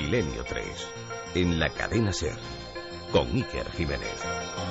Milenio 3, en la cadena SER, con Iker Jiménez.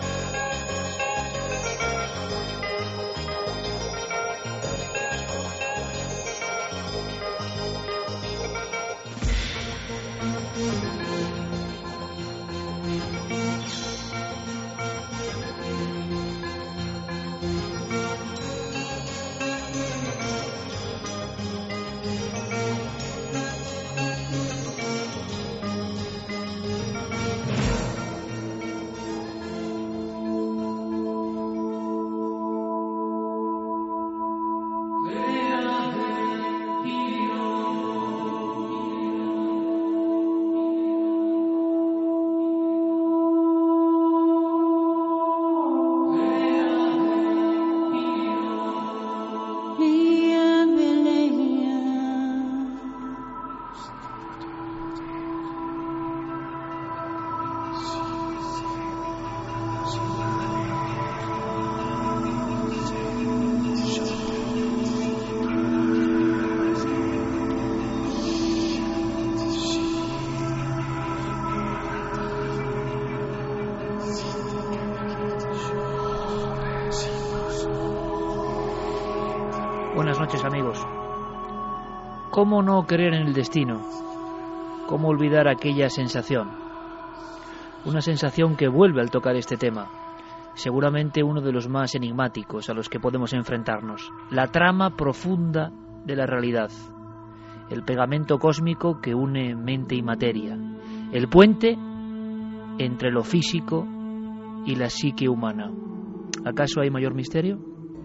Buenas noches, amigos. ¿Cómo no creer en el destino? ¿Cómo olvidar aquella sensación? Una sensación que vuelve al tocar este tema. Seguramente uno de los más enigmáticos a los que podemos enfrentarnos. La trama profunda de la realidad. El pegamento cósmico que une mente y materia. El puente entre lo físico y la psique humana. ¿Acaso hay mayor misterio?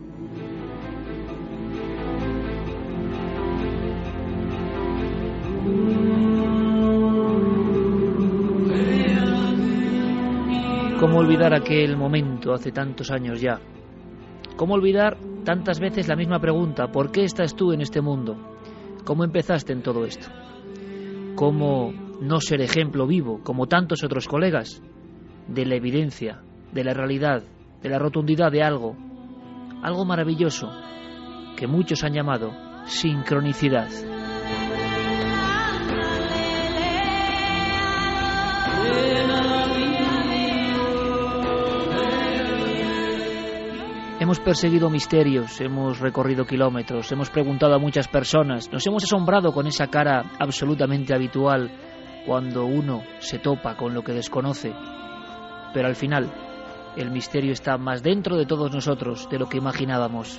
¿Cómo olvidar aquel momento hace tantos años ya? ¿Cómo olvidar tantas veces la misma pregunta? ¿Por qué estás tú en este mundo? ¿Cómo empezaste en todo esto? ¿Cómo no ser ejemplo vivo, como tantos otros colegas, de la evidencia, de la realidad, de la rotundidad de algo maravilloso, que muchos han llamado sincronicidad? Hemos perseguido misterios, hemos recorrido kilómetros, hemos preguntado a muchas personas, nos hemos asombrado con esa cara absolutamente habitual cuando uno se topa con lo que desconoce. Pero al final, el misterio está más dentro de todos nosotros de lo que imaginábamos.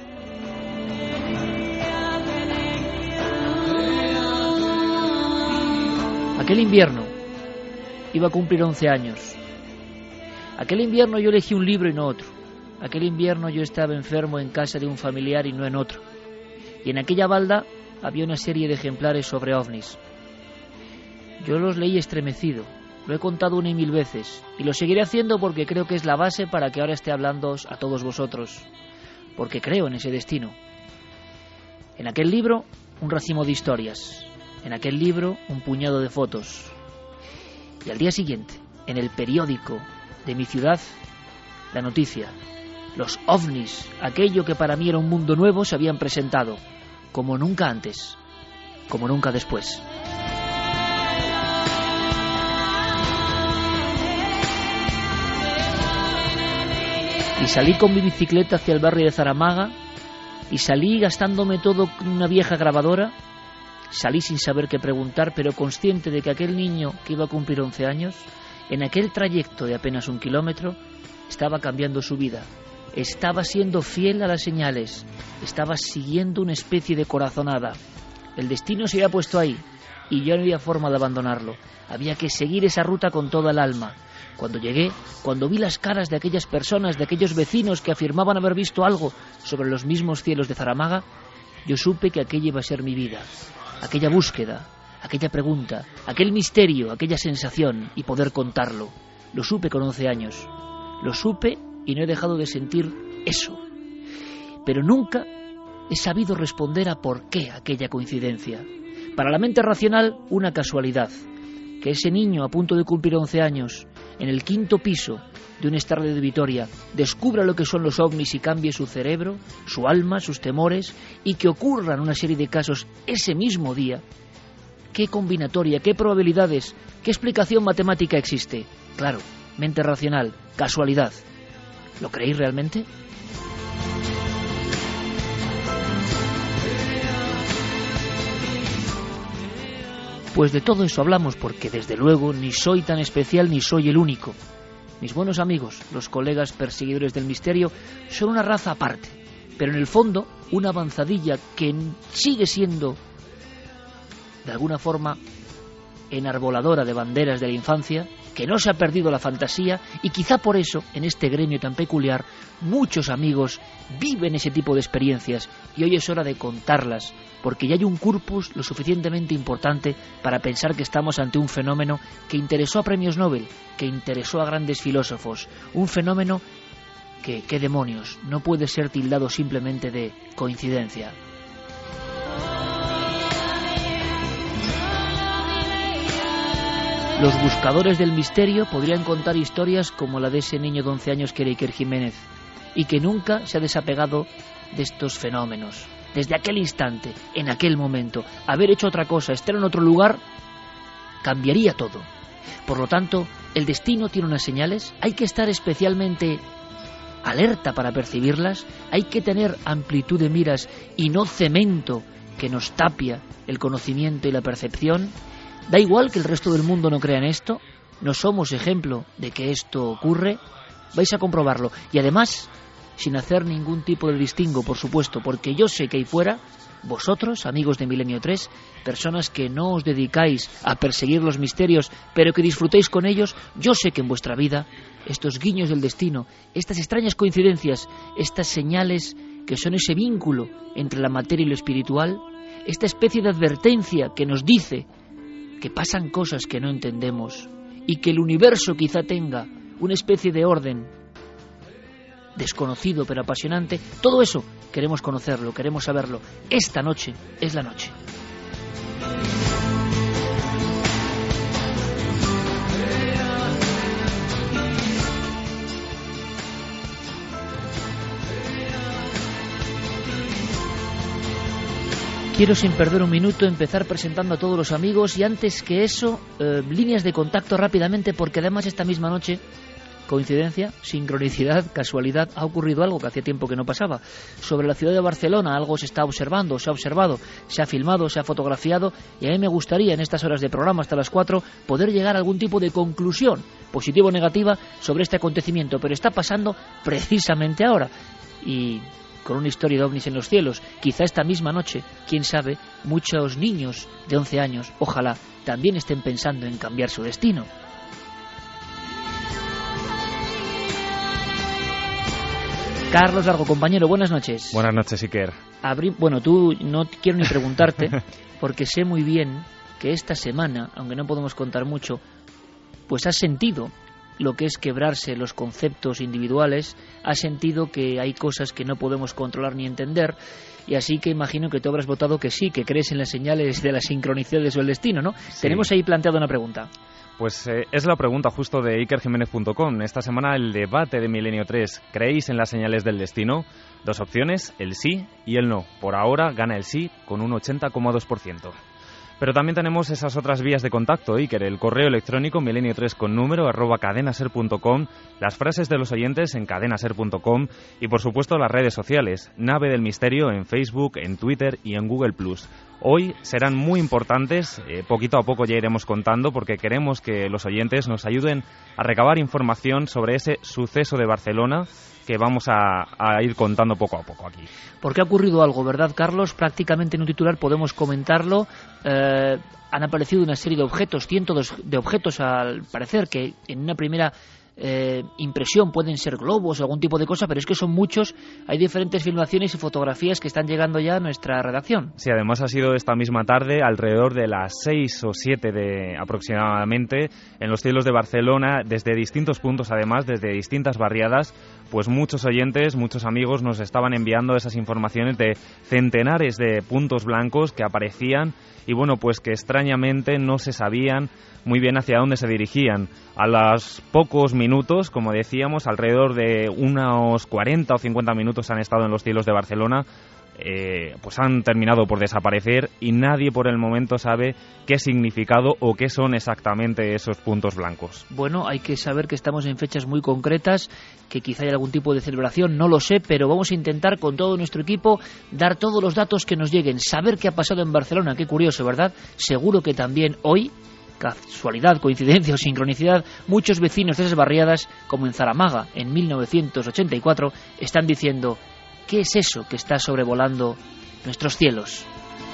Aquel invierno iba a cumplir 11 años. Aquel invierno yo elegí un libro y no otro. Aquel invierno yo estaba enfermo en casa de un familiar y no en otro. Y en aquella balda había una serie de ejemplares sobre ovnis. Yo los leí estremecido. Lo he contado 1 y 1000 veces. Y lo seguiré haciendo porque creo que es la base para que ahora esté hablando a todos vosotros. Porque creo en ese destino. En aquel libro, un racimo de historias. En aquel libro, un puñado de fotos. Y al día siguiente, en el periódico de mi ciudad, la noticia. Los ovnis, aquello que para mí era un mundo nuevo, se habían presentado, como nunca antes, como nunca después. Y salí con mi bicicleta hacia el barrio de Zaramaga, y salí gastándome todo en una vieja grabadora. Salí sin saber qué preguntar, pero consciente de que aquel niño que iba a cumplir 11 años, en aquel trayecto de apenas 1 kilómetro, estaba cambiando su vida. Estaba siendo fiel a las señales, estaba siguiendo una especie de corazonada. El destino se había puesto ahí y ya no había forma de abandonarlo. Había que seguir esa ruta con toda el alma. Cuando llegué, cuando vi las caras de aquellas personas, de aquellos vecinos que afirmaban haber visto algo sobre los mismos cielos de Zaramaga, yo supe que aquella iba a ser mi vida. Aquella búsqueda, aquella pregunta, aquel misterio, aquella sensación y poder contarlo. Lo supe con 11 años. Lo supe y no he dejado de sentir eso. Pero nunca he sabido responder a por qué aquella coincidencia. Para la mente racional, una casualidad. Que ese niño a punto de cumplir 11 años, en el 5º piso de un estadio de Vitoria, descubra lo que son los ovnis y cambie su cerebro, su alma, sus temores, y que ocurran una serie de casos ese mismo día, ¿Qué combinatoria, qué probabilidades, qué explicación matemática existe? Claro, mente racional, casualidad. ¿Lo creéis realmente? Pues de todo eso hablamos, porque desde luego ni soy tan especial ni soy el único. Mis buenos amigos, los colegas perseguidores del misterio, son una raza aparte, pero en el fondo una avanzadilla que sigue siendo, de alguna forma, enarboladora de banderas de la infancia, que no se ha perdido la fantasía, y quizá por eso, en este gremio tan peculiar, muchos amigos viven ese tipo de experiencias, y hoy es hora de contarlas, porque ya hay un corpus lo suficientemente importante para pensar que estamos ante un fenómeno que interesó a premios Nobel, que interesó a grandes filósofos, un fenómeno que, ¿qué demonios?, no puede ser tildado simplemente de coincidencia. Los buscadores del misterio podrían contar historias como la de ese niño de 11 años que era Iker Jiménez, y que nunca se ha desapegado de estos fenómenos. Desde aquel instante, en aquel momento, haber hecho otra cosa, estar en otro lugar, cambiaría todo. Por lo tanto, el destino tiene unas señales, hay que estar especialmente alerta para percibirlas, hay que tener amplitud de miras y no cemento que nos tapia el conocimiento y la percepción. Da igual que el resto del mundo no crea en esto, no somos ejemplo de que esto ocurre, vais a comprobarlo. Y además, sin hacer ningún tipo de distingo, por supuesto, porque yo sé que ahí fuera, vosotros, amigos de Milenio 3, personas que no os dedicáis a perseguir los misterios, pero que disfrutéis con ellos, yo sé que en vuestra vida, estos guiños del destino, estas extrañas coincidencias, estas señales que son ese vínculo entre la materia y lo espiritual, esta especie de advertencia que nos dice que pasan cosas que no entendemos y que el universo quizá tenga una especie de orden desconocido pero apasionante, todo eso queremos conocerlo, queremos saberlo. Esta noche es la noche. Quiero, sin perder un minuto, empezar presentando a todos los amigos, y antes que eso, líneas de contacto rápidamente, porque además esta misma noche, coincidencia, sincronicidad, casualidad, ha ocurrido algo que hacía tiempo que no pasaba. Sobre la ciudad de Barcelona algo se está observando, se ha observado, se ha filmado, se ha fotografiado, y a mí me gustaría en estas horas de programa hasta las 4 poder llegar a algún tipo de conclusión, positiva o negativa, sobre este acontecimiento, pero está pasando precisamente ahora, y con una historia de ovnis en los cielos. Quizá esta misma noche, quién sabe, muchos niños de 11 años, ojalá, también estén pensando en cambiar su destino. Carlos Largo, compañero, buenas noches. Buenas noches, Iker. Bueno, tú no quiero ni preguntarte, porque sé muy bien que esta semana, aunque no podemos contar mucho, pues has sentido lo que es quebrarse los conceptos individuales, has sentido que hay cosas que no podemos controlar ni entender, y así que imagino que tú habrás votado que sí, que crees en las señales de las sincronicidades o el destino, ¿no? Sí. Tenemos ahí planteada una pregunta. Pues es la pregunta justo de ikerjimenez.com. Esta semana el debate de Milenio 3. ¿Creéis en las señales del destino? Dos opciones, el sí y el no. Por ahora gana el sí con un 80,2%. Pero también tenemos esas otras vías de contacto, Iker, el correo electrónico milenio3 con número @cadenaser.com, las frases de los oyentes en cadenaser.com y por supuesto las redes sociales, Nave del Misterio en Facebook, en Twitter y en Google+. Hoy serán muy importantes, poquito a poco ya iremos contando, porque queremos que los oyentes nos ayuden a recabar información sobre ese suceso de Barcelona que vamos a ir contando poco a poco aquí. Porque ha ocurrido algo, ¿verdad, Carlos? Prácticamente en un titular podemos comentarlo. Han aparecido una serie de objetos, cientos de objetos al parecer, que en una primera impresión pueden ser globos o algún tipo de cosa, pero es que son muchos. Hay diferentes filmaciones y fotografías que están llegando ya a nuestra redacción. Sí, además ha sido esta misma tarde, alrededor de las 6 o 7 aproximadamente, en los cielos de Barcelona, desde distintos puntos, además, desde distintas barriadas, pues muchos oyentes, muchos amigos nos estaban enviando esas informaciones de centenares de puntos blancos que aparecían y bueno, pues que extrañamente no se sabían muy bien hacia dónde se dirigían. A los pocos minutos, como decíamos, alrededor de unos 40 o 50 minutos han estado en los cielos de Barcelona, pues han terminado por desaparecer y nadie por el momento sabe qué significado o qué son exactamente esos puntos blancos. Bueno, hay que saber que estamos en fechas muy concretas, que quizá hay algún tipo de celebración, no lo sé, pero vamos a intentar con todo nuestro equipo dar todos los datos que nos lleguen, saber qué ha pasado en Barcelona. Qué curioso, ¿verdad? Seguro que también hoy, casualidad, coincidencia o sincronicidad, muchos vecinos de esas barriadas, como en Zaramaga en 1984, están diciendo: ¿qué es eso que está sobrevolando nuestros cielos?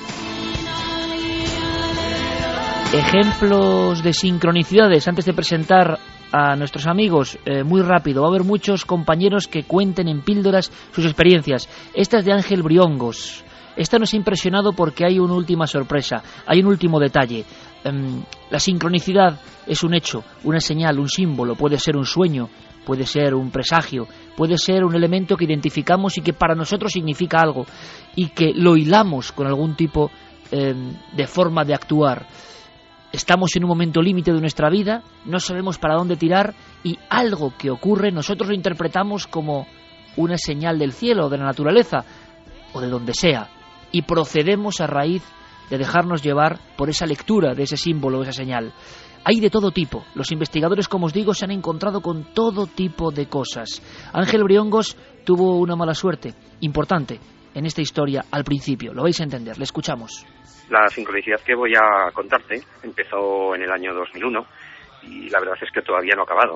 Ejemplos de sincronicidades antes de presentar a nuestros amigos, muy rápido. Va a haber muchos compañeros que cuenten en píldoras sus experiencias. Esta es de Ángel Briongos. Esta nos ha impresionado porque hay una última sorpresa, hay un último detalle. La sincronicidad es un hecho, una señal, un símbolo, puede ser un sueño, puede ser un presagio, puede ser un elemento que identificamos y que para nosotros significa algo y que lo hilamos con algún tipo de forma de actuar. Estamos en un momento límite de nuestra vida, no sabemos para dónde tirar y algo que ocurre nosotros lo interpretamos como una señal del cielo, de la naturaleza o de donde sea, y procedemos a raíz de dejarnos llevar por esa lectura de ese símbolo, esa señal. Hay de todo tipo. Los investigadores, como os digo, se han encontrado con todo tipo de cosas. Ángel Briongos tuvo una mala suerte importante en esta historia al principio. Lo vais a entender. Le escuchamos. La sincronicidad que voy a contarte empezó en el año 2001 y la verdad es que todavía no ha acabado.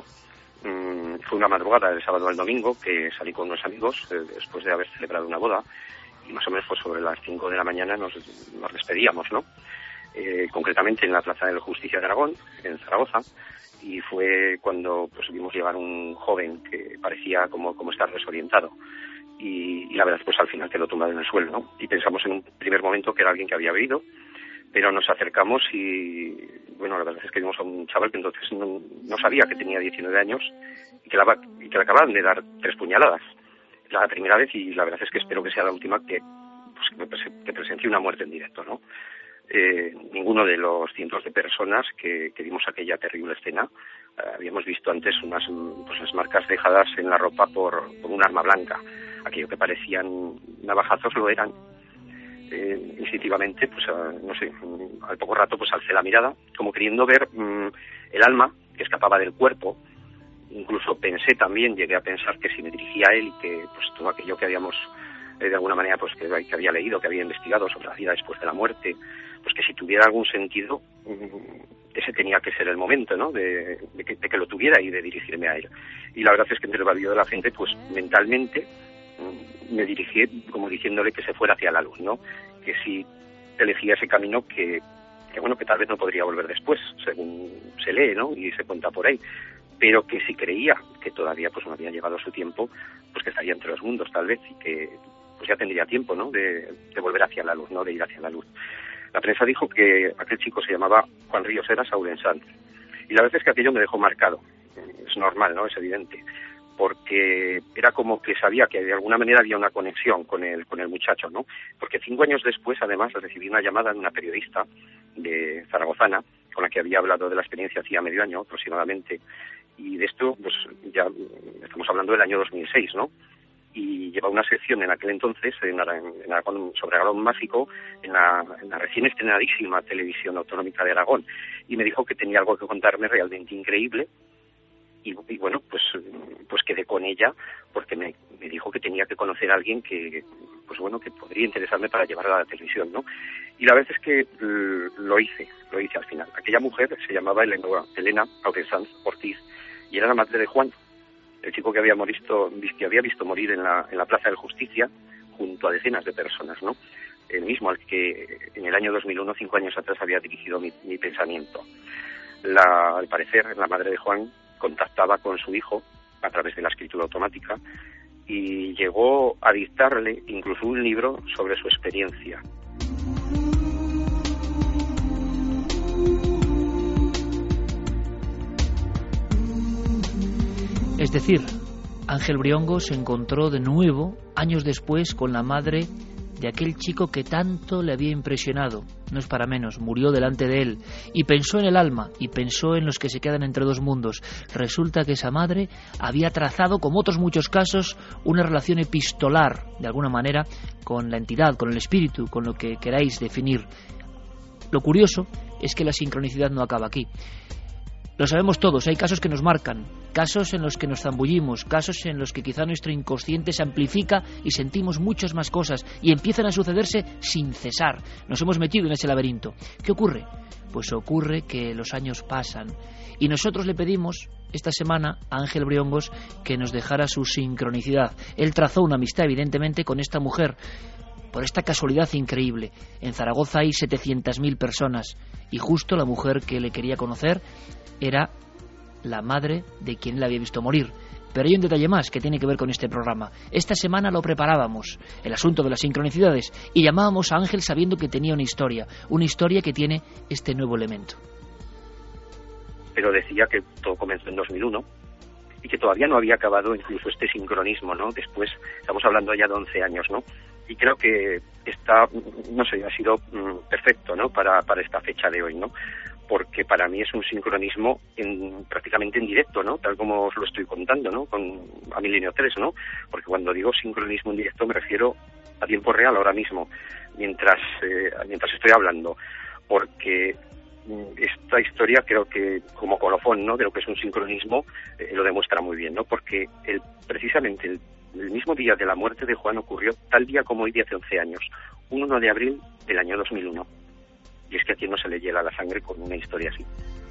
Fue una madrugada del sábado al domingo que salí con unos amigos después de haber celebrado una boda y más o menos pues sobre las 5 de la mañana nos despedíamos, ¿no? Concretamente en la Plaza de la Justicia de Aragón, en Zaragoza, y fue cuando pues vimos llegar un joven que parecía como estar desorientado y la verdad pues al final quedó tumbado en el suelo, ¿no? Y pensamos en un primer momento que era alguien que había bebido, pero nos acercamos y bueno, la verdad es que vimos a un chaval que entonces no sabía que tenía 19 años y que le acababan de dar 3 puñaladas. La primera vez y la verdad es que espero que sea la última que presencie una muerte en directo, ¿no? Ninguno de los cientos de personas que vimos aquella terrible escena habíamos visto antes unas marcas dejadas en la ropa por un arma blanca. Aquello que parecían navajazos lo eran. Instintivamente, pues no sé, al poco rato pues alcé la mirada, como queriendo ver el alma que escapaba del cuerpo. Incluso llegué a pensar que si me dirigía a él y que pues todo aquello que habíamos de alguna manera pues que había leído, que había investigado sobre la vida después de la muerte, pues que si tuviera algún sentido ese tenía que ser el momento, ¿no? de que lo tuviera y de dirigirme a él. Y la verdad es que entre el barullo de la gente pues mentalmente me dirigí como diciéndole que se fuera hacia la luz, ¿no? Que si elegía ese camino que tal vez no podría volver después, según se lee, ¿no? Y se cuenta por ahí, pero que si creía que todavía pues no había llegado su tiempo, pues que estaría entre los mundos tal vez y que pues ya tendría tiempo, ¿no? De volver hacia la luz, ¿no? De ir hacia la luz. La prensa dijo que aquel chico se llamaba Juan Ríos Heras Aurensán y la verdad es que aquello me dejó marcado. Es normal, ¿no? Es evidente, porque era como que sabía que de alguna manera había una conexión con el muchacho, ¿no? Porque 5 años después, además, recibí una llamada de una periodista de zaragozana con la que había hablado de la experiencia hacía medio año aproximadamente, y de esto, pues ya estamos hablando del año 2006, ¿no? Y llevaba una sección en aquel entonces sobre Aragón Mágico en la recién estrenadísima televisión autonómica de Aragón, y me dijo que tenía algo que contarme realmente increíble. Y bueno, pues quedé con ella porque me dijo que tenía que conocer a alguien que podría interesarme para llevarla a la televisión, ¿no? Y la verdad es que lo hice al final. Aquella mujer se llamaba Elena Aurensán Ortiz y era la madre de Juan, el chico que había visto morir en la Plaza de la Justicia junto a decenas de personas, ¿no? El mismo al que en el año 2001, 5 años atrás, había dirigido mi pensamiento. Al parecer, la madre de Juan contactaba con su hijo a través de la escritura automática y llegó a dictarle incluso un libro sobre su experiencia. Es decir, Ángel Briongos se encontró de nuevo, años después, con la madre de aquel chico que tanto le había impresionado. No es para menos, murió delante de él, y pensó en el alma, y pensó en los que se quedan entre dos mundos. Resulta que esa madre había trazado, como otros muchos casos, una relación epistolar, de alguna manera, con la entidad, con el espíritu, con lo que queráis definir. Lo curioso es que la sincronicidad no acaba aquí. Lo sabemos todos, hay casos que nos marcan, casos en los que nos zambullimos, casos en los que quizá nuestro inconsciente se amplifica y sentimos muchas más cosas y empiezan a sucederse sin cesar. Nos hemos metido en ese laberinto. ¿Qué ocurre? Pues ocurre que los años pasan y nosotros le pedimos esta semana a Ángel Briongos que nos dejara su sincronicidad. Él trazó una amistad evidentemente con esta mujer. Por esta casualidad increíble, en Zaragoza hay 700.000 personas y justo la mujer que le quería conocer era la madre de quien él había visto morir. Pero hay un detalle más que tiene que ver con este programa. Esta semana lo preparábamos, el asunto de las sincronicidades, y llamábamos a Ángel sabiendo que tenía una historia que tiene este nuevo elemento. Pero decía que todo comenzó en 2001 y que todavía no había acabado incluso este sincronismo, ¿no? Después, estamos hablando ya de 11 años, ¿no? Y creo que está, no sé, ha sido perfecto, ¿no? Para esta fecha de hoy, ¿no? Porque para mí es un sincronismo prácticamente en directo, ¿no? Tal como os lo estoy contando, ¿no? A Milenio 3, ¿no? Porque cuando digo sincronismo en directo me refiero a tiempo real ahora mismo, mientras estoy hablando, porque esta historia creo que como colofón, ¿no? De lo que es un sincronismo lo demuestra muy bien, ¿no? Porque precisamente el mismo día de la muerte de Juan ocurrió tal día como hoy de hace 11 años, un 1 de abril del año 2001. Y es que a quien no se le hiela la sangre con una historia así.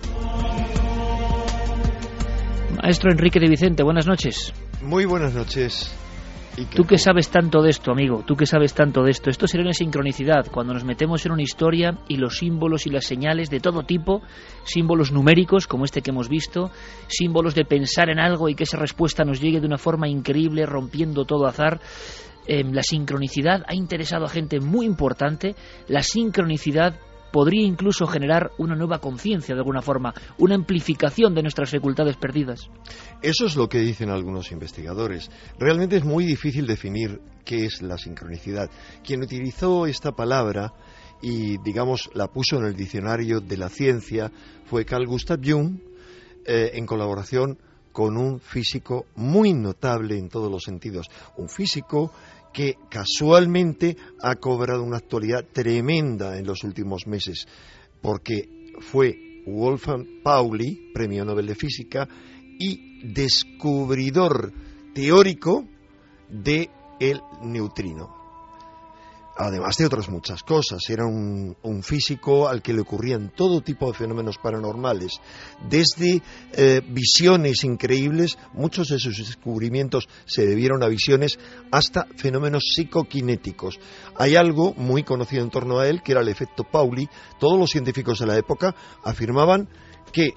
Maestro Enrique de Vicente, buenas noches. Muy buenas noches. Tú que sabes tanto de esto, amigo, tú que sabes tanto de esto. Esto sería una sincronicidad, cuando nos metemos en una historia y los símbolos y las señales de todo tipo, símbolos numéricos como este que hemos visto, símbolos de pensar en algo y que esa respuesta nos llegue de una forma increíble, rompiendo todo azar. La sincronicidad ha interesado a gente muy importante. La sincronicidad podría incluso generar una nueva conciencia de alguna forma, una amplificación de nuestras facultades perdidas. Eso es lo que dicen algunos investigadores. Realmente es muy difícil definir qué es la sincronicidad. Quien utilizó esta palabra y, digamos, la puso en el diccionario de la ciencia fue Carl Gustav Jung, en colaboración con un físico muy notable en todos los sentidos. Un físico que casualmente ha cobrado una actualidad tremenda en los últimos meses, porque fue Wolfgang Pauli, Premio Nobel de Física, y descubridor teórico del neutrino. Además de otras muchas cosas, era un físico al que le ocurrían todo tipo de fenómenos paranormales, desde visiones increíbles, muchos de sus descubrimientos se debieron a visiones, hasta fenómenos psicoquinéticos. Hay algo muy conocido en torno a él, que era el efecto Pauli. Todos los científicos de la época afirmaban que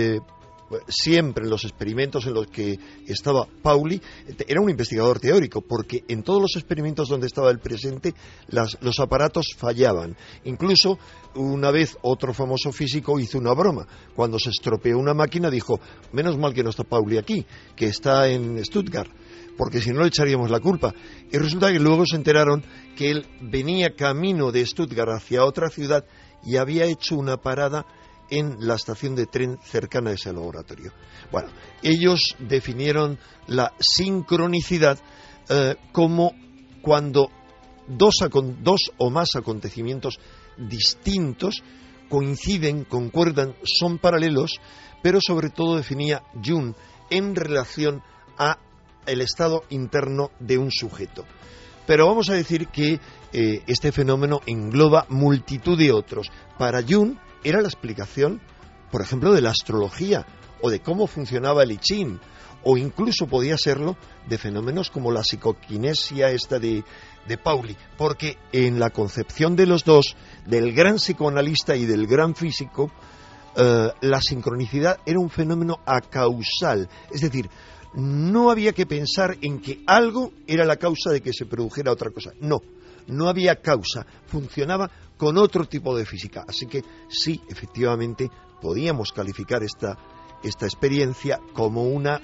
siempre en los experimentos en los que estaba Pauli, era un investigador teórico, porque en todos los experimentos donde estaba él presente, los aparatos fallaban. Incluso, una vez, otro famoso físico hizo una broma. Cuando se estropeó una máquina, dijo: menos mal que no está Pauli aquí, que está en Stuttgart, porque si no le echaríamos la culpa. Y resulta que luego se enteraron que él venía camino de Stuttgart hacia otra ciudad y había hecho una parada en la estación de tren cercana a ese laboratorio. Bueno, ellos definieron la sincronicidad como cuando dos o más acontecimientos distintos coinciden, concuerdan, son paralelos, pero sobre todo definía Jung en relación a el estado interno de un sujeto. Pero vamos a decir que este fenómeno engloba multitud de otros. Para Jung era la explicación, por ejemplo, de la astrología o de cómo funcionaba el I Ching, o incluso podía serlo de fenómenos como la psicoquinesia esta de Pauli, porque en la concepción de los dos, del gran psicoanalista y del gran físico, la sincronicidad era un fenómeno acausal, es decir, no había que pensar en que algo era la causa de que se produjera otra cosa, no había causa, funcionaba con otro tipo de física. Así que sí, efectivamente, podíamos calificar esta experiencia como una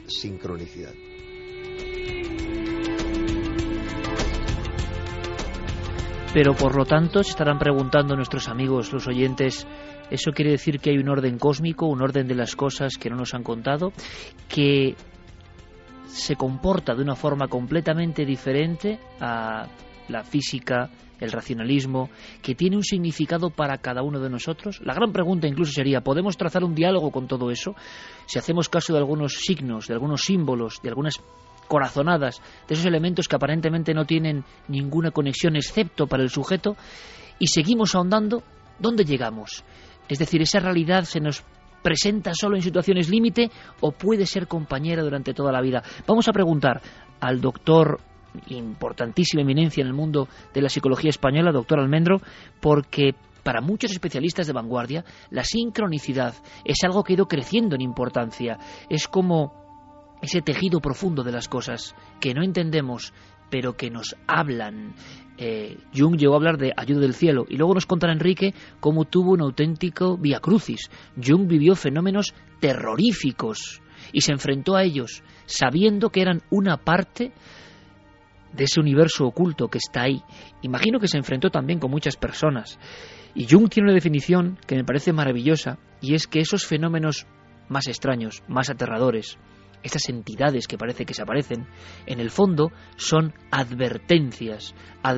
Pero por lo tanto se estarán preguntando nuestros amigos, los oyentes, ¿eso quiere decir que hay un orden cósmico, un orden de las cosas que no nos han contado, que se comporta de una forma completamente diferente a la física, el racionalismo, que tiene un significado para cada uno de nosotros? La gran pregunta incluso sería, ¿podemos trazar un diálogo con todo eso? Si hacemos caso de algunos signos, de algunos símbolos, de algunas corazonadas, de esos elementos que aparentemente no tienen ninguna conexión excepto para el sujeto, y seguimos ahondando, ¿dónde llegamos? Es decir, ¿esa realidad se nos presenta solo en situaciones límite o puede ser compañera durante toda la vida? Vamos a preguntar al doctor, importantísima eminencia en el mundo de la psicología española, doctor Almendro, porque para muchos especialistas de vanguardia la sincronicidad es algo que ha ido creciendo en importancia. Es como ese tejido profundo de las cosas que no entendemos, pero que nos hablan. Jung llegó a hablar de ayuda del cielo, y luego nos contará Enrique cómo tuvo un auténtico vía crucis. Jung vivió fenómenos terroríficos y se enfrentó a ellos, sabiendo que eran una parte de ese universo oculto que está ahí. Imagino que se enfrentó también con muchas personas. Y Jung tiene una definición que me parece maravillosa, y es que esos fenómenos más extraños, más aterradores, estas entidades que parece que se aparecen, en el fondo son advertencias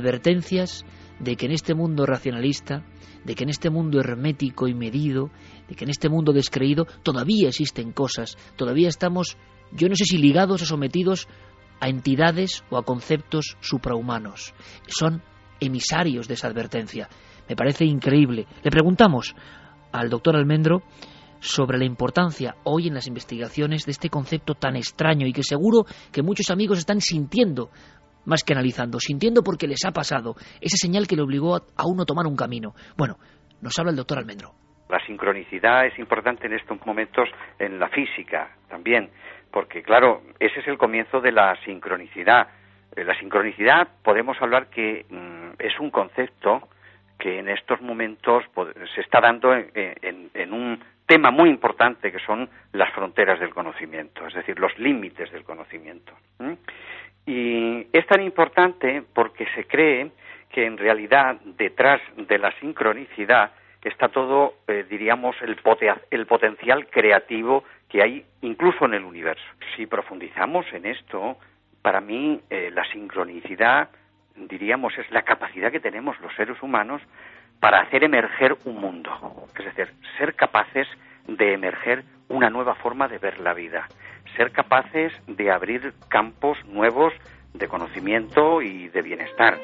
de que en este mundo racionalista, de que en este mundo hermético y medido, de que en este mundo descreído todavía existen cosas, todavía estamos, yo no sé si ligados o sometidos a entidades o a conceptos suprahumanos. Son emisarios de esa advertencia. Me parece increíble. Le preguntamos al doctor Almendro sobre la importancia hoy en las investigaciones de este concepto tan extraño y que seguro que muchos amigos están sintiendo más que analizando, sintiendo porque les ha pasado esa señal que le obligó a uno a tomar un camino. Bueno, nos habla el doctor Almendro. La sincronicidad es importante en estos momentos en la física también, porque claro, ese es el comienzo de la sincronicidad. La sincronicidad podemos hablar que es un concepto que en estos momentos se está dando en un tema muy importante que son las fronteras del conocimiento, es decir, los límites del conocimiento. Y es tan importante porque se cree que en realidad detrás de la sincronicidad está todo, diríamos, el potencial creativo que hay incluso en el universo. Si profundizamos en esto, para mí la sincronicidad, diríamos, es la capacidad que tenemos los seres humanos para hacer emerger un mundo, es decir, ser capaces de emerger una nueva forma de ver la vida, ser capaces de abrir campos nuevos de conocimiento y de bienestar.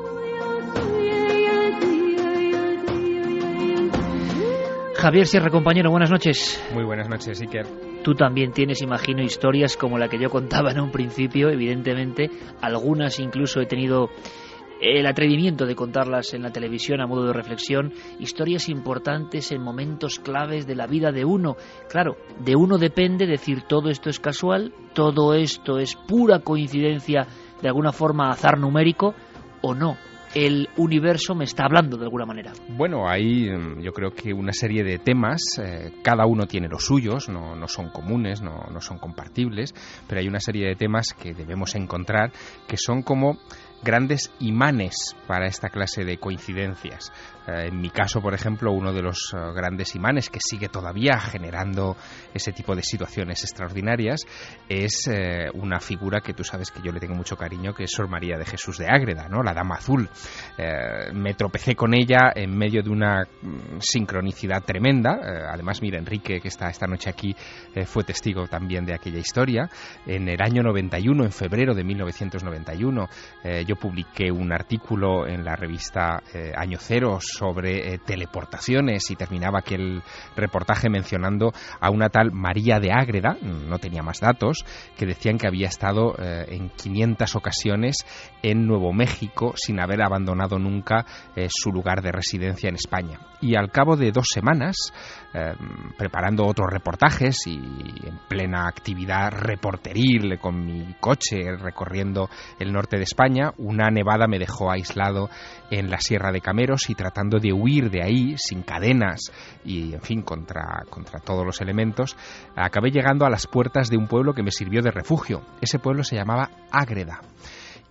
Javier Sierra, compañero, buenas noches. Muy buenas noches, Iker. Tú también tienes, imagino, historias como la que yo contaba en un principio, evidentemente. Algunas incluso he tenido el atrevimiento de contarlas en la televisión a modo de reflexión. Historias importantes en momentos claves de la vida de uno. Claro, de uno depende decir todo esto es casual, todo esto es pura coincidencia, de alguna forma azar numérico, o no. El universo me está hablando de alguna manera. Bueno, hay yo creo que una serie de temas, cada uno tiene los suyos, no son comunes, no son compartibles, pero hay una serie de temas que debemos encontrar que son como grandes imanes para esta clase de coincidencias. En mi caso, por ejemplo, uno de los grandes imanes que sigue todavía generando ese tipo de situaciones extraordinarias es una figura que tú sabes que yo le tengo mucho cariño, que es Sor María de Jesús de Ágreda, ¿no? La Dama Azul. Me tropecé con ella en medio de una sincronicidad tremenda. Además, mira, Enrique, que está esta noche aquí, fue testigo también de aquella historia. En el año 91, en febrero de 1991, yo publiqué un artículo en la revista Año Cero sobre teleportaciones y terminaba aquel reportaje mencionando a una tal María de Ágreda, no tenía más datos, que decían que había estado en 500 ocasiones en Nuevo México sin haber abandonado nunca su lugar de residencia en España. Y al cabo de 2 semanas, preparando otros reportajes y en plena actividad reporteril con mi coche recorriendo el norte de España, una nevada me dejó aislado en la Sierra de Cameros y tratando de huir de ahí sin cadenas y, en fin, contra todos los elementos, acabé llegando a las puertas de un pueblo que me sirvió de refugio. Ese pueblo se llamaba Ágreda.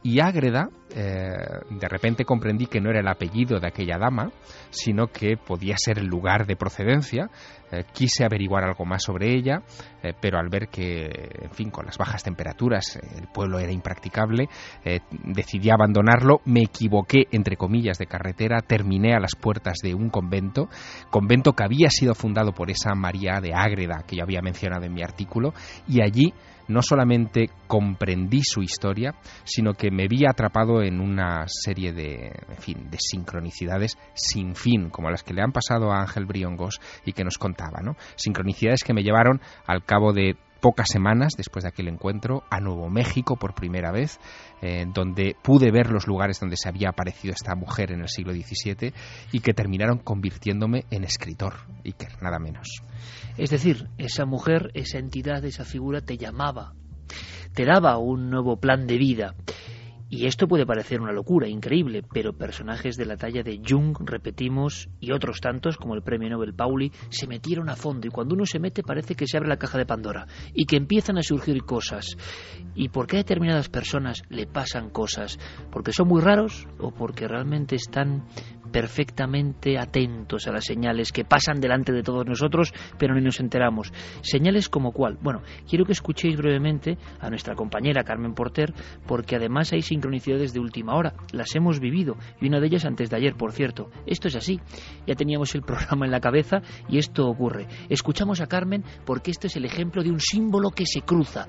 Y Ágreda, de repente comprendí que no era el apellido de aquella dama, sino que podía ser el lugar de procedencia. Quise averiguar algo más sobre ella, pero al ver que, en fin, con las bajas temperaturas el pueblo era impracticable, decidí abandonarlo. Me equivoqué, entre comillas, de carretera, terminé a las puertas de un convento que había sido fundado por esa María de Ágreda que yo había mencionado en mi artículo, y allí no solamente comprendí su historia, sino que me vi atrapado en una serie de sincronicidades sin fin, como las que le han pasado a Ángel Briongos y que nos contaba, ¿no? Sincronicidades que me llevaron al cabo de pocas semanas después de aquel encuentro a Nuevo México por primera vez, donde pude ver los lugares donde se había aparecido esta mujer en el siglo XVII y que terminaron convirtiéndome en escritor, Iker, nada menos. Es decir, esa mujer, esa entidad, esa figura te llamaba, te daba un nuevo plan de vida. Y esto puede parecer una locura, increíble, pero personajes de la talla de Jung, repetimos, y otros tantos, como el premio Nobel Pauli, se metieron a fondo, y cuando uno se mete parece que se abre la caja de Pandora, y que empiezan a surgir cosas. ¿Y por qué a determinadas personas le pasan cosas? ¿Porque son muy raros o porque realmente están perfectamente atentos a las señales que pasan delante de todos nosotros, pero ni nos enteramos? ¿Señales como cuál? Bueno, quiero que escuchéis brevemente a nuestra compañera Carmen Porter, porque además hay sincronicidades de última hora, las hemos vivido, y una de ellas antes de ayer, por cierto. Esto es así, ya teníamos el programa en la cabeza y esto ocurre. Escuchamos a Carmen porque este es el ejemplo de un símbolo que se cruza,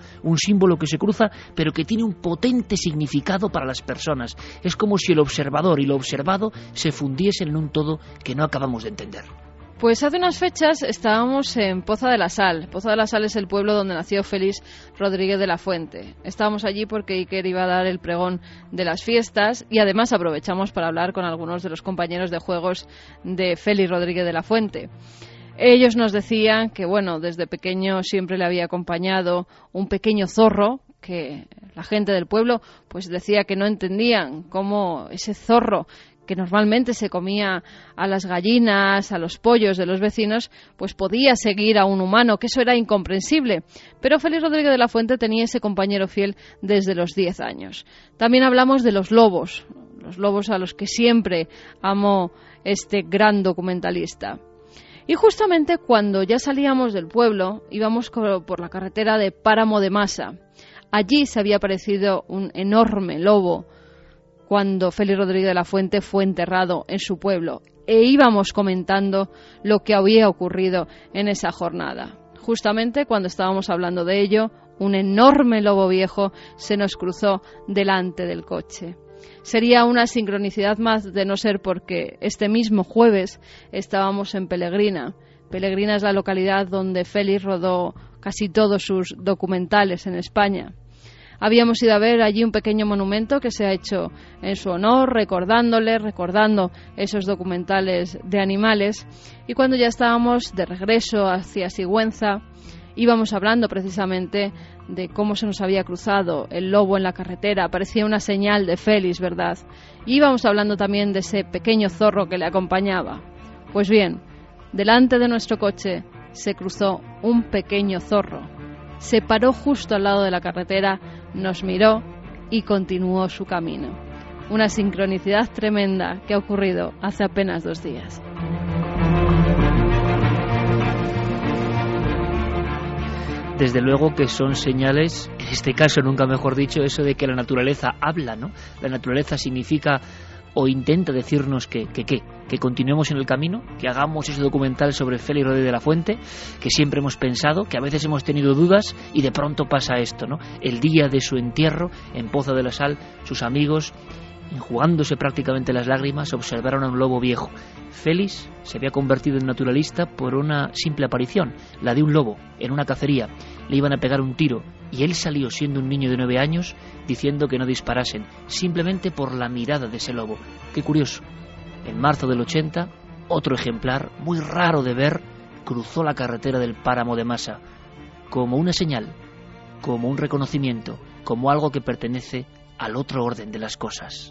pero que tiene un potente significado para las personas. Es como si el observador y lo observado se fundiesen en un todo que no acabamos de entender. Pues hace unas fechas estábamos en Poza de la Sal. Poza de la Sal es el pueblo donde nació Félix Rodríguez de la Fuente. Estábamos allí porque Iker iba a dar el pregón de las fiestas y además aprovechamos para hablar con algunos de los compañeros de juegos de Félix Rodríguez de la Fuente. Ellos nos decían que, bueno, desde pequeño siempre le había acompañado un pequeño zorro, que la gente del pueblo pues decía que no entendían cómo ese zorro, que normalmente se comía a las gallinas, a los pollos de los vecinos, pues podía seguir a un humano, que eso era incomprensible. Pero Félix Rodríguez de la Fuente tenía ese compañero fiel desde los 10 años. También hablamos de los lobos a los que siempre amó este gran documentalista. Y justamente cuando ya salíamos del pueblo, íbamos por la carretera de Páramo de Masa. Allí se había aparecido un enorme lobo cuando Félix Rodríguez de la Fuente fue enterrado en su pueblo, e íbamos comentando lo que había ocurrido en esa jornada. Justamente cuando estábamos hablando de ello, un enorme lobo viejo se nos cruzó delante del coche. Sería una sincronicidad más de no ser porque este mismo jueves estábamos en Pelegrina. Pelegrina es la localidad donde Félix rodó casi todos sus documentales en España. Habíamos ido a ver allí un pequeño monumento que se ha hecho en su honor, recordando esos documentales de animales. Y cuando ya estábamos de regreso hacia Sigüenza, íbamos hablando precisamente de cómo se nos había cruzado el lobo en la carretera. Parecía una señal de Félix, ¿verdad? Y íbamos hablando también de ese pequeño zorro que le acompañaba. Pues bien, delante de nuestro coche se cruzó un pequeño zorro. Se paró justo al lado de la carretera, nos miró y continuó su camino. Una sincronicidad tremenda que ha ocurrido hace apenas 2 días. Desde luego que son señales, en este caso nunca mejor dicho, eso de que la naturaleza habla, ¿no? La naturaleza significa o intenta decirnos que continuemos en el camino, que hagamos ese documental sobre Félix Rodríguez de la Fuente, que siempre hemos pensado, que a veces hemos tenido dudas y de pronto pasa esto, ¿no? El día de su entierro en Poza de la Sal, sus amigos, enjugándose prácticamente las lágrimas, observaron a un lobo viejo. Félix se había convertido en naturalista por una simple aparición, la de un lobo, en una cacería. Le iban a pegar un tiro y él salió siendo un niño de 9 años diciendo que no disparasen, simplemente por la mirada de ese lobo. Qué curioso. En marzo del 80, otro ejemplar, muy raro de ver, cruzó la carretera del Páramo de Masa, como una señal, como un reconocimiento, como algo que pertenece al otro orden de las cosas.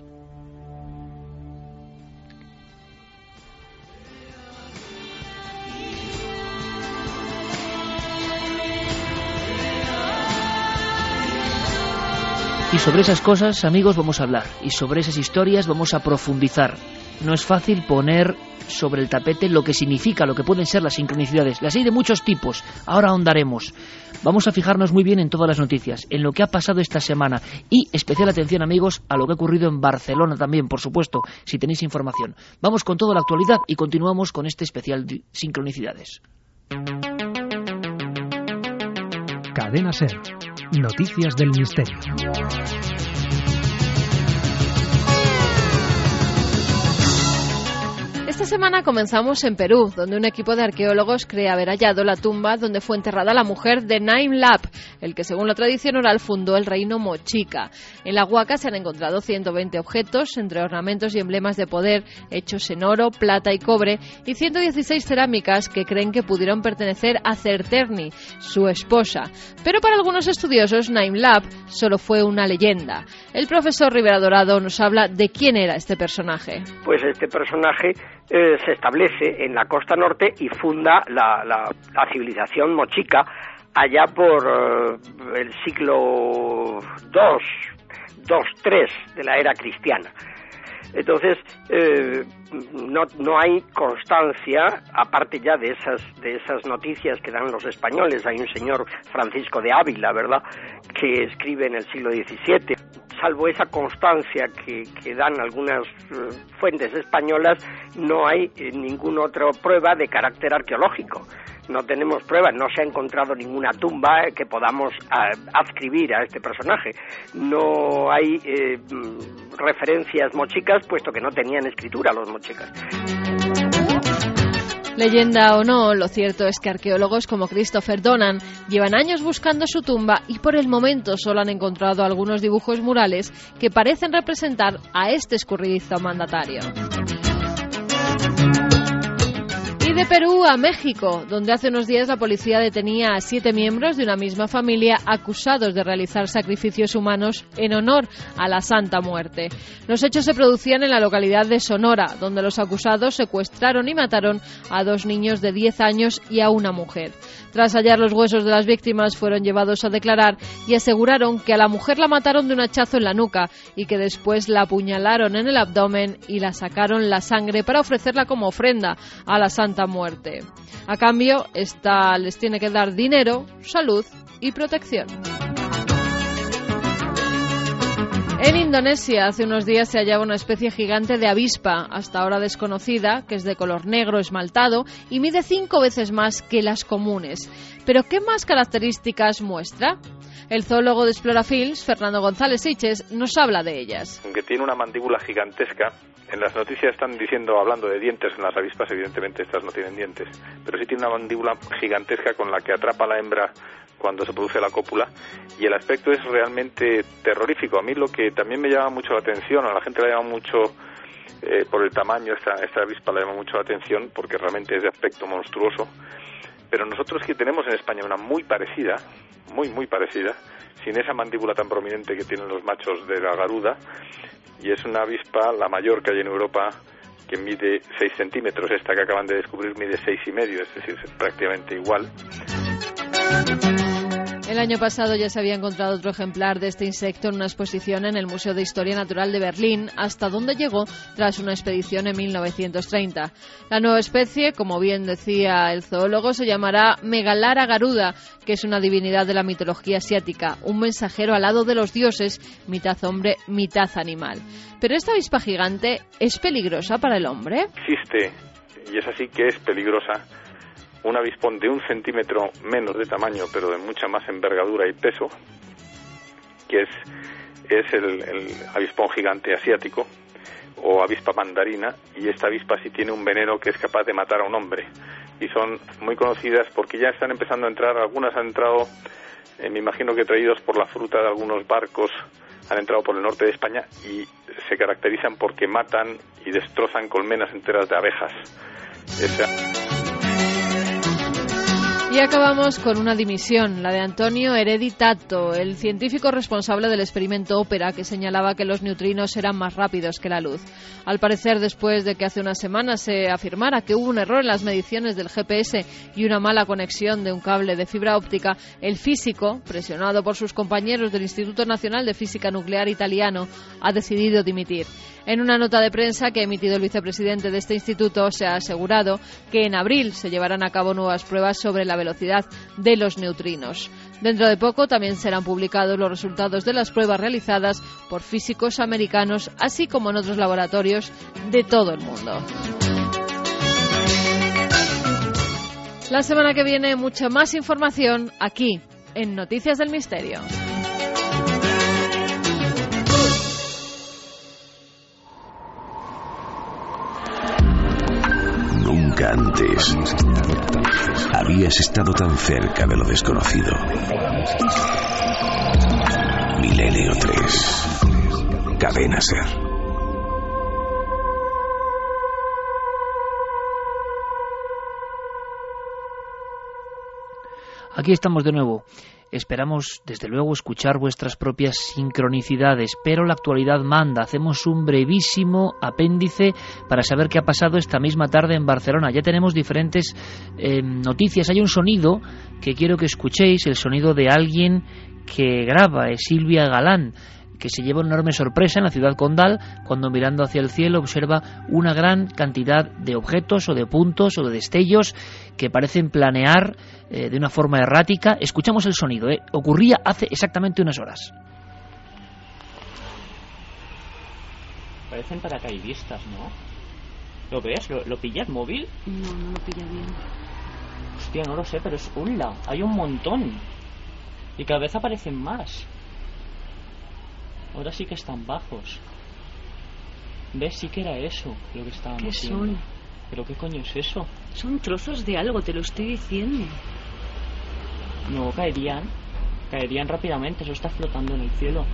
Y sobre esas cosas, amigos, vamos a hablar. Y sobre esas historias vamos a profundizar. No es fácil poner sobre el tapete lo que significa, lo que pueden ser las sincronicidades. Las hay de muchos tipos. Ahora ahondaremos. Vamos a fijarnos muy bien en todas las noticias, en lo que ha pasado esta semana. Y especial atención, amigos, a lo que ha ocurrido en Barcelona también, por supuesto, si tenéis información. Vamos con toda la actualidad y continuamos con este especial de sincronicidades. Cadena SER. Noticias del Misterio. Esta semana comenzamos en Perú, donde un equipo de arqueólogos cree haber hallado la tumba donde fue enterrada la mujer de Naim Lap, el que según la tradición oral fundó el reino Mochica. En la huaca se han encontrado 120 objetos, entre ornamentos y emblemas de poder, hechos en oro, plata y cobre, y 116 cerámicas que creen que pudieron pertenecer a Certerni, su esposa. Pero para algunos estudiosos, Naim Lap solo fue una leyenda. El profesor Rivera Dorado nos habla de quién era este personaje. Pues este personaje se establece en la costa norte y funda la civilización mochica allá por el siglo II-III de la era cristiana. Entonces no hay constancia, aparte ya de esas noticias que dan los españoles. Hay un señor Francisco de Ávila, ¿verdad?, que escribe en el siglo XVII. Salvo esa constancia que dan algunas fuentes españolas, no hay ninguna otra prueba de carácter arqueológico. No tenemos pruebas, no se ha encontrado ninguna tumba que podamos adscribir a este personaje. No hay referencias mochicas, puesto que no tenían escritura los mochicas. Leyenda o no, lo cierto es que arqueólogos como Christopher Donan llevan años buscando su tumba y por el momento solo han encontrado algunos dibujos murales que parecen representar a este escurridizo mandatario. Y de Perú a México, donde hace unos días la policía detenía a 7 miembros de una misma familia acusados de realizar sacrificios humanos en honor a la Santa Muerte. Los hechos se producían en la localidad de Sonora, donde los acusados secuestraron y mataron a 2 niños de 10 años y a una mujer. Tras hallar los huesos de las víctimas, fueron llevados a declarar y aseguraron que a la mujer la mataron de un hachazo en la nuca y que después la apuñalaron en el abdomen y la sacaron la sangre para ofrecerla como ofrenda a la Santa Muerte. A cambio, esta les tiene que dar dinero, salud y protección. En Indonesia, hace unos días se hallaba una especie gigante de avispa, hasta ahora desconocida, que es de color negro esmaltado y mide 5 veces más que las comunes. ¿Pero qué más características muestra? El zoólogo de Explorafilms, Fernando González Siches, nos habla de ellas. Aunque tiene una mandíbula gigantesca, en las noticias están hablando de dientes en las avispas, evidentemente estas no tienen dientes, pero sí tiene una mandíbula gigantesca con la que atrapa a la hembra cuando se produce la cópula, y el aspecto es realmente terrorífico. A mí lo que también me llama mucho la atención, a la gente le llama mucho por el tamaño, esta avispa le llama mucho la atención porque realmente es de aspecto monstruoso, pero nosotros que tenemos en España una muy parecida, muy parecida, sin esa mandíbula tan prominente que tienen los machos de la garuda, y es una avispa, la mayor que hay en Europa, que mide 6 centímetros. Esta que acaban de descubrir mide 6,5, es decir, es prácticamente igual. El año pasado ya se había encontrado otro ejemplar de este insecto en una exposición en el Museo de Historia Natural de Berlín, hasta donde llegó tras una expedición en 1930. La nueva especie, como bien decía el zoólogo, se llamará Megalara garuda, que es una divinidad de la mitología asiática, un mensajero alado de los dioses, mitad hombre, mitad animal. ¿Pero esta avispa gigante es peligrosa para el hombre? Existe, y es así que es peligrosa, un avispón de 1 centímetro menos de tamaño, pero de mucha más envergadura y peso, que es el avispón gigante asiático, o avispa mandarina, y esta avispa sí tiene un veneno que es capaz de matar a un hombre. Y son muy conocidas porque ya están empezando a entrar, algunas han entrado, me imagino que traídos por la fruta de algunos barcos, han entrado por el norte de España y se caracterizan porque matan y destrozan colmenas enteras de abejas. Y acabamos con una dimisión, la de Antonio Heredi Tatto, el científico responsable del experimento Ópera, que señalaba que los neutrinos eran más rápidos que la luz. Al parecer, después de que hace unas semanas se afirmara que hubo un error en las mediciones del GPS y una mala conexión de un cable de fibra óptica, el físico, presionado por sus compañeros del Instituto Nacional de Física Nuclear italiano, ha decidido dimitir. En una nota de prensa que ha emitido el vicepresidente de este instituto, se ha asegurado que en abril se llevarán a cabo nuevas pruebas sobre la velocidad de los neutrinos. Dentro de poco también serán publicados los resultados de las pruebas realizadas por físicos americanos, así como en otros laboratorios de todo el mundo. La semana que viene, mucha más información aquí, en Noticias del Misterio. Nunca antes habías estado tan cerca de lo desconocido. Milenio 3. Cadena SER. Aquí estamos de nuevo. Esperamos, desde luego, escuchar vuestras propias sincronicidades, pero la actualidad manda. Hacemos un brevísimo apéndice para saber qué ha pasado esta misma tarde en Barcelona. Ya tenemos diferentes noticias. Hay un sonido que quiero que escuchéis, el sonido de alguien que graba, es Silvia Galán, que se lleva una enorme sorpresa en la ciudad condal cuando, mirando hacia el cielo, observa una gran cantidad de objetos o de puntos o de destellos que parecen planear de una forma errática. Escuchamos el sonido, ocurría hace exactamente unas horas. Parecen paracaidistas, ¿no? ¿Lo ves? ¿Lo pillas móvil? No, no lo pilla bien. Hostia, no lo sé, pero es hay un montón. Y cada vez aparecen más. Ahora sí que están bajos. ¿Ves? Sí que era eso lo que estábamos ¿Qué viendo. son? ¿Pero qué coño es eso? Son trozos de algo, te lo estoy diciendo. No, caerían rápidamente, eso está flotando en el cielo.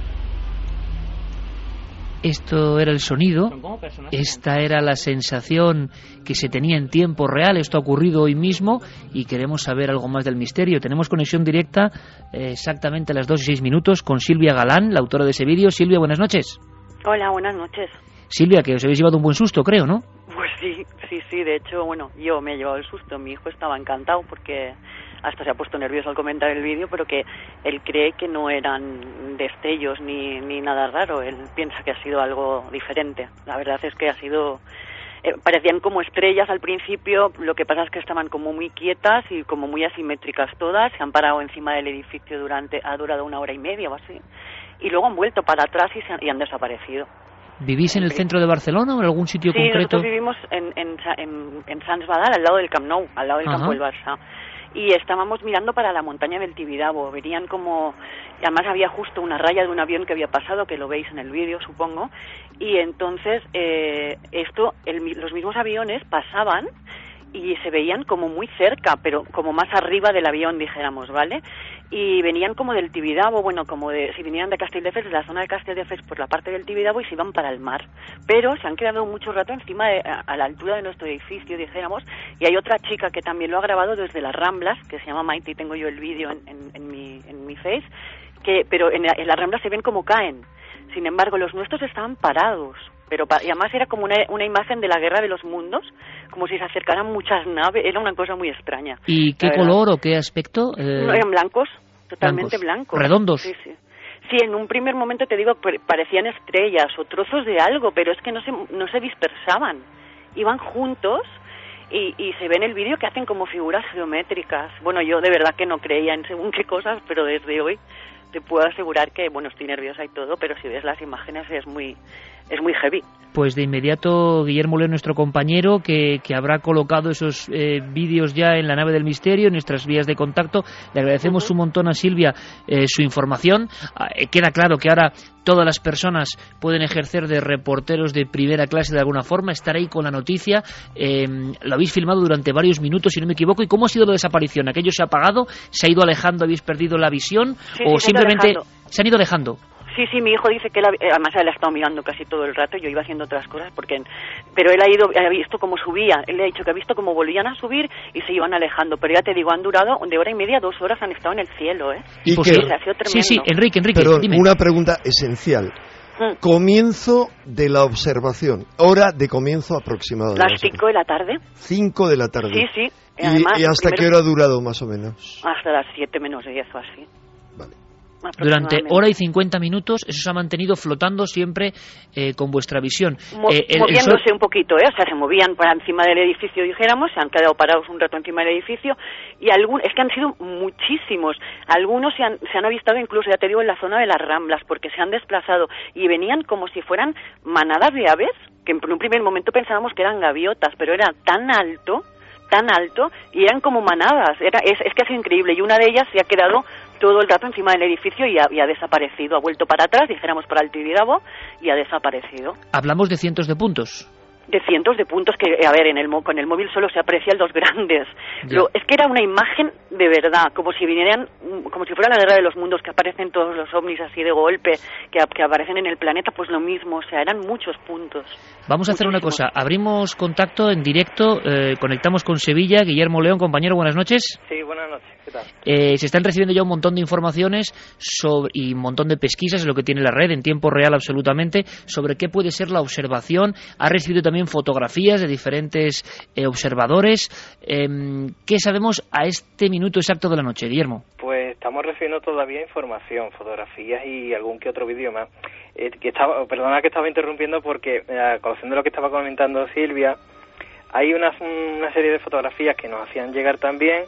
Esto era el sonido, esta era la sensación que se tenía en tiempo real. Esto ha ocurrido hoy mismo y queremos saber algo más del misterio. Tenemos conexión directa exactamente a las 2:06 con Silvia Galán, la autora de ese vídeo. Silvia, buenas noches. Hola, buenas noches. Silvia, que os habéis llevado un buen susto, creo, ¿no? Pues sí, de hecho, bueno, yo me he llevado el susto. Mi hijo estaba encantado porque hasta se ha puesto nervioso al comentar el vídeo, pero que él cree que no eran destellos ni nada raro. Él piensa que ha sido algo diferente. La verdad es que ha sido... parecían como estrellas al principio, lo que pasa es que estaban como muy quietas y como muy asimétricas todas. Se han parado encima del edificio ha durado 1 hora y media o así. Y luego han vuelto para atrás y han desaparecido. ¿Vivís en el centro de Barcelona o en algún sitio concreto? Sí, nosotros vivimos en Sant Badal, al lado del Camp Nou, al lado del campo del Barça. Y estábamos mirando para la montaña del Tibidabo. Verían como... Además había justo una raya de un avión que había pasado, que lo veis en el vídeo, supongo. Y entonces los mismos aviones pasaban y se veían como muy cerca, pero como más arriba del avión, dijéramos, ¿vale? Y venían como del Tibidabo, bueno, si vinieran de Castelldefels, de la zona de Castelldefels por la parte del Tibidabo, y se iban para el mar. Pero se han quedado mucho rato encima, a la altura de nuestro edificio, dijéramos, y hay otra chica que también lo ha grabado desde las Ramblas, que se llama Maite, y tengo yo el vídeo en mi face, pero en las Ramblas se ven como caen. Sin embargo, los nuestros estaban parados. Y además era como una imagen de la Guerra de los Mundos, como si se acercaran muchas naves. Era una cosa muy extraña. ¿Y qué color o qué aspecto? No, eran blancos, totalmente blancos. ¿Redondos? Sí. Sí, en un primer momento te digo, parecían estrellas o trozos de algo, pero es que no se dispersaban. Iban juntos y se ve en el vídeo que hacen como figuras geométricas. Bueno, yo de verdad que no creía en según qué cosas, pero desde hoy te puedo asegurar que, bueno, estoy nerviosa y todo, pero si ves las imágenes es muy heavy. Pues de inmediato Guillermo León, nuestro compañero, que habrá colocado esos vídeos ya en la nave del misterio, en nuestras vías de contacto. Le agradecemos un montón a Silvia su información. Queda claro que ahora todas las personas pueden ejercer de reporteros de primera clase de alguna forma, estar ahí con la noticia. Lo habéis filmado durante varios minutos, si no me equivoco. ¿Y cómo ha sido la desaparición? ¿Aquello se ha apagado? ¿Se ha ido alejando? ¿Habéis perdido la visión? Sí, ¿O simplemente se han ido alejando? Sí, mi hijo dice que además él ha estado mirando casi todo el rato, yo iba haciendo otras cosas, pero él ha visto cómo subía, él le ha dicho que ha visto cómo volvían a subir y se iban alejando, pero ya te digo, han durado de hora y media, 2 horas, han estado en el cielo, ¿eh? Y pues que, ha sido tremendo. Sí, Enrique, perdón, dime. Una pregunta esencial. Comienzo de la observación, hora de comienzo aproximado. Las 5 de la tarde. 5 de la tarde. Sí. Además, ¿Y hasta qué hora ha durado más o menos? Hasta las 7 menos 10 o así. Vale. Durante hora y 50 minutos, eso se ha mantenido flotando siempre con vuestra visión. Moviéndose un poquito, o sea, se movían para encima del edificio, dijéramos, se han quedado parados un rato encima del edificio, y es que han sido muchísimos. Algunos se han avistado incluso, ya te digo, en la zona de las Ramblas, porque se han desplazado, y venían como si fueran manadas de aves, que en un primer momento pensábamos que eran gaviotas, pero era tan alto, y eran como manadas. Es que es increíble, y una de ellas se ha quedado todo el rato encima del edificio y ha desaparecido, ha vuelto para atrás, dijéramos para el Tibidabo, y ha desaparecido. Hablamos de cientos de puntos. De cientos de puntos que, a ver, con el móvil solo se aprecian los grandes. Es que era una imagen de verdad, como si fuera la guerra de los mundos, que aparecen todos los ovnis así de golpe, que aparecen en el planeta, pues lo mismo, o sea, eran muchos puntos. Vamos a hacer una cosa, abrimos contacto en directo, conectamos con Sevilla. Guillermo León, compañero, buenas noches. Sí, buenas noches, ¿qué tal? Se están recibiendo ya un montón de informaciones y un montón de pesquisas, es lo que tiene la red, en tiempo real absolutamente, sobre qué puede ser la observación. Ha recibido también fotografías de diferentes observadores. ¿Qué sabemos a este minuto exacto de la noche, Guillermo? Pues estamos recibiendo todavía información, fotografías y algún que otro vídeo más. Perdona que estaba interrumpiendo porque, conociendo lo que estaba comentando Silvia, hay una serie de fotografías que nos hacían llegar también.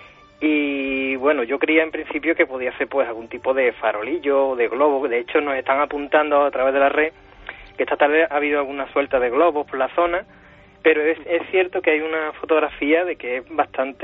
Y bueno, yo creía en principio que podía ser pues algún tipo de farolillo o de globo. De hecho, nos están apuntando a través de la red que esta tarde ha habido alguna suelta de globos por la zona, pero es cierto que hay una fotografía de que es bastante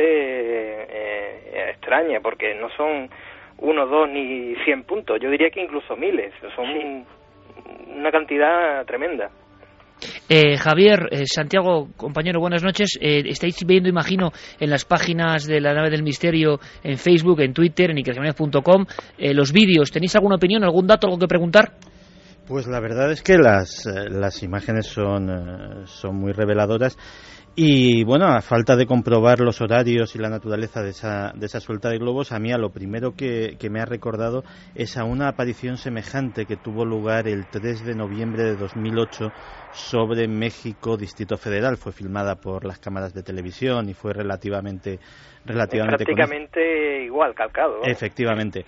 extraña, porque no son 1, 2 ni 100 puntos, yo diría que incluso miles, son una cantidad tremenda. Javier, Santiago, compañero, buenas noches. Estáis viendo, imagino, en las páginas de la Nave del Misterio, en Facebook, en Twitter, en ikerjimenez.com, los vídeos. ¿Tenéis alguna opinión, algún dato, algo que preguntar? Pues la verdad es que las imágenes son muy reveladoras y bueno, a falta de comprobar los horarios y la naturaleza de esa suelta de globos, a mí lo primero que me ha recordado es a una aparición semejante que tuvo lugar el 3 de noviembre de 2008 sobre México, Distrito Federal. Fue filmada por las cámaras de televisión y fue relativamente prácticamente igual, calcado, ¿no? Efectivamente.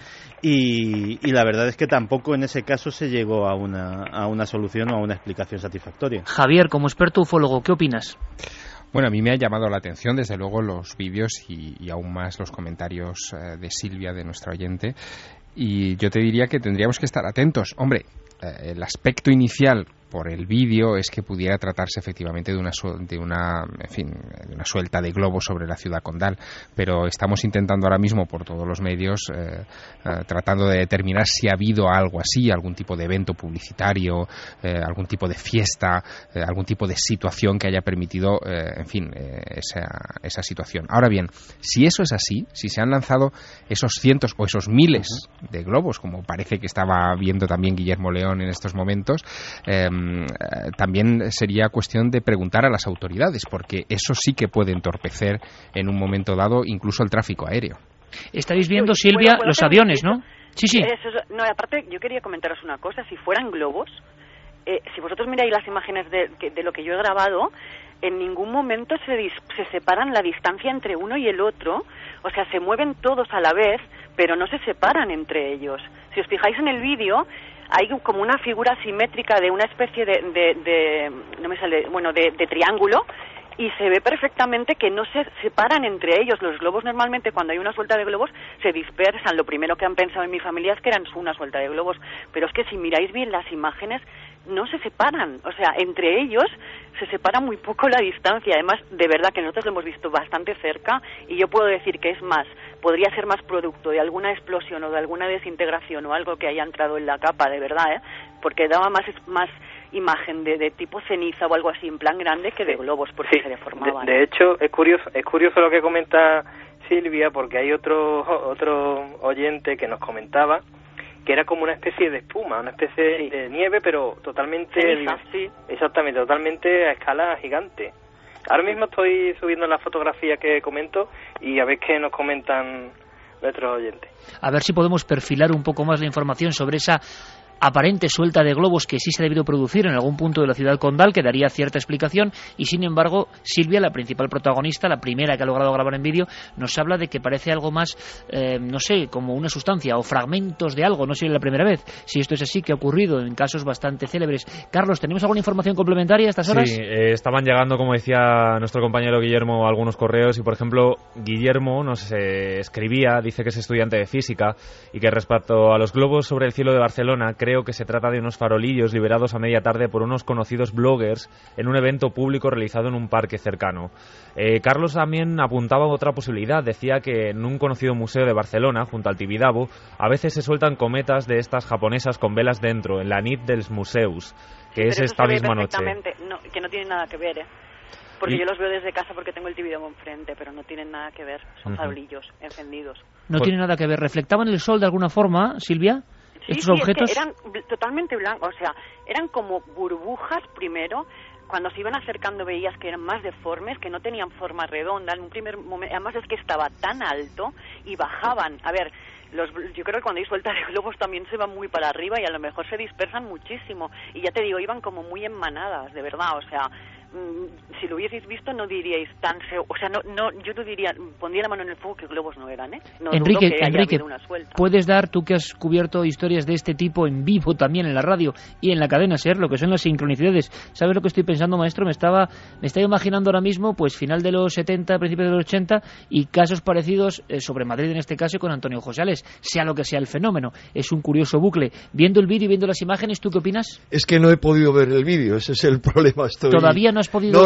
Y la verdad es que tampoco en ese caso se llegó a una solución o a una explicación satisfactoria. Javier, como experto ufólogo, ¿qué opinas? Bueno, a mí me ha llamado la atención, desde luego, los vídeos y aún más los comentarios de Silvia, de nuestra oyente. Y yo te diría que tendríamos que estar atentos. Hombre, el aspecto inicial por el vídeo es que pudiera tratarse efectivamente de una suelta de globos sobre la ciudad condal, pero estamos intentando ahora mismo por todos los medios tratando de determinar si ha habido algo así, algún tipo de evento publicitario, algún tipo de fiesta, algún tipo de situación que haya permitido esa situación. Ahora bien, si eso es así, si se han lanzado esos cientos o esos miles de globos, como parece que estaba viendo también Guillermo León en estos momentos, también sería cuestión de preguntar a las autoridades, porque eso sí que puede entorpecer en un momento dado incluso el tráfico aéreo. Estáis viendo, Silvia, los aviones, ¿no? Sí. No, aparte, yo quería comentaros una cosa. Si fueran globos, si vosotros miráis las imágenes de lo que yo he grabado, en ningún momento se separan la distancia entre uno y el otro. O sea, se mueven todos a la vez, pero no se separan entre ellos. Si os fijáis en el vídeo, hay como una figura simétrica de una especie de triángulo, y se ve perfectamente que no se separan entre ellos. Los globos normalmente, cuando hay una suelta de globos, se dispersan. Lo primero que han pensado en mi familia es que eran una suelta de globos, pero es que si miráis bien las imágenes, no se separan. O sea, entre ellos se separa muy poco la distancia. Además, de verdad que nosotros lo hemos visto bastante cerca, y yo puedo decir que es más, podría ser más producto de alguna explosión o de alguna desintegración o algo que haya entrado en la capa, de verdad, porque daba más imagen de tipo ceniza o algo así en plan grande que de globos, porque se deformaban. De hecho, es curioso lo que comenta Silvia, porque hay otro oyente que nos comentaba que era como una especie de espuma, una especie de nieve, pero totalmente... Sí. Exactamente, totalmente a escala gigante. Ahora mismo estoy subiendo la fotografía que comento y a ver qué nos comentan nuestros oyentes. A ver si podemos perfilar un poco más la información sobre esa aparente suelta de globos que sí se ha debido producir en algún punto de la ciudad condal, que daría cierta explicación, y sin embargo Silvia, la principal protagonista, la primera que ha logrado grabar en vídeo, nos habla de que parece algo más, no sé, como una sustancia o fragmentos de algo. No sería la primera vez, si esto es así, que ha ocurrido en casos bastante célebres. Carlos, ¿tenemos alguna información complementaria a estas horas? Sí, estaban llegando, como decía nuestro compañero Guillermo, algunos correos, y por ejemplo Guillermo nos escribía, dice que es estudiante de física y que respecto a los globos sobre el cielo de Barcelona, creo que se trata de unos farolillos liberados a media tarde por unos conocidos bloggers en un evento público realizado en un parque cercano. Carlos también apuntaba a otra posibilidad. Decía que en un conocido museo de Barcelona, junto al Tibidabo, a veces se sueltan cometas de estas japonesas con velas dentro, en la nit dels museus, que es esta misma noche. No, que no tiene nada que ver, porque yo los veo desde casa porque tengo el Tibidabo enfrente, pero no tienen nada que ver, son farolillos encendidos. No tiene nada que ver. ¿Reflectaban el sol de alguna forma, Silvia? ¿Estos objetos? Es que eran totalmente blancos, o sea, eran como burbujas primero. Cuando se iban acercando veías que eran más deformes, que no tenían forma redonda. En un primer momento, además es que estaba tan alto y bajaban. A ver, yo creo que cuando hay suelta de globos también se van muy para arriba y a lo mejor se dispersan muchísimo. Y ya te digo, iban como muy en manadas, de verdad, o sea... si lo hubieseis visto no diríais tan o sea, no, yo no diría, pondría la mano en el fuego que globos no eran, No Enrique, una suelta. ¿Puedes dar, tú que has cubierto historias de este tipo en vivo también en la radio y en la cadena SER, lo que son las sincronicidades? ¿Sabes lo que estoy pensando, maestro? Me estaba imaginando ahora mismo, pues final de los 70, principios de los 80 y casos parecidos sobre Madrid en este caso con Antonio Josales, sea lo que sea el fenómeno. Es un curioso bucle. Viendo el vídeo y viendo las imágenes, ¿tú qué opinas? Es que no he podido ver el vídeo, ese es el problema. Todavía no has podido...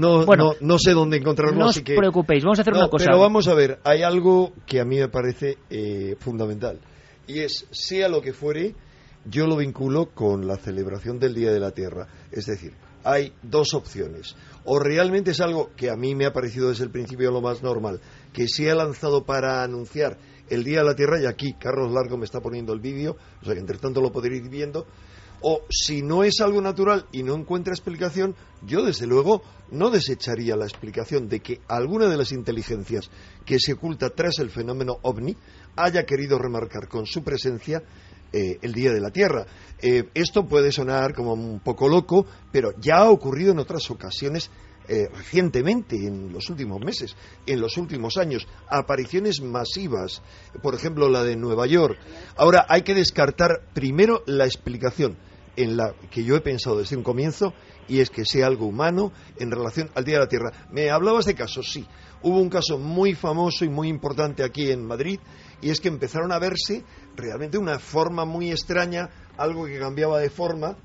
No sé dónde encontrarlo. No os preocupéis, vamos a hacer una cosa. Pero vamos a ver, hay algo que a mí me parece fundamental, y es, sea lo que fuere, yo lo vinculo con la celebración del Día de la Tierra. Es decir, hay dos opciones. O realmente es algo que a mí me ha parecido desde el principio lo más normal, que se ha lanzado para anunciar el Día de la Tierra, y aquí Carlos Largo me está poniendo el vídeo, o sea que entre tanto lo podréis ir viendo. O si no es algo natural y no encuentra explicación, yo desde luego no desecharía la explicación de que alguna de las inteligencias que se oculta tras el fenómeno OVNI haya querido remarcar con su presencia el Día de la Tierra. Esto puede sonar como un poco loco, pero ya ha ocurrido en otras ocasiones recientemente, en los últimos meses, en los últimos años, apariciones masivas, por ejemplo la de Nueva York. Ahora hay que descartar primero la explicación en la que yo he pensado desde un comienzo, y es que sea algo humano en relación al Día de la Tierra. Me hablabas de casos, sí. Hubo un caso muy famoso y muy importante aquí en Madrid, y es que empezaron a verse realmente una forma muy extraña, algo que cambiaba de forma,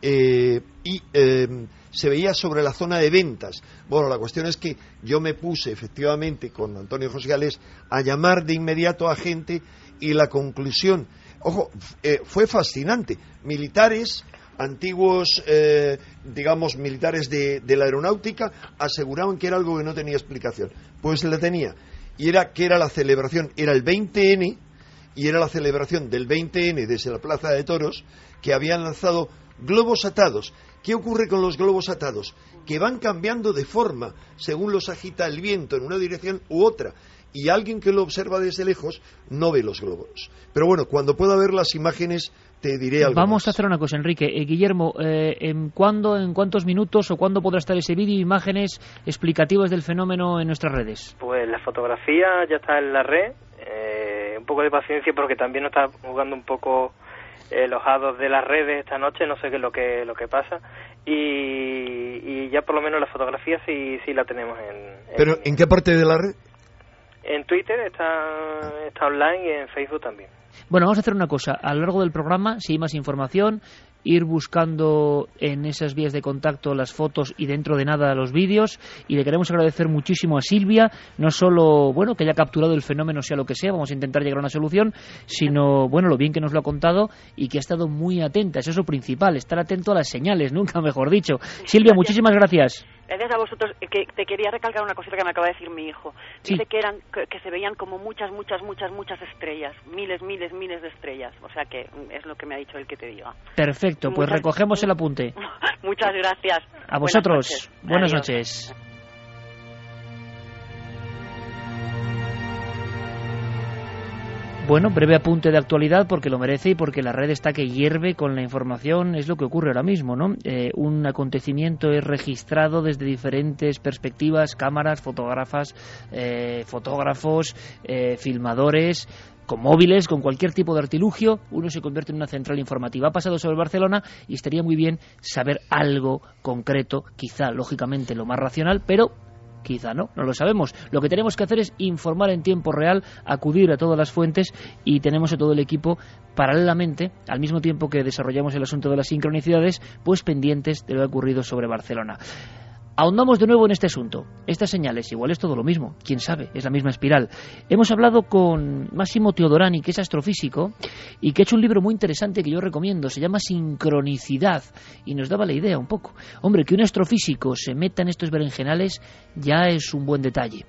se veía sobre la zona de ventas. Bueno, la cuestión es que yo me puse efectivamente con Antonio Josales a llamar de inmediato a gente, y la conclusión, ojo, fue fascinante. Militares, antiguos, militares de la aeronáutica, aseguraban que era algo que no tenía explicación. Pues la tenía, y era que era la celebración, era el 20N, y era la celebración del 20N desde la Plaza de Toros, que habían lanzado globos atados. ¿Qué ocurre con los globos atados? Que van cambiando de forma según los agita el viento en una dirección u otra, y alguien que lo observa desde lejos no ve los globos. Pero bueno, cuando pueda ver las imágenes te diré algo. Vamos más. a hacer una cosa, Enrique. Guillermo, ¿en cuántos minutos o cuándo podrá estar ese vídeo, imágenes explicativas del fenómeno en nuestras redes? Pues la fotografía ya está en la red. Un poco de paciencia porque también nos está jugando un poco los hados de las redes esta noche, no sé qué es lo que pasa, y ya por lo menos la fotografía sí la tenemos ¿Pero en qué parte de la red? En Twitter está online, y en Facebook también. Bueno, vamos a hacer una cosa. A lo largo del programa, si hay más información, ir buscando en esas vías de contacto las fotos y dentro de nada los vídeos, y le queremos agradecer muchísimo a Silvia, no solo que haya capturado el fenómeno, sea lo que sea, vamos a intentar llegar a una solución, sino lo bien que nos lo ha contado y que ha estado muy atenta. Eso es lo principal, estar atento a las señales, nunca mejor dicho. Silvia, muchísimas gracias. Gracias a vosotros. Que te quería recalcar una cosita que me acaba de decir mi hijo. Sí. Dice que se veían como muchas estrellas, miles de estrellas. O sea que es lo que me ha dicho él que te diga. Perfecto, pues recogemos el apunte. Muchas gracias. A vosotros. Buenas noches. Bueno, breve apunte de actualidad porque lo merece y porque la red está que hierve con la información, es lo que ocurre ahora mismo, ¿no? Un acontecimiento es registrado desde diferentes perspectivas, cámaras, fotógrafos, filmadores, con móviles, con cualquier tipo de artilugio, uno se convierte en una central informativa. Ha pasado sobre Barcelona y estaría muy bien saber algo concreto, quizá, lógicamente, lo más racional, pero quizá no lo sabemos. Lo que tenemos que hacer es informar en tiempo real, acudir a todas las fuentes y tenemos a todo el equipo paralelamente, al mismo tiempo que desarrollamos el asunto de las sincronicidades, pues pendientes de lo que ha ocurrido sobre Barcelona. Ahondamos de nuevo en este asunto. Estas señales, igual es todo lo mismo, quién sabe, es la misma espiral. Hemos hablado con Massimo Teodorani, que es astrofísico, y que ha hecho un libro muy interesante que yo recomiendo, se llama Sincronicidad, y nos daba la idea un poco. Hombre, que un astrofísico se meta en estos berenjenales ya es un buen detalle.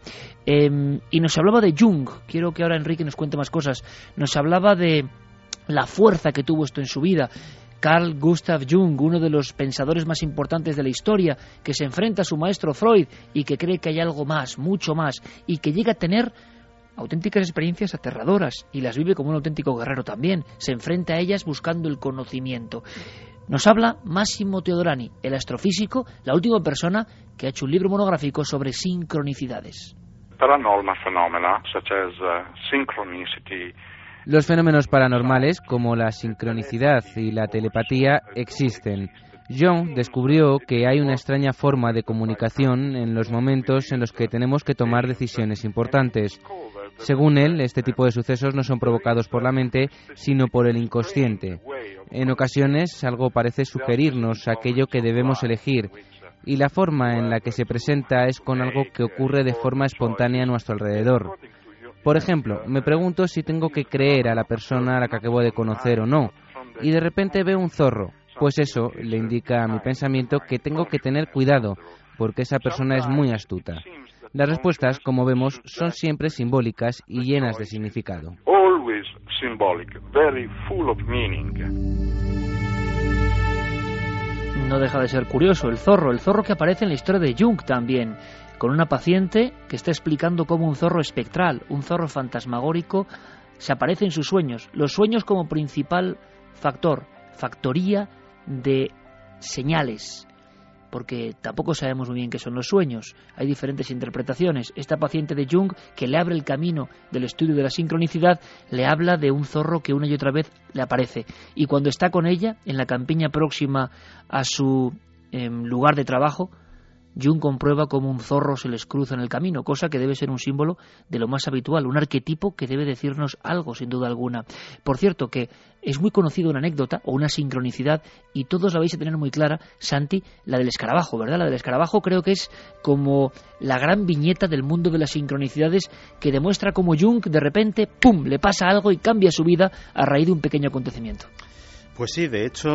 Y nos hablaba de Jung, quiero que ahora Enrique nos cuente más cosas, nos hablaba de la fuerza que tuvo esto en su vida. Carl Gustav Jung, uno de los pensadores más importantes de la historia, que se enfrenta a su maestro Freud y que cree que hay algo más, mucho más, y que llega a tener auténticas experiencias aterradoras y las vive como un auténtico guerrero también. Se enfrenta a ellas buscando el conocimiento. Nos habla Massimo Teodorani, el astrofísico, la última persona que ha hecho un libro monográfico sobre sincronicidades. Paranormal phenomena such as synchronicity. Los fenómenos paranormales, como la sincronicidad y la telepatía, existen. Jung descubrió que hay una extraña forma de comunicación en los momentos en los que tenemos que tomar decisiones importantes. Según él, este tipo de sucesos no son provocados por la mente, sino por el inconsciente. En ocasiones, algo parece sugerirnos aquello que debemos elegir, y la forma en la que se presenta es con algo que ocurre de forma espontánea a nuestro alrededor. Por ejemplo, me pregunto si tengo que creer a la persona a la que acabo de conocer o no, y de repente veo un zorro. Pues eso le indica a mi pensamiento que tengo que tener cuidado, porque esa persona es muy astuta. Las respuestas, como vemos, son siempre simbólicas y llenas de significado. Always symbolic, very full of meaning. No deja de ser curioso, el zorro que aparece en la historia de Jung también, con una paciente que está explicando cómo un zorro espectral, un zorro fantasmagórico, se aparece en sus sueños. Los sueños como principal factoría de señales, porque tampoco sabemos muy bien qué son los sueños. Hay diferentes interpretaciones. Esta paciente de Jung, que le abre el camino del estudio de la sincronicidad, le habla de un zorro que una y otra vez le aparece. Y cuando está con ella, en la campiña próxima a su lugar de trabajo, Jung comprueba cómo un zorro se les cruza en el camino, cosa que debe ser un símbolo de lo más habitual, un arquetipo que debe decirnos algo, sin duda alguna. Por cierto, que es muy conocida una anécdota o una sincronicidad, y todos la vais a tener muy clara, Santi, la del escarabajo, ¿verdad? La del escarabajo creo que es como la gran viñeta del mundo de las sincronicidades, que demuestra cómo Jung de repente, ¡pum!, le pasa algo y cambia su vida a raíz de un pequeño acontecimiento. Pues sí, de hecho,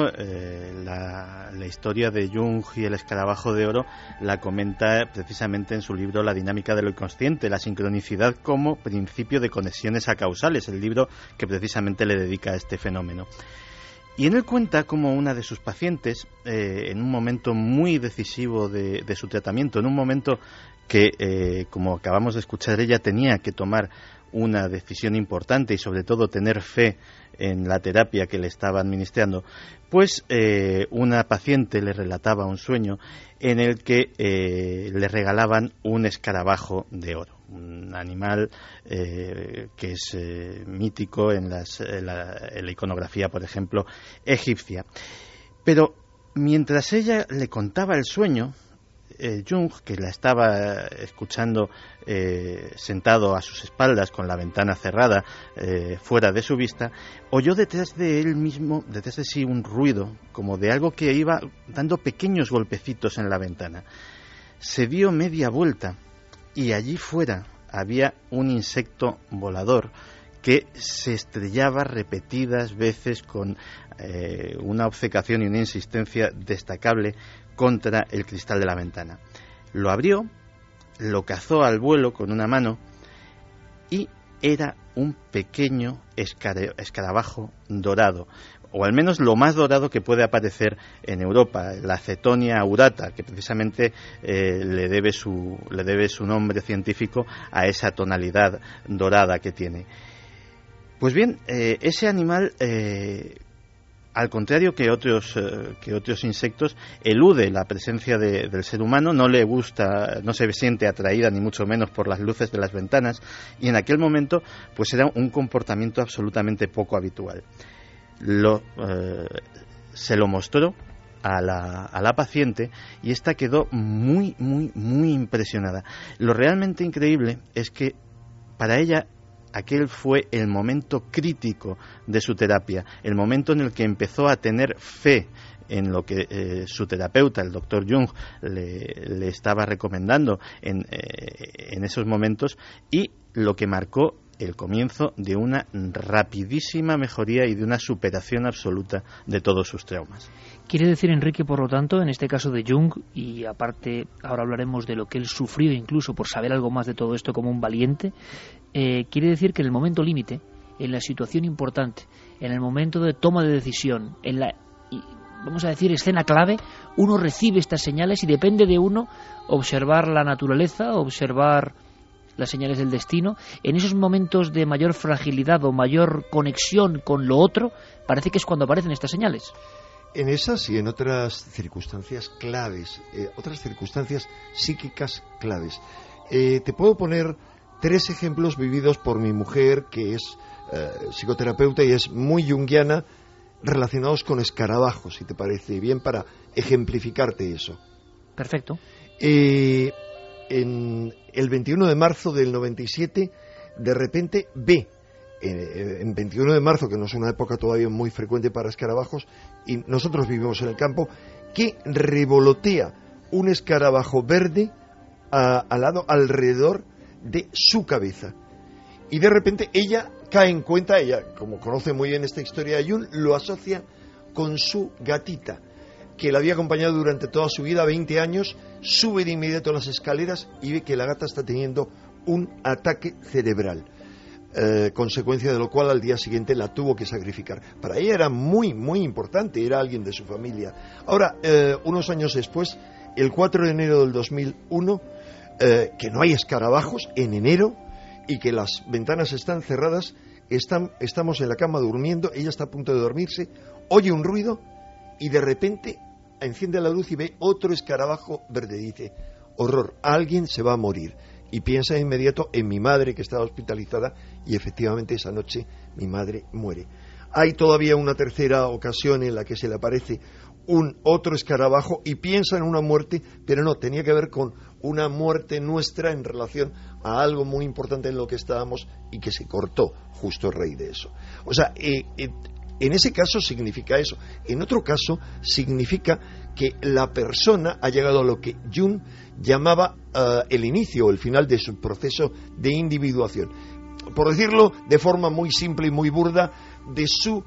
la historia de Jung y el escarabajo de oro la comenta precisamente en su libro La dinámica de lo inconsciente, la sincronicidad como principio de conexiones acausales, el libro que precisamente le dedica a este fenómeno. Y en él cuenta cómo una de sus pacientes, en un momento muy decisivo de su tratamiento, en un momento que, como acabamos de escuchar, ella tenía que tomar una decisión importante y sobre todo tener fe en la terapia que le estaba administrando, pues una paciente le relataba un sueño en el que le regalaban un escarabajo de oro, un animal que es mítico en la iconografía, por ejemplo, egipcia. Pero mientras ella le contaba el sueño, Jung, que la estaba escuchando sentado a sus espaldas con la ventana cerrada fuera de su vista, oyó detrás de él mismo, detrás de sí, un ruido como de algo que iba dando pequeños golpecitos en la ventana. Se dio media vuelta y allí fuera había un insecto volador que se estrellaba repetidas veces con una obcecación y una insistencia destacable contra el cristal de la ventana. Lo abrió, lo cazó al vuelo con una mano y era un pequeño escarabajo dorado, o al menos lo más dorado que puede aparecer en Europa, la Cetonia aurata, que precisamente le debe su nombre científico a esa tonalidad dorada que tiene. Pues bien, ese animal, al contrario que otros insectos, elude la presencia del ser humano, no le gusta, no se siente atraída ni mucho menos por las luces de las ventanas, y en aquel momento pues era un comportamiento absolutamente poco habitual. Se lo mostró a la paciente y ésta quedó muy impresionada. Lo realmente increíble es que para ella aquel fue el momento crítico de su terapia, el momento en el que empezó a tener fe en lo que su terapeuta, el doctor Jung, le estaba recomendando en esos momentos, y lo que marcó el comienzo de una rapidísima mejoría y de una superación absoluta de todos sus traumas. Quiere decir, Enrique, por lo tanto, en este caso de Jung, y aparte ahora hablaremos de lo que él sufrió incluso por saber algo más de todo esto como un valiente, quiere decir que en el momento límite, en la situación importante, en el momento de toma de decisión, en la, vamos a decir, escena clave, uno recibe estas señales y depende de uno observar la naturaleza, observar las señales del destino. En esos momentos de mayor fragilidad o mayor conexión con lo otro, parece que es cuando aparecen estas señales. En esas y en otras circunstancias claves, otras circunstancias psíquicas claves. Te puedo poner 3 ejemplos vividos por mi mujer, que es psicoterapeuta y es muy junguiana, relacionados con escarabajos, si te parece bien, para ejemplificarte eso. Perfecto. En el 21 de marzo del 97, de repente ve, en 21 de marzo, que no es una época todavía muy frecuente para escarabajos, y nosotros vivimos en el campo, que revolotea un escarabajo verde alrededor de su cabeza. Y de repente ella cae en cuenta, ella, como conoce muy bien esta historia de Jung, lo asocia con su gatita, que la había acompañado durante toda su vida, 20 años, sube de inmediato las escaleras y ve que la gata está teniendo un ataque cerebral, consecuencia de lo cual al día siguiente la tuvo que sacrificar. Para ella era muy importante, era alguien de su familia. Ahora, unos años después, el 4 de enero del 2001, que no hay escarabajos en enero y que las ventanas están cerradas, estamos en la cama durmiendo, ella está a punto de dormirse, oye un ruido y de repente enciende la luz y ve otro escarabajo verde. Dice, horror, alguien se va a morir. Y piensa de inmediato en mi madre, que estaba hospitalizada, y efectivamente esa noche mi madre muere. Hay todavía una tercera ocasión en la que se le aparece otro escarabajo y piensa en una muerte, pero no, tenía que ver con una muerte nuestra en relación a algo muy importante en lo que estábamos y que se cortó justo a raíz de eso. O sea, en ese caso significa eso. En otro caso significa que la persona ha llegado a lo que Jung llamaba el inicio o el final de su proceso de individuación. Por decirlo de forma muy simple y muy burda, de su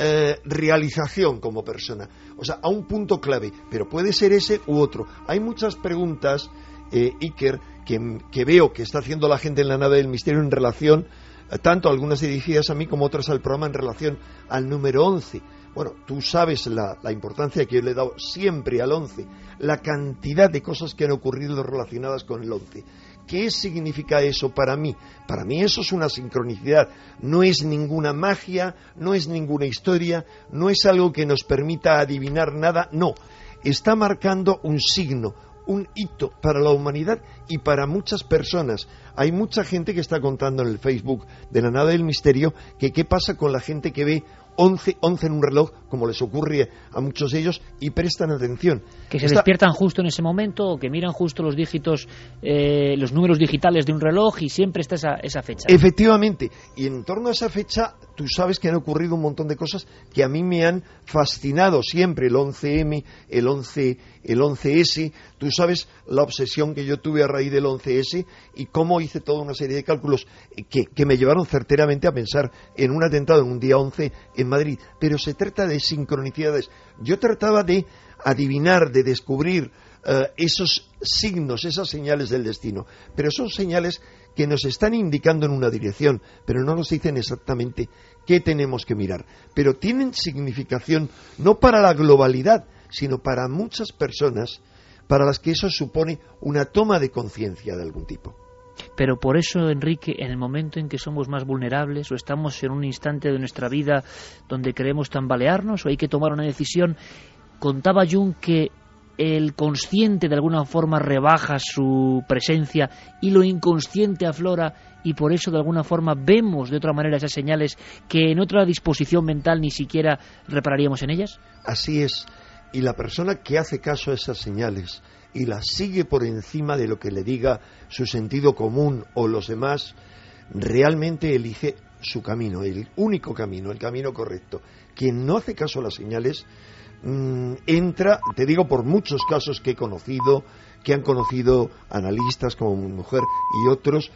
realización como persona. O sea, a un punto clave, pero puede ser ese u otro. Hay muchas preguntas, Iker, que veo que está haciendo la gente en la nave del misterio en relación, tanto algunas dirigidas a mí como otras al programa, en relación al número 11. Bueno, tú sabes la importancia que yo le he dado siempre al 11, la cantidad de cosas que han ocurrido relacionadas con el 11. ¿Qué significa eso para mí? Para mí eso es una sincronicidad, no es ninguna magia, no es ninguna historia, no es algo que nos permita adivinar nada, no. Está marcando un signo, un hito para la humanidad y para muchas personas. Hay mucha gente que está contando en el Facebook de la nave del misterio que qué pasa con la gente que ve 11 en un reloj, como les ocurre a muchos de ellos, y prestan atención. Que se despiertan justo en ese momento, o que miran justo los dígitos, los números digitales de un reloj, y siempre está esa fecha. Efectivamente, y en torno a esa fecha, tú sabes que han ocurrido un montón de cosas que a mí me han fascinado siempre, el 11M, el 11S, tú sabes la obsesión que yo tuve a raíz del 11S, y cómo hice toda una serie de cálculos que me llevaron certeramente a pensar en un atentado en un día 11 en Madrid, pero se trata de sincronicidades. Yo trataba de adivinar, de descubrir esos signos, esas señales del destino, pero son señales que nos están indicando en una dirección, pero no nos dicen exactamente qué tenemos que mirar, pero tienen significación no para la globalidad, sino para muchas personas para las que eso supone una toma de conciencia de algún tipo. Pero por eso, Enrique, en el momento en que somos más vulnerables o estamos en un instante de nuestra vida donde queremos tambalearnos o hay que tomar una decisión, contaba Jung que el consciente de alguna forma rebaja su presencia y lo inconsciente aflora, y por eso de alguna forma vemos de otra manera esas señales que en otra disposición mental ni siquiera repararíamos en ellas. Así es, y la persona que hace caso a esas señales y las sigue por encima de lo que le diga su sentido común o los demás, realmente elige su camino, el único camino, el camino correcto. Quien no hace caso a las señales entra, te digo por muchos casos que he conocido, que han conocido analistas como mi mujer y otros,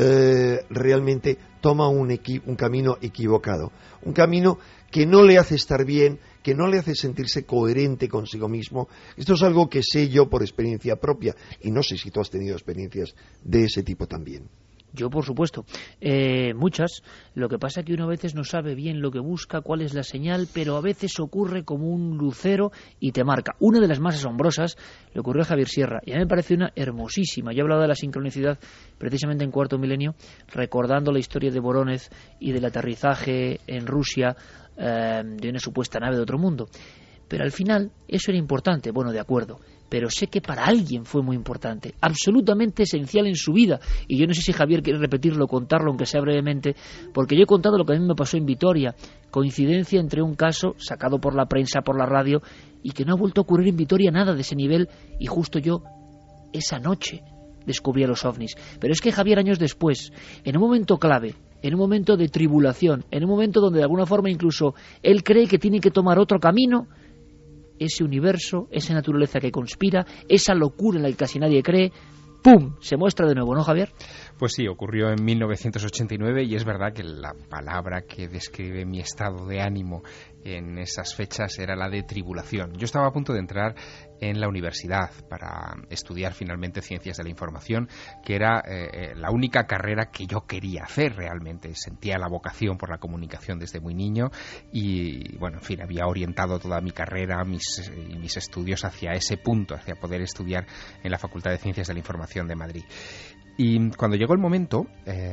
realmente toma un camino equivocado, un camino que no le hace estar bien, que no le hace sentirse coherente consigo mismo. Esto es algo que sé yo por experiencia propia, y no sé si tú has tenido experiencias de ese tipo también. Yo, por supuesto, muchas. Lo que pasa es que uno a veces no sabe bien lo que busca, cuál es la señal, pero a veces ocurre como un lucero y te marca. Una de las más asombrosas le ocurrió a Javier Sierra, y a mí me parece una hermosísima. Yo he hablado de la sincronicidad precisamente en Cuarto Milenio, recordando la historia de Voronezh y del aterrizaje en Rusia de una supuesta nave de otro mundo. Pero al final eso era importante, bueno, de acuerdo, pero sé que para alguien fue muy importante, absolutamente esencial en su vida, y yo no sé si Javier quiere repetirlo, contarlo, aunque sea brevemente, porque yo he contado lo que a mí me pasó en Vitoria, coincidencia entre un caso sacado por la prensa, por la radio, y que no ha vuelto a ocurrir en Vitoria nada de ese nivel, y justo yo, esa noche, descubrí a los ovnis. Pero es que Javier, años después, en un momento clave, en un momento de tribulación, en un momento donde de alguna forma incluso él cree que tiene que tomar otro camino, ese universo, esa naturaleza que conspira, esa locura en la que casi nadie cree, ¡pum!, se muestra de nuevo, ¿no, Javier? Pues sí, ocurrió en 1989 y es verdad que la palabra que describe mi estado de ánimo en esas fechas era la de tribulación. Yo estaba a punto de entrar en la universidad para estudiar finalmente Ciencias de la Información, que era la única carrera que yo quería hacer realmente. Sentía la vocación por la comunicación desde muy niño y, bueno, en fin, había orientado toda mi carrera, mis estudios hacia ese punto, hacia poder estudiar en la Facultad de Ciencias de la Información de Madrid. Y cuando llegó el momento,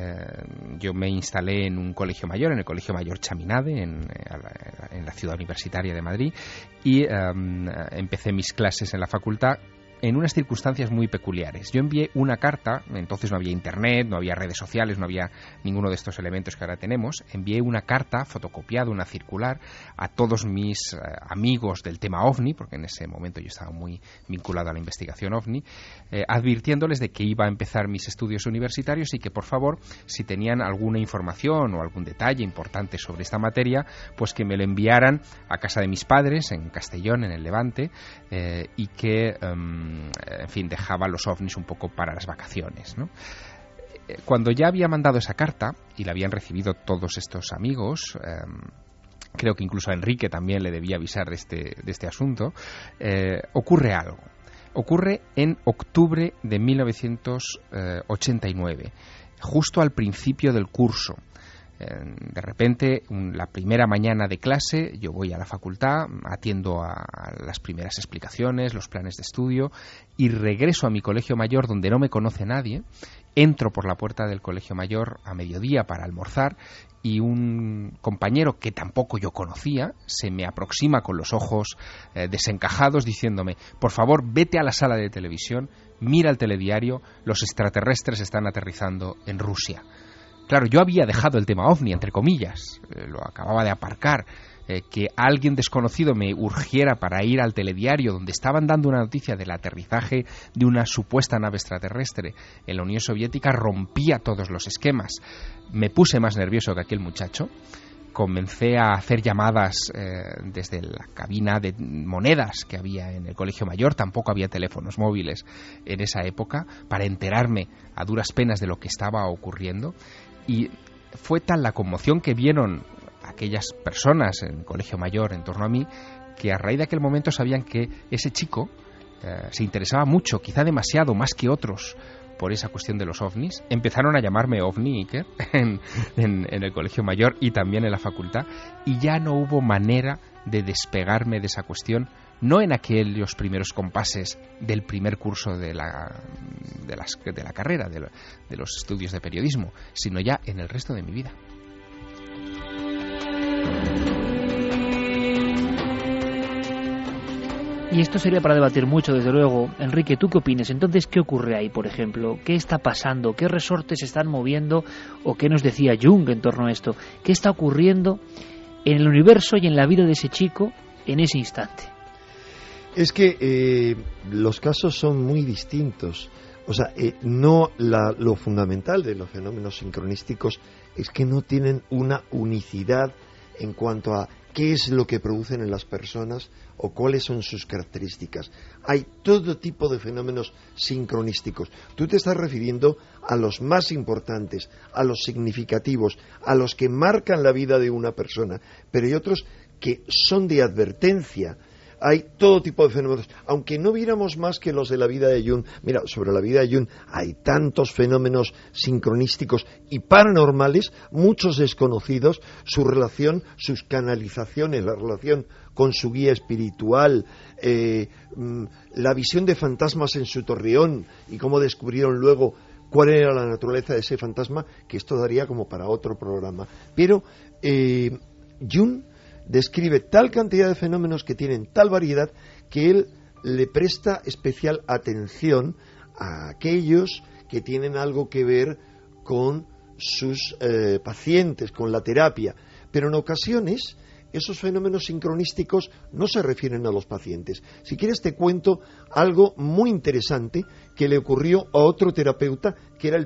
yo me instalé en un colegio mayor, en el Colegio Mayor Chaminade, en la ciudad universitaria de Madrid, y empecé mis clases en la facultad en unas circunstancias muy peculiares. Yo envié una carta, entonces no había internet, no había redes sociales, no había ninguno de estos elementos que ahora tenemos. Envié una carta fotocopiada, una circular, a todos mis amigos del tema OVNI, porque en ese momento yo estaba muy vinculado a la investigación OVNI, advirtiéndoles de que iba a empezar mis estudios universitarios y que, por favor, si tenían alguna información o algún detalle importante sobre esta materia, pues que me lo enviaran a casa de mis padres, en Castellón, en el Levante, y que en fin, dejaba los ovnis un poco para las vacaciones, ¿no? Cuando ya había mandado esa carta y la habían recibido todos estos amigos, creo que incluso a Enrique también le debía avisar de este asunto, ocurre algo. Ocurre en octubre de 1989, justo al principio del curso. De repente, la primera mañana de clase, yo voy a la facultad, atiendo a las primeras explicaciones, los planes de estudio, y regreso a mi colegio mayor donde no me conoce nadie. Entro por la puerta del colegio mayor a mediodía para almorzar y un compañero que tampoco yo conocía se me aproxima con los ojos desencajados diciéndome: por favor, vete a la sala de televisión, mira el telediario, los extraterrestres están aterrizando en Rusia. Claro, yo había dejado el tema OVNI, entre comillas, lo acababa de aparcar. Que alguien desconocido me urgiera para ir al telediario donde estaban dando una noticia del aterrizaje de una supuesta nave extraterrestre en la Unión Soviética rompía todos los esquemas. Me puse más nervioso que aquel muchacho. Comencé a hacer llamadas desde la cabina de monedas que había en el Colegio Mayor. Tampoco había teléfonos móviles en esa época, para enterarme a duras penas de lo que estaba ocurriendo. Y fue tal la conmoción que vieron aquellas personas en el Colegio Mayor en torno a mí, que a raíz de aquel momento sabían que ese chico se interesaba mucho, quizá demasiado, más que otros, por esa cuestión de los ovnis. Empezaron a llamarme ovni, Iker, en el colegio mayor y también en la facultad, y ya no hubo manera de despegarme de esa cuestión, no en aquellos primeros compases del primer curso de la carrera, de los estudios de periodismo, sino ya en el resto de mi vida. Y esto sería para debatir mucho, desde luego. Enrique, ¿tú qué opinas? Entonces, ¿qué ocurre ahí, por ejemplo? ¿Qué está pasando? ¿Qué resortes se están moviendo? ¿O qué nos decía Jung en torno a esto? ¿Qué está ocurriendo en el universo y en la vida de ese chico en ese instante? Es que los casos son muy distintos. O sea, lo fundamental de los fenómenos sincronísticos es que no tienen una unicidad en cuanto a qué es lo que producen en las personas o cuáles son sus características. Hay todo tipo de fenómenos sincronísticos. Tú te estás refiriendo a los más importantes, a los significativos, a los que marcan la vida de una persona, pero hay otros que son de advertencia. Hay todo tipo de fenómenos, aunque no viéramos más que los de la vida de Jung. Mira, sobre la vida de Jung hay tantos fenómenos sincronísticos y paranormales, muchos desconocidos, su relación, sus canalizaciones, la relación con su guía espiritual, la visión de fantasmas en su torreón y cómo descubrieron luego cuál era la naturaleza de ese fantasma, que esto daría como para otro programa. Pero Jung describe tal cantidad de fenómenos que tienen tal variedad que él le presta especial atención a aquellos que tienen algo que ver con sus pacientes, con la terapia. Pero en ocasiones esos fenómenos sincronísticos no se refieren a los pacientes. Si quieres te cuento algo muy interesante que le ocurrió a otro terapeuta que era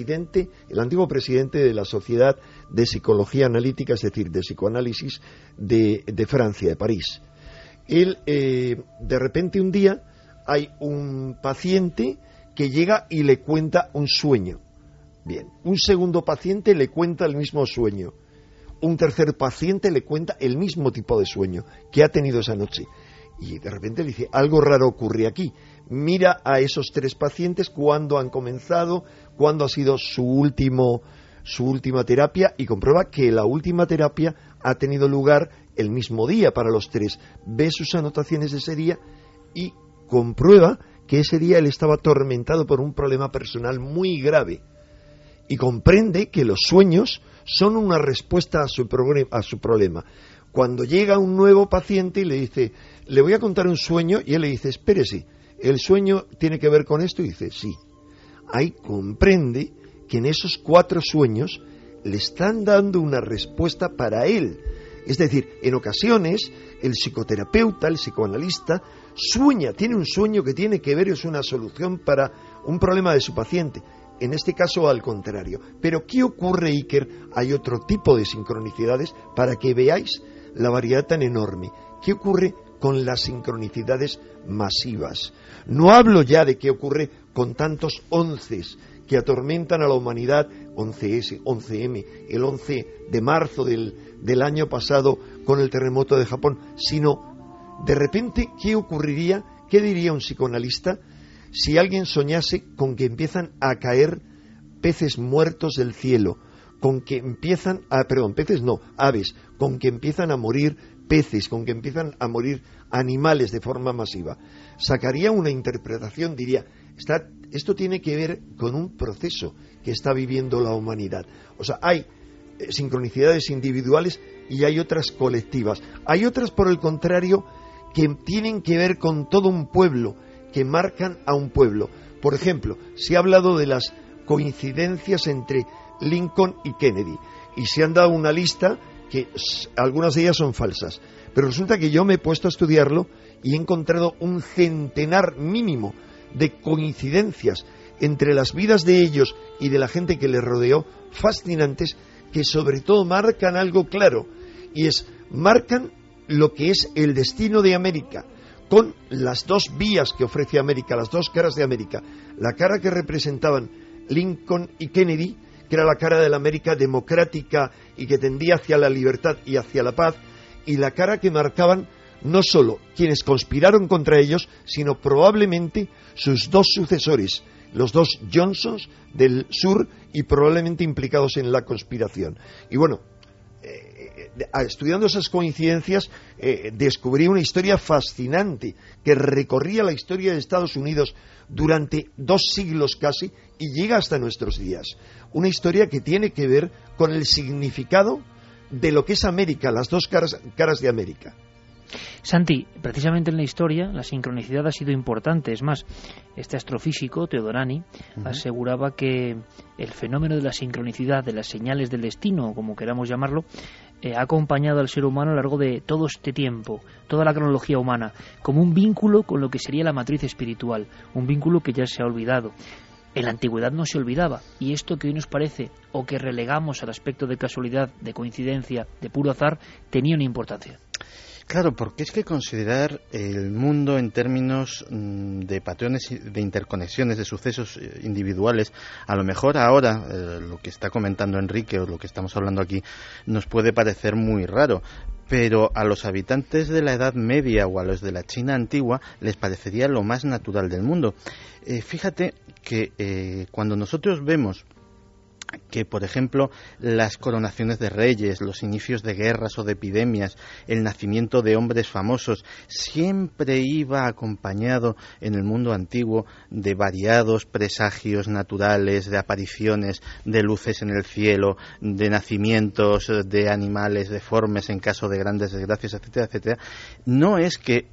el antiguo presidente de la Sociedad de Psicología Analítica, es decir, de psicoanálisis de Francia, de París. Él, de repente un día, hay un paciente que llega y le cuenta un sueño. Bien, un segundo paciente le cuenta el mismo sueño. Un tercer paciente le cuenta el mismo tipo de sueño que ha tenido esa noche. Y de repente le dice, algo raro ocurre aquí. Mira a esos tres pacientes, cuándo han comenzado, cuándo ha sido su última terapia, y comprueba que la última terapia ha tenido lugar el mismo día para los tres. Ve sus anotaciones de ese día y comprueba que ese día él estaba atormentado por un problema personal muy grave. Y comprende que los sueños son una respuesta a su problema. Cuando llega un nuevo paciente y le dice, le voy a contar un sueño, y él le dice, espérese, ¿el sueño tiene que ver con esto? Y dice, sí. Ahí comprende que en esos 4 sueños le están dando una respuesta para él. Es decir, en ocasiones el psicoterapeuta, el psicoanalista, tiene un sueño que tiene que ver, es una solución para un problema de su paciente. En este caso, al contrario. Pero, ¿qué ocurre, Iker? Hay otro tipo de sincronicidades para que veáis la variedad tan enorme. ¿Qué ocurre con las sincronicidades masivas? No hablo ya de qué ocurre con tantos 11 que atormentan a la humanidad, 11S, 11M, el 11 de marzo del año pasado con el terremoto de Japón, sino, de repente, ¿qué ocurriría? ¿Qué diría un psicoanalista si alguien soñase con que empiezan a caer peces muertos del cielo, con que empiezan aves, con que empiezan a morir peces, con que empiezan a morir animales de forma masiva? Sacaría una interpretación, diría, esto tiene que ver con un proceso que está viviendo la humanidad. O sea, hay sincronicidades individuales y hay otras colectivas. Hay otras, por el contrario, que tienen que ver con todo un pueblo, que marcan a un pueblo. Por ejemplo, se ha hablado de las coincidencias entre Lincoln y Kennedy, y se han dado una lista que algunas de ellas son falsas, pero resulta que yo me he puesto a estudiarlo y he encontrado un centenar mínimo de coincidencias entre las vidas de ellos y de la gente que les rodeó, fascinantes, que sobre todo marcan algo claro, y marcan lo que es el destino de América, con las dos vías que ofrece América, las dos caras de América. La cara que representaban Lincoln y Kennedy, que era la cara de la América democrática y que tendía hacia la libertad y hacia la paz, y la cara que marcaban no solo quienes conspiraron contra ellos, sino probablemente sus dos sucesores, los dos Johnsons del sur y probablemente implicados en la conspiración. Y bueno, estudiando esas coincidencias, descubrí una historia fascinante que recorría la historia de Estados Unidos durante 2 siglos casi y llega hasta nuestros días. Una historia que tiene que ver con el significado de lo que es América, las dos caras de América. Santi, precisamente en la historia la sincronicidad ha sido importante. Es más, este astrofísico, Teodorani, aseguraba que el fenómeno de la sincronicidad, de las señales del destino, como queramos llamarlo, ha acompañado al ser humano a lo largo de todo este tiempo, toda la cronología humana, como un vínculo con lo que sería la matriz espiritual, un vínculo que ya se ha olvidado. En la antigüedad no se olvidaba, y esto que hoy nos parece, o que relegamos al aspecto de casualidad, de coincidencia, de puro azar, tenía una importancia. Claro, porque es que considerar el mundo en términos de patrones de interconexiones, de sucesos individuales, a lo mejor ahora, lo que está comentando Enrique o lo que estamos hablando aquí, nos puede parecer muy raro, pero a los habitantes de la Edad Media o a los de la China antigua les parecería lo más natural del mundo. Fíjate que cuando nosotros vemos que, por ejemplo, las coronaciones de reyes, los inicios de guerras o de epidemias, el nacimiento de hombres famosos, siempre iba acompañado en el mundo antiguo de variados presagios naturales, de apariciones de luces en el cielo, de nacimientos de animales deformes en caso de grandes desgracias, etcétera, etcétera. No es que,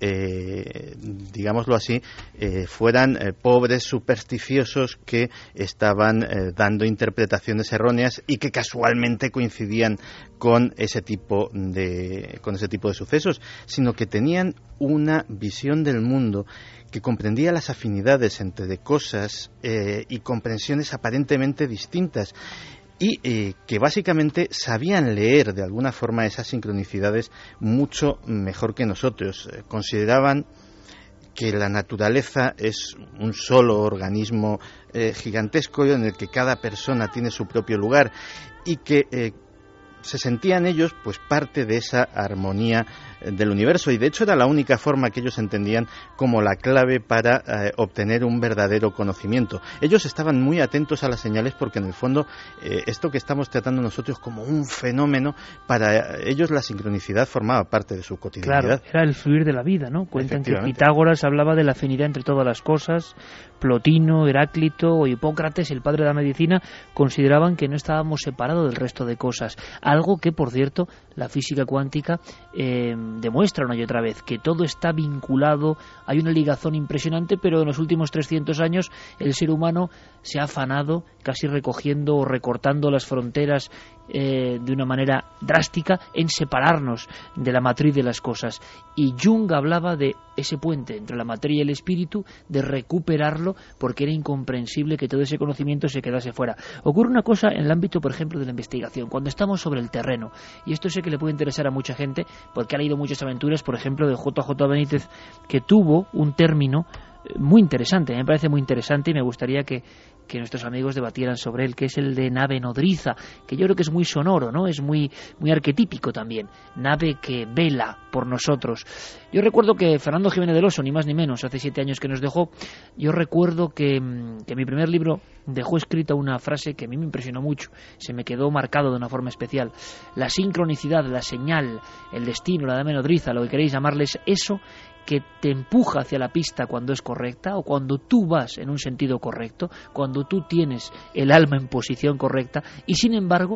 digámoslo así, fueran pobres supersticiosos que estaban dando interpretaciones erróneas y que casualmente coincidían con ese tipo de sucesos, sino que tenían una visión del mundo que comprendía las afinidades entre cosas y comprensiones aparentemente distintas y que básicamente sabían leer de alguna forma esas sincronicidades mucho mejor que nosotros. Consideraban que la naturaleza es un solo organismo gigantesco en el que cada persona tiene su propio lugar y que se sentían ellos pues parte de esa armonía del universo, y de hecho era la única forma que ellos entendían como la clave para obtener un verdadero conocimiento. Ellos estaban muy atentos a las señales porque en el fondo esto que estamos tratando nosotros como un fenómeno, para ellos la sincronicidad formaba parte de su cotidianidad. Claro, era el fluir de la vida, ¿no? Cuentan que Pitágoras hablaba de la afinidad entre todas las cosas, Plotino, Heráclito o Hipócrates, el padre de la medicina, consideraban que no estábamos separados del resto de cosas, algo que, por cierto, la física cuántica demuestra una y otra vez, que todo está vinculado, hay una ligazón impresionante, pero en los últimos 300 años el ser humano se ha afanado casi recogiendo o recortando las fronteras de una manera drástica en separarnos de la matriz de las cosas, y Jung hablaba de ese puente entre la materia y el espíritu, de recuperarlo, porque era incomprensible que todo ese conocimiento se quedase fuera. Ocurre una cosa en el ámbito, por ejemplo, de la investigación, cuando estamos sobre el terreno, y esto sé que le puede interesar a mucha gente porque ha leído muchas aventuras, por ejemplo, de JJ Benítez, que tuvo un término muy interesante, me parece muy interesante, y me gustaría que nuestros amigos debatieran sobre él, que es el de nave nodriza, que yo creo que es muy sonoro, ¿no? Es muy arquetípico también, nave que vela por nosotros. Yo recuerdo que Fernando Jiménez del Oso, ni más ni menos, hace 7 años que nos dejó, yo recuerdo que mi primer libro dejó escrita una frase que a mí me impresionó mucho, se me quedó marcado de una forma especial: la sincronicidad, la señal, el destino, la nave nodriza, lo que queréis llamarles, eso que te empuja hacia la pista cuando es correcta, o cuando tú vas en un sentido correcto, cuando tú tienes el alma en posición correcta, y sin embargo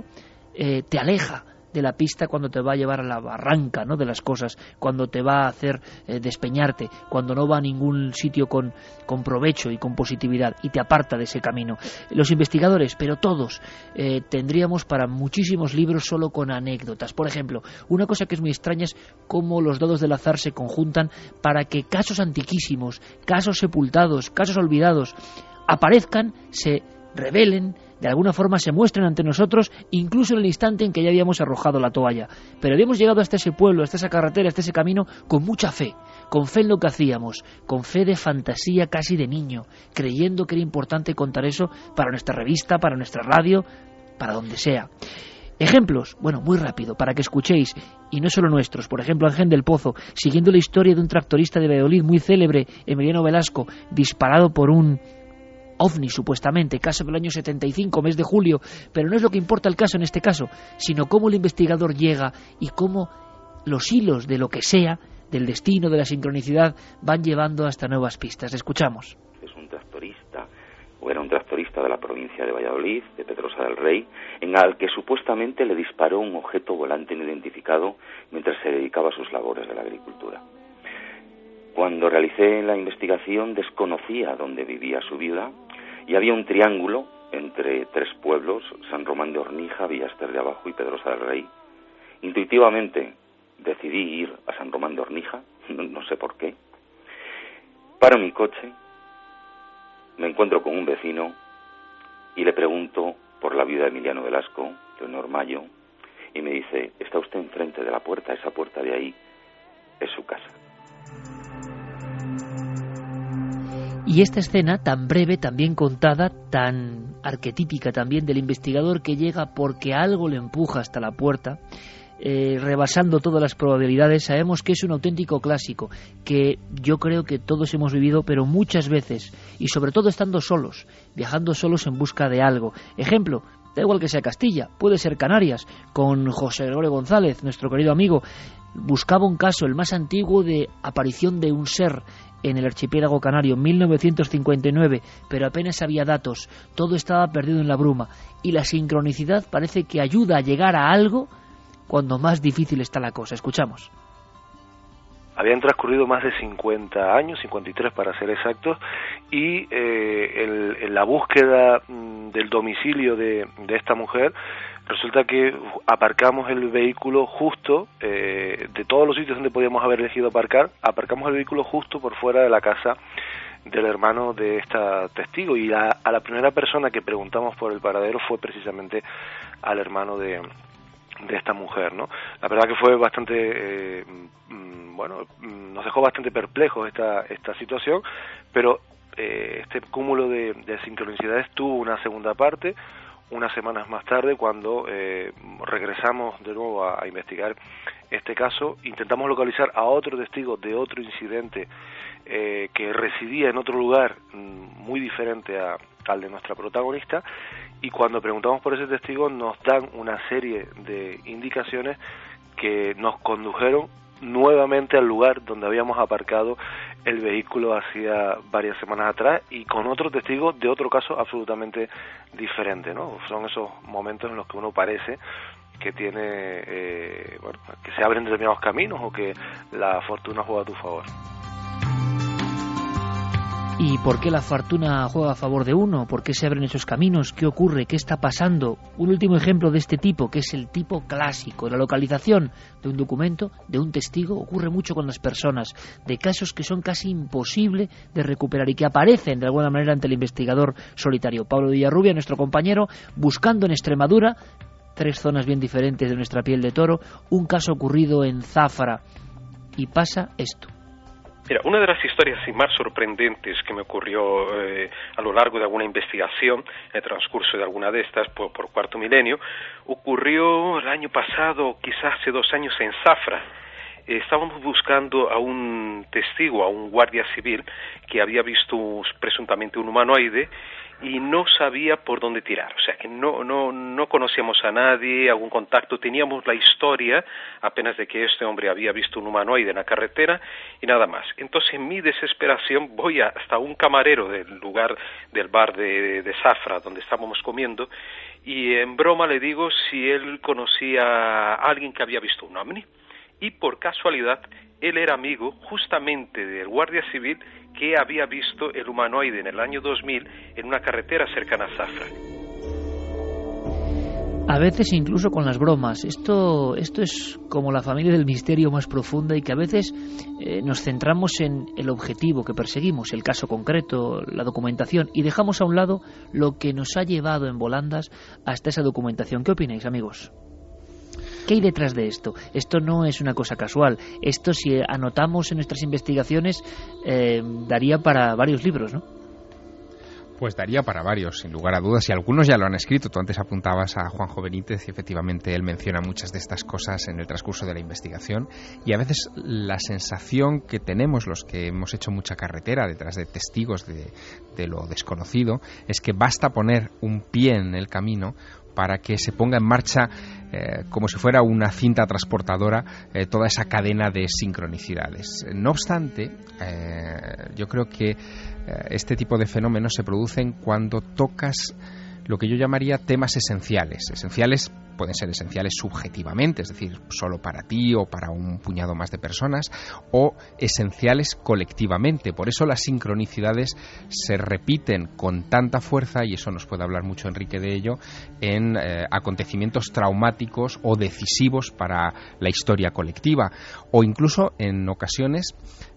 te aleja de la pista cuando te va a llevar a la barranca, ¿no?, de las cosas, cuando te va a hacer despeñarte, cuando no va a ningún sitio con provecho y con positividad, y te aparta de ese camino. Los investigadores, pero todos, tendríamos para muchísimos libros solo con anécdotas. Por ejemplo, una cosa que es muy extraña es cómo los dados del azar se conjuntan para que casos antiquísimos, casos sepultados, casos olvidados, aparezcan, se revelen, de alguna forma se muestren ante nosotros, incluso en el instante en que ya habíamos arrojado la toalla. Pero habíamos llegado hasta ese pueblo, hasta esa carretera, hasta ese camino, con mucha fe, con fe en lo que hacíamos, con fe de fantasía casi de niño, creyendo que era importante contar eso para nuestra revista, para nuestra radio, para donde sea. Ejemplos, bueno, muy rápido, para que escuchéis, y no solo nuestros. Por ejemplo, Ángel del Pozo, siguiendo la historia de un tractorista de Valladolid muy célebre, Emiliano Velasco, disparado por un ovni, supuestamente, caso del año 75, mes de julio, pero no es lo que importa el caso en este caso, sino cómo el investigador llega y cómo los hilos de lo que sea, del destino, de la sincronicidad, van llevando hasta nuevas pistas. Escuchamos. Es un tractorista, o era un tractorista de la provincia de Valladolid, de Pedrosa del Rey, en al que supuestamente le disparó un objeto volante no identificado mientras se dedicaba a sus labores de la agricultura. Cuando realicé la investigación desconocía dónde vivía su viuda y había un triángulo entre 3 pueblos, San Román de Ornija, Villaster de Abajo y Pedrosa del Rey. Intuitivamente decidí ir a San Román de Ornija, no sé por qué. Paro mi coche, me encuentro con un vecino y le pregunto por la viuda de Emiliano Velasco, Leonor Mayo, y me dice, está usted enfrente de la puerta, esa puerta de ahí es su casa. Y esta escena tan breve, tan bien contada, tan arquetípica también del investigador que llega porque algo le empuja hasta la puerta, rebasando todas las probabilidades, sabemos que es un auténtico clásico, que yo creo que todos hemos vivido, pero muchas veces, y sobre todo estando solos, viajando solos en busca de algo. Ejemplo, da igual que sea Castilla, puede ser Canarias, con José Gregorio González, nuestro querido amigo, buscaba un caso, el más antiguo, de aparición de un ser en el archipiélago canario, 1959, pero apenas había datos, todo estaba perdido en la bruma, y la sincronicidad parece que ayuda a llegar a algo cuando más difícil está la cosa. Escuchamos. Habían transcurrido más de 50 años, 53 para ser exactos, y en la búsqueda del domicilio de esta mujer, resulta que aparcamos el vehículo justo, de todos los sitios donde podíamos haber elegido aparcar, aparcamos el vehículo justo por fuera de la casa del hermano de esta testigo, y a la primera persona que preguntamos por el paradero fue precisamente al hermano de esta mujer, ¿no? La verdad que fue bastante, nos dejó bastante perplejos esta situación, pero este cúmulo de sincronicidades tuvo una segunda parte, unas semanas más tarde, cuando regresamos de nuevo a investigar este caso. Intentamos localizar a otro testigo de otro incidente que residía en otro lugar muy diferente al de nuestra protagonista, y cuando preguntamos por ese testigo nos dan una serie de indicaciones que nos condujeron nuevamente al lugar donde habíamos aparcado el vehículo hacía varias semanas atrás, y con otro testigo de otro caso absolutamente diferente, ¿no? Son esos momentos en los que uno parece que tiene, que se abren determinados caminos o que la fortuna juega a tu favor. ¿Y por qué la fortuna juega a favor de uno? ¿Por qué se abren esos caminos? ¿Qué ocurre? ¿Qué está pasando? Un último ejemplo de este tipo, que es el tipo clásico. La localización de un documento, de un testigo, ocurre mucho con las personas, de casos que son casi imposibles de recuperar y que aparecen de alguna manera ante el investigador solitario. Pablo Villarrubia, nuestro compañero, buscando en Extremadura, 3 zonas bien diferentes de nuestra piel de toro, un caso ocurrido en Záfara, y pasa esto. Mira, una de las historias más sorprendentes que me ocurrió a lo largo de alguna investigación, en el transcurso de alguna de estas, por cuarto milenio, ocurrió el año pasado, quizás hace 2 años, en Zafra. Estábamos buscando a un testigo, a un guardia civil, que había visto presuntamente un humanoide y no sabía por dónde tirar. O sea, que no conocíamos a nadie, algún contacto, teníamos la historia apenas de que este hombre había visto un humanoide en la carretera y nada más. Entonces, en mi desesperación, voy hasta un camarero del lugar, del bar de Zafra, donde estábamos comiendo, y en broma le digo si él conocía a alguien que había visto un ovni. Y por casualidad, él era amigo justamente del guardia civil que había visto el humanoide en el año 2000 en una carretera cercana a Zafra. A veces incluso con las bromas. Esto es como la familia del misterio más profunda, y que a veces nos centramos en el objetivo que perseguimos, el caso concreto, la documentación, y dejamos a un lado lo que nos ha llevado en volandas hasta esa documentación. ¿Qué opináis, amigos? ¿Qué hay detrás de esto? Esto no es una cosa casual. Esto, si anotamos en nuestras investigaciones, daría para varios libros, ¿no? Pues daría para varios, sin lugar a dudas, y algunos ya lo han escrito. Tú antes apuntabas a Juanjo Benítez y efectivamente él menciona muchas de estas cosas en el transcurso de la investigación, y a veces la sensación que tenemos los que hemos hecho mucha carretera detrás de testigos de lo desconocido es que basta poner un pie en el camino para que se ponga en marcha, como si fuera una cinta transportadora, toda esa cadena de sincronicidades. No obstante, yo creo que este tipo de fenómenos se producen cuando tocas lo que yo llamaría temas esenciales. Esenciales pueden ser esenciales subjetivamente, es decir, solo para ti o para un puñado más de personas, o esenciales colectivamente. Por eso las sincronicidades se repiten con tanta fuerza, y eso nos puede hablar mucho Enrique de ello, en acontecimientos traumáticos o decisivos para la historia colectiva, o incluso en ocasiones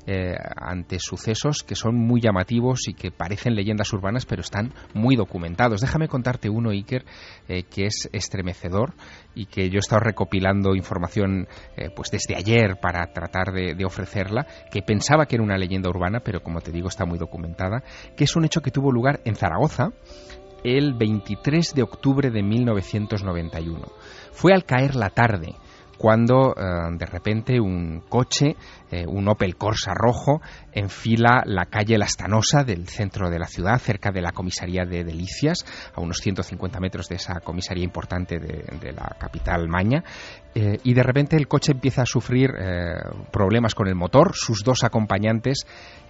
ante sucesos que son muy llamativos y que parecen leyendas urbanas, pero están muy documentados. Déjame contarte uno, Iker, que es estremecedor y que yo he estado recopilando información pues desde ayer para tratar de ofrecerla, que pensaba que era una leyenda urbana, pero como te digo está muy documentada, que es un hecho que tuvo lugar en Zaragoza el 23 de octubre de 1991. Fue al caer la tarde cuando de repente un coche, un Opel Corsa rojo, enfila la calle Lastanosa del centro de la ciudad, cerca de la comisaría de Delicias, a unos 150 metros de esa comisaría importante de la capital maña, y de repente el coche empieza a sufrir problemas con el motor. Sus dos acompañantes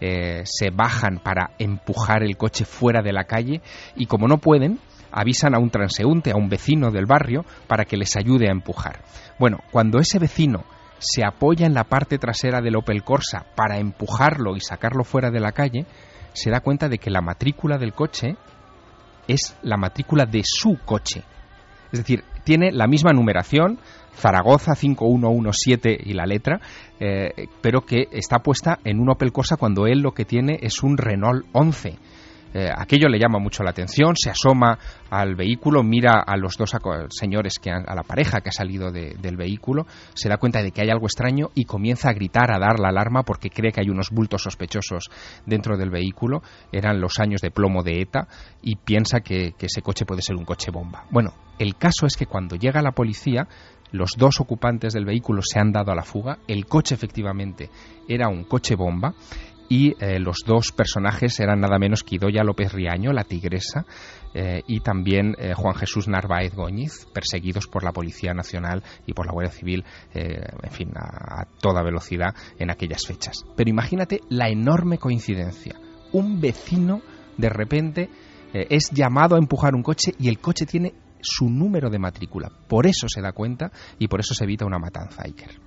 se bajan para empujar el coche fuera de la calle, y como no pueden, avisan a un transeúnte, a un vecino del barrio, para que les ayude a empujar. Bueno, cuando ese vecino se apoya en la parte trasera del Opel Corsa para empujarlo y sacarlo fuera de la calle, se da cuenta de que la matrícula del coche es la matrícula de su coche. Es decir, tiene la misma numeración, Zaragoza 5117 y la letra, pero que está puesta en un Opel Corsa cuando él lo que tiene es un Renault 11. Aquello le llama mucho la atención, se asoma al vehículo, mira a los dos señores, a la pareja que ha salido del vehículo, se da cuenta de que hay algo extraño y comienza a gritar, a dar la alarma, porque cree que hay unos bultos sospechosos dentro del vehículo. Eran los años de plomo de ETA y piensa que ese coche puede ser un coche bomba. Bueno, el caso es que cuando llega la policía, los dos ocupantes del vehículo se han dado a la fuga, el coche efectivamente era un coche bomba, y los dos personajes eran nada menos que Idoia López Riaño, la tigresa, y también Juan Jesús Narváez Góñiz, perseguidos por la Policía Nacional y por la Guardia Civil, en fin, a toda velocidad en aquellas fechas. Pero imagínate la enorme coincidencia. Un vecino, de repente, es llamado a empujar un coche y el coche tiene su número de matrícula. Por eso se da cuenta y por eso se evita una matanza, Iker.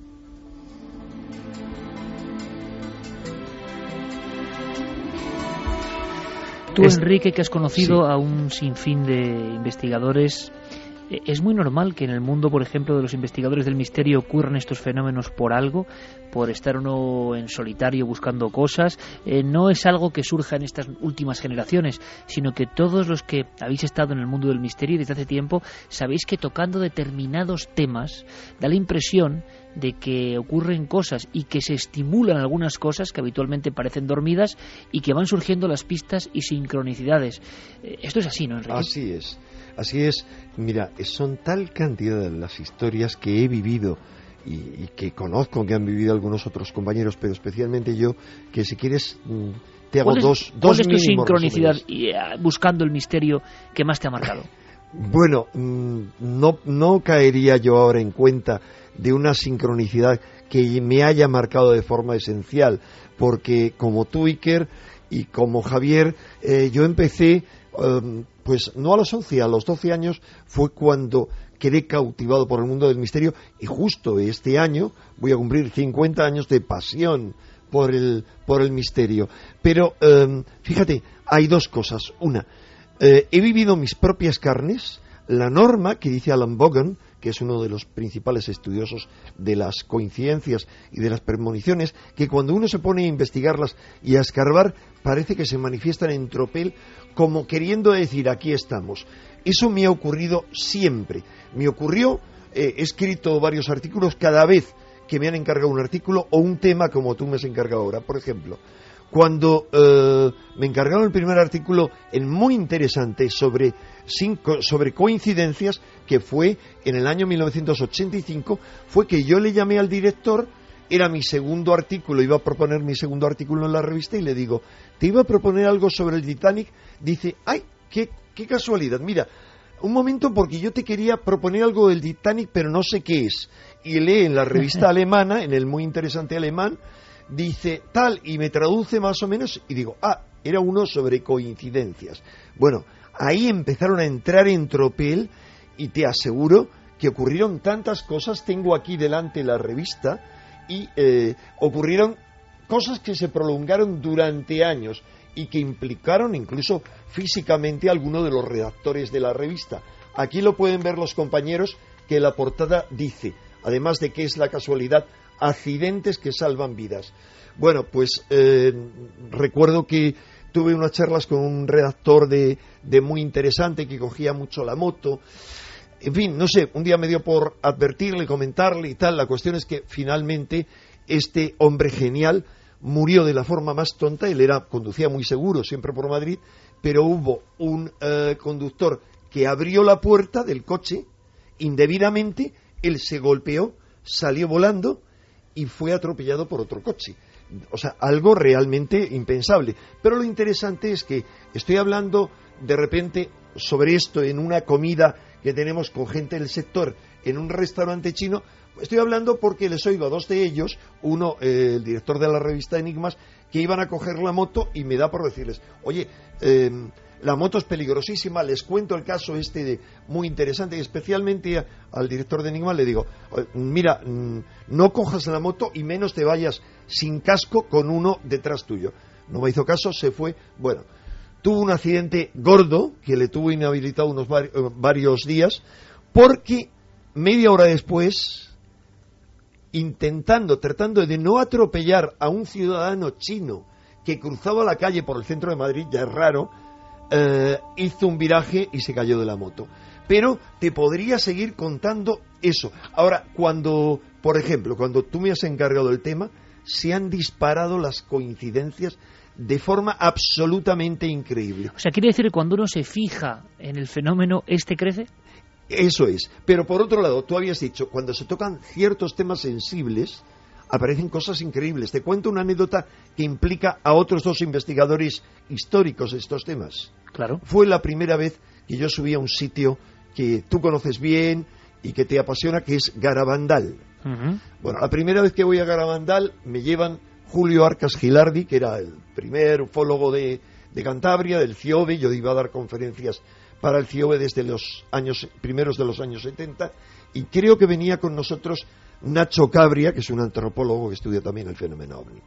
Tú, Enrique, que has conocido a un sinfín de investigadores, ¿es muy normal que en el mundo, por ejemplo, de los investigadores del misterio ocurran estos fenómenos por algo, por estar uno en solitario buscando cosas? No es algo que surja en estas últimas generaciones, sino que todos los que habéis estado en el mundo del misterio desde hace tiempo sabéis que tocando determinados temas da la impresión de que ocurren cosas y que se estimulan algunas cosas que habitualmente parecen dormidas y que van surgiendo las pistas y sincronicidades. Esto es así, ¿no, Enrique? Así es. Mira, son tal cantidad de las historias que he vivido y que conozco que han vivido algunos otros compañeros, pero especialmente yo, que si quieres te hago dos ¿cuál es tu sincronicidad buscando el misterio que más te ha marcado? Bueno, no caería yo ahora en cuenta de una sincronicidad que me haya marcado de forma esencial, porque como tú, Iker, y como Javier, yo empecé, pues no a los 11, a los 12 años fue cuando quedé cautivado por el mundo del misterio, y justo este año voy a cumplir 50 años de pasión por el misterio. Pero fíjate, hay dos cosas. Una, he vivido mis propias carnes la norma que dice Alan Bogan, que es uno de los principales estudiosos de las coincidencias y de las premoniciones, que cuando uno se pone a investigarlas y a escarbar, parece que se manifiestan en tropel como queriendo decir, aquí estamos. Eso me ha ocurrido siempre. Me ocurrió, he escrito varios artículos cada vez que me han encargado un artículo o un tema como tú me has encargado ahora. Por ejemplo, Cuando me encargaron el primer artículo muy interesante sobre coincidencias, que fue en el año 1985, fue que yo le llamé al director, era mi segundo artículo, iba a proponer mi segundo artículo en la revista, y le digo, te iba a proponer algo sobre el Titanic. Dice, ¡ay, qué casualidad! Mira, un momento, porque yo te quería proponer algo del Titanic, pero no sé qué es. Y lee en la revista alemana, en el muy interesante alemán, dice tal, y me traduce más o menos, y digo, era uno sobre coincidencias. Bueno, ahí empezaron a entrar en tropel, y te aseguro que ocurrieron tantas cosas. Tengo aquí delante la revista, y ocurrieron cosas que se prolongaron durante años, y que implicaron incluso físicamente a alguno de los redactores de la revista. Aquí lo pueden ver los compañeros, que la portada dice, además de que es la casualidad, accidentes que salvan vidas. Bueno, pues recuerdo que tuve unas charlas con un redactor de muy interesante, que cogía mucho la moto. En fin, no sé, un día me dio por advertirle, comentarle y tal. La cuestión es que finalmente este hombre genial murió de la forma más tonta. Él conducía muy seguro, siempre por Madrid, pero hubo un conductor que abrió la puerta del coche indebidamente, él se golpeó, salió volando y fue atropellado por otro coche. O sea, algo realmente impensable. Pero lo interesante es que estoy hablando de repente sobre esto en una comida que tenemos con gente del sector en un restaurante chino. Estoy hablando porque les oigo a dos de ellos, uno, el director de la revista Enigmas, que iban a coger la moto, y me da por decirles, oye, la moto es peligrosísima. Les cuento el caso muy interesante, y especialmente al director de Enigmas le digo, mira, no cojas la moto y menos te vayas sin casco con uno detrás tuyo. No me hizo caso, se fue. Bueno, tuvo un accidente gordo que le tuvo inhabilitado varios días, porque media hora después, tratando de no atropellar a un ciudadano chino que cruzaba la calle por el centro de Madrid, ya es raro, hizo un viraje y se cayó de la moto. Pero te podría seguir contando eso. Ahora, por ejemplo, cuando tú me has encargado del tema, se han disparado las coincidencias de forma absolutamente increíble. O sea, ¿quiere decir que cuando uno se fija en el fenómeno, crece? Eso es. Pero por otro lado, tú habías dicho, cuando se tocan ciertos temas sensibles, aparecen cosas increíbles. Te cuento una anécdota que implica a otros dos investigadores históricos de estos temas. Claro. Fue la primera vez que yo subí a un sitio que tú conoces bien y que te apasiona, que es Garabandal. Uh-huh. Bueno, la primera vez que voy a Garabandal me llevan Julio Arcas Gilardi, que era el primer ufólogo de Cantabria, del CIOBE. Yo iba a dar conferencias para el CIOBE desde los primeros de los años 70, y creo que venía con nosotros Nacho Cabria, que es un antropólogo que estudia también el fenómeno ovni.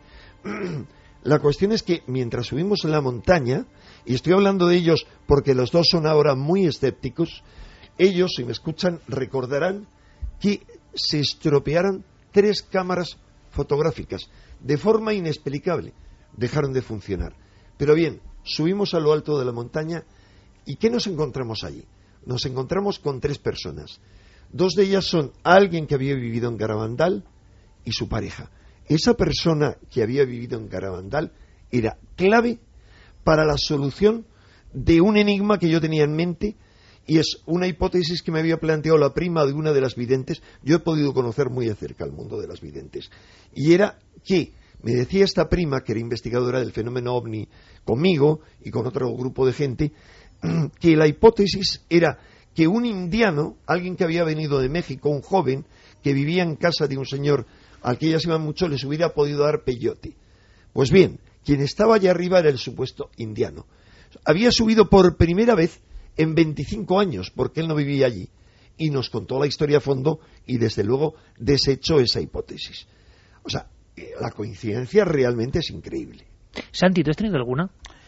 La cuestión es que mientras subimos en la montaña, y estoy hablando de ellos porque los dos son ahora muy escépticos, ellos, si me escuchan, recordarán que se estropearon 3 cámaras fotográficas de forma inexplicable. Dejaron de funcionar. Pero bien, subimos a lo alto de la montaña, ¿y qué nos encontramos allí? Nos encontramos con 3 personas. 2 de ellas son alguien que había vivido en Garabandal y su pareja. Esa persona que había vivido en Garabandal era clave para la solución de un enigma que yo tenía en mente, y es una hipótesis que me había planteado la prima de una de las videntes. Yo he podido conocer muy de cerca el mundo de las videntes, y era que me decía esta prima, que era investigadora del fenómeno ovni conmigo y con otro grupo de gente, que la hipótesis era que un indiano, alguien que había venido de México, un joven que vivía en casa de un señor al que ellas iban mucho, les hubiera podido dar peyote. Pues bien, quien estaba allá arriba era el supuesto indiano. Había subido por primera vez en 25 años, porque él no vivía allí, y nos contó la historia a fondo, y desde luego desechó esa hipótesis. O sea, la coincidencia realmente es increíble. Santi, ¿tú has tenido alguna?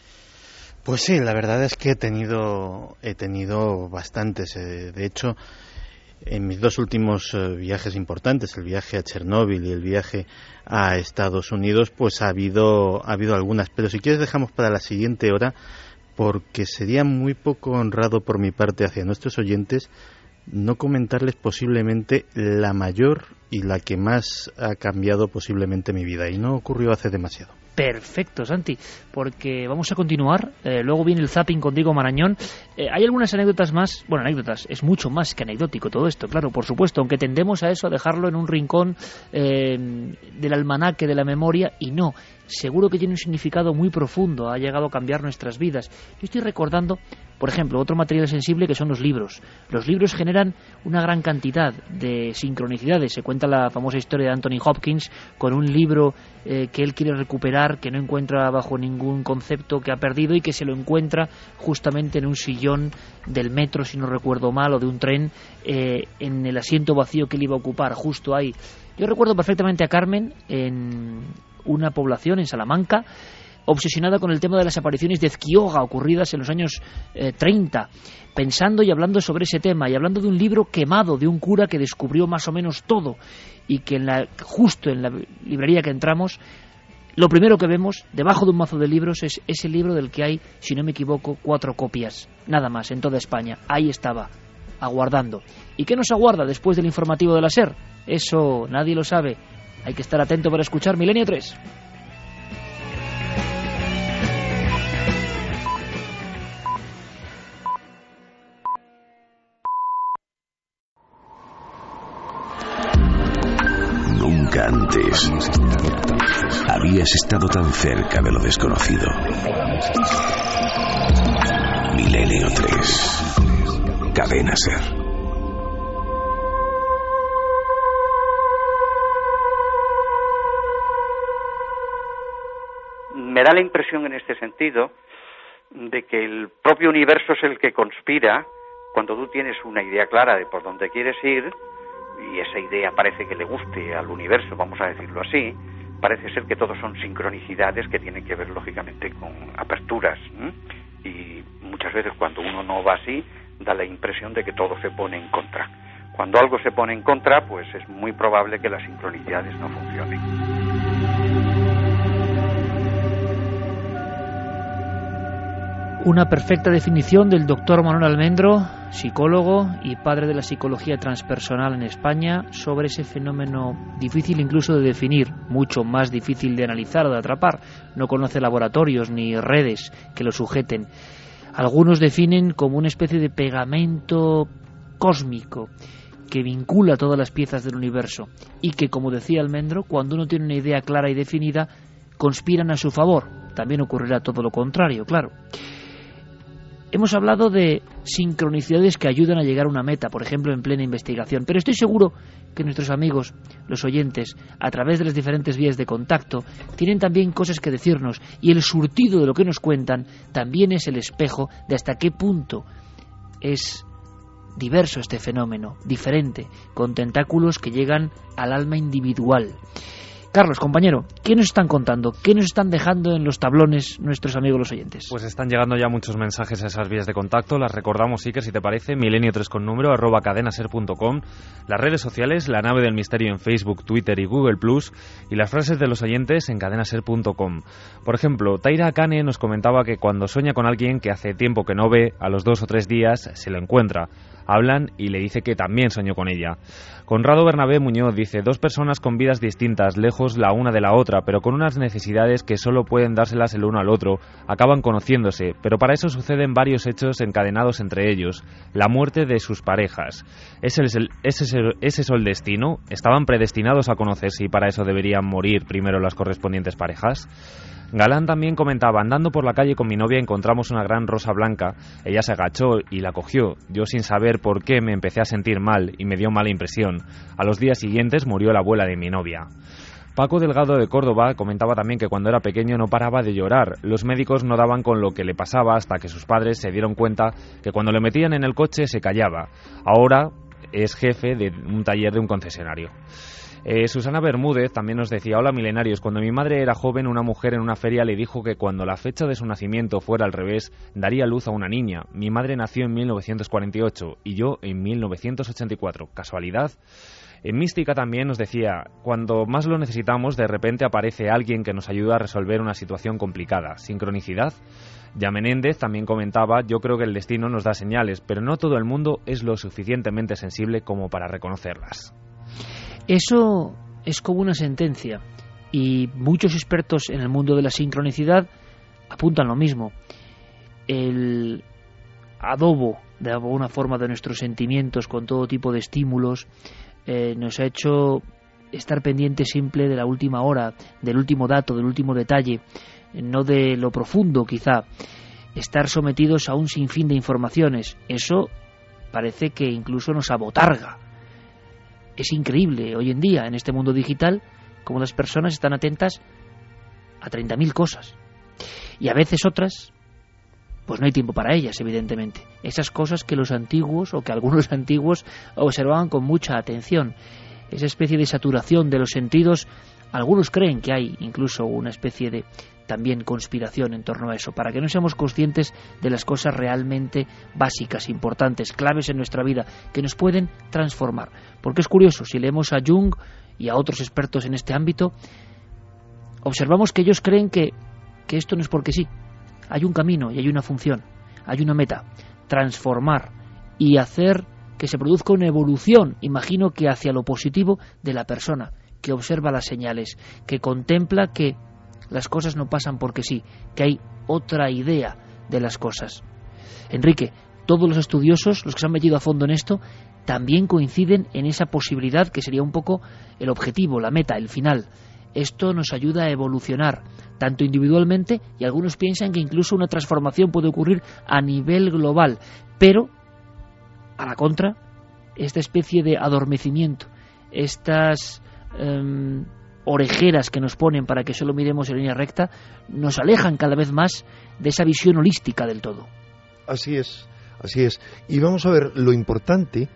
Pues sí, la verdad es que he tenido bastantes. De hecho, en mis 2 últimos viajes importantes, el viaje a Chernóbil y el viaje a Estados Unidos, pues ha habido algunas. Pero si quieres dejamos para la siguiente hora, porque sería muy poco honrado por mi parte hacia nuestros oyentes no comentarles posiblemente la mayor y la que más ha cambiado posiblemente mi vida, y no ocurrió hace demasiado. Perfecto, Santi, porque vamos a continuar. Luego viene el zapping con Diego Marañón. Hay algunas anécdotas más, bueno, anécdotas, es mucho más que anecdótico todo esto, claro, por supuesto, aunque tendemos a eso, a dejarlo en un rincón del almanaque de la memoria, y no, seguro que tiene un significado muy profundo, ha llegado a cambiar nuestras vidas. Yo estoy recordando, por ejemplo, otro material sensible que son los libros. Los libros generan una gran cantidad de sincronicidades. Se cuenta la famosa historia de Anthony Hopkins con un libro que él quiere recuperar, que no encuentra bajo ningún concepto, que ha perdido, y que se lo encuentra justamente en un sillón del metro, si no recuerdo mal, o de un tren, en el asiento vacío que él iba a ocupar, justo ahí. Yo recuerdo perfectamente a Carmen en una población en Salamanca, obsesionada con el tema de las apariciones de Ezquioga ocurridas en los años 30, pensando y hablando sobre ese tema, y hablando de un libro quemado de un cura que descubrió más o menos todo, y que justo en la librería que entramos, lo primero que vemos debajo de un mazo de libros es ese libro del que hay, si no me equivoco, 4 copias, nada más, en toda España. Ahí estaba, aguardando. ¿Y qué nos aguarda después del informativo de la SER? Eso nadie lo sabe. Hay que estar atento para escuchar Milenio 3. Nunca antes habías estado tan cerca de lo desconocido. Milenio 3. Cadena SER. Me da la impresión en este sentido de que el propio universo es el que conspira cuando tú tienes una idea clara de por dónde quieres ir, y esa idea parece que le guste al universo, vamos a decirlo así. Parece ser que todos son sincronicidades que tienen que ver lógicamente con aperturas, y muchas veces cuando uno no va así da la impresión de que todo se pone en contra. Cuando algo se pone en contra, pues es muy probable que las sincronicidades no funcionen. Una perfecta definición del doctor Manuel Almendro, psicólogo y padre de la psicología transpersonal en España, sobre ese fenómeno difícil incluso de definir, mucho más difícil de analizar o de atrapar. No conoce laboratorios ni redes que lo sujeten. Algunos definen como una especie de pegamento cósmico que vincula todas las piezas del universo, y que, como decía Almendro, cuando uno tiene una idea clara y definida, conspiran a su favor. También ocurrirá todo lo contrario, claro. Hemos hablado de sincronicidades que ayudan a llegar a una meta, por ejemplo, en plena investigación, pero estoy seguro que nuestros amigos, los oyentes, a través de las diferentes vías de contacto, tienen también cosas que decirnos, y el surtido de lo que nos cuentan también es el espejo de hasta qué punto es diverso este fenómeno, diferente, con tentáculos que llegan al alma individual. Carlos, compañero, ¿qué nos están contando? ¿Qué nos están dejando en los tablones nuestros amigos los oyentes? Pues están llegando ya muchos mensajes a esas vías de contacto. Las recordamos, Iker, si te parece, milenio3 con número, @cadenaser.com, las redes sociales, La Nave del Misterio en Facebook, Twitter y Google+, y las frases de los oyentes en cadenaser.com. Por ejemplo, Taira Akane nos comentaba que cuando sueña con alguien que hace tiempo que no ve, a los 2 o 3 días se lo encuentra. Hablan y le dice que también soñó con ella. Conrado Bernabé Muñoz dice: 2 personas con vidas distintas, lejos la una de la otra, pero con unas necesidades que solo pueden dárselas el uno al otro, acaban conociéndose, pero para eso suceden varios hechos encadenados entre ellos: la muerte de sus parejas. ¿Es eso el destino? ¿Estaban predestinados a conocerse y para eso deberían morir primero las correspondientes parejas? Galán también comentaba: andando por la calle con mi novia encontramos una gran rosa blanca, ella se agachó y la cogió, yo sin saber por qué me empecé a sentir mal y me dio mala impresión. A los días siguientes murió la abuela de mi novia. Paco Delgado de Córdoba comentaba también que cuando era pequeño no paraba de llorar. Los médicos no daban con lo que le pasaba hasta que sus padres se dieron cuenta que cuando le metían en el coche se callaba. Ahora es jefe de un taller de un concesionario. Susana Bermúdez también nos decía: hola milenarios, cuando mi madre era joven una mujer en una feria le dijo que cuando la fecha de su nacimiento fuera al revés daría luz a una niña. Mi madre nació en 1948 y yo en 1984. ¿Casualidad? En Mística también nos decía: cuando más lo necesitamos de repente aparece alguien que nos ayuda a resolver una situación complicada. ¿Sincronicidad? Ya Menéndez también comentaba: yo creo que el destino nos da señales, pero no todo el mundo es lo suficientemente sensible como para reconocerlas. Eso es como una sentencia, Y muchos expertos en el mundo de la sincronicidad apuntan lo mismo. El adobo de alguna forma de nuestros sentimientos con todo tipo de estímulos nos ha hecho estar pendiente simple de la última hora, del último dato, del último detalle, no de lo profundo quizá. Estar sometidos a un sinfín de informaciones, eso parece que incluso nos abotarga. Es increíble hoy en día, en este mundo digital, cómo las personas están atentas a 30.000 cosas. Y a veces otras, pues no hay tiempo para ellas, evidentemente. Esas cosas que los antiguos, o que algunos antiguos, observaban con mucha atención. Esa especie de saturación de los sentidos, algunos creen que hay incluso una especie de también conspiración en torno a eso, para que no seamos conscientes de las cosas realmente básicas, importantes, claves en nuestra vida, que nos pueden transformar. Porque es curioso, si leemos a Jung y a otros expertos en este ámbito, observamos que ellos creen que esto no es porque sí. Hay un camino y hay una función, hay una meta, transformar y hacer que se produzca una evolución, imagino que hacia lo positivo de la persona, que observa las señales, que contempla que las cosas no pasan porque sí, que hay otra idea de las cosas. Enrique, todos los estudiosos, los que se han metido a fondo en esto, también coinciden en esa posibilidad que sería un poco el objetivo, la meta, el final. Esto nos ayuda a evolucionar, tanto individualmente, y algunos piensan que incluso una transformación puede ocurrir a nivel global, pero, a la contra, esta especie de adormecimiento, estas orejeras que nos ponen para que solo miremos en línea recta, nos alejan cada vez más de esa visión holística del todo. Así es, así es. Y vamos a ver, lo importante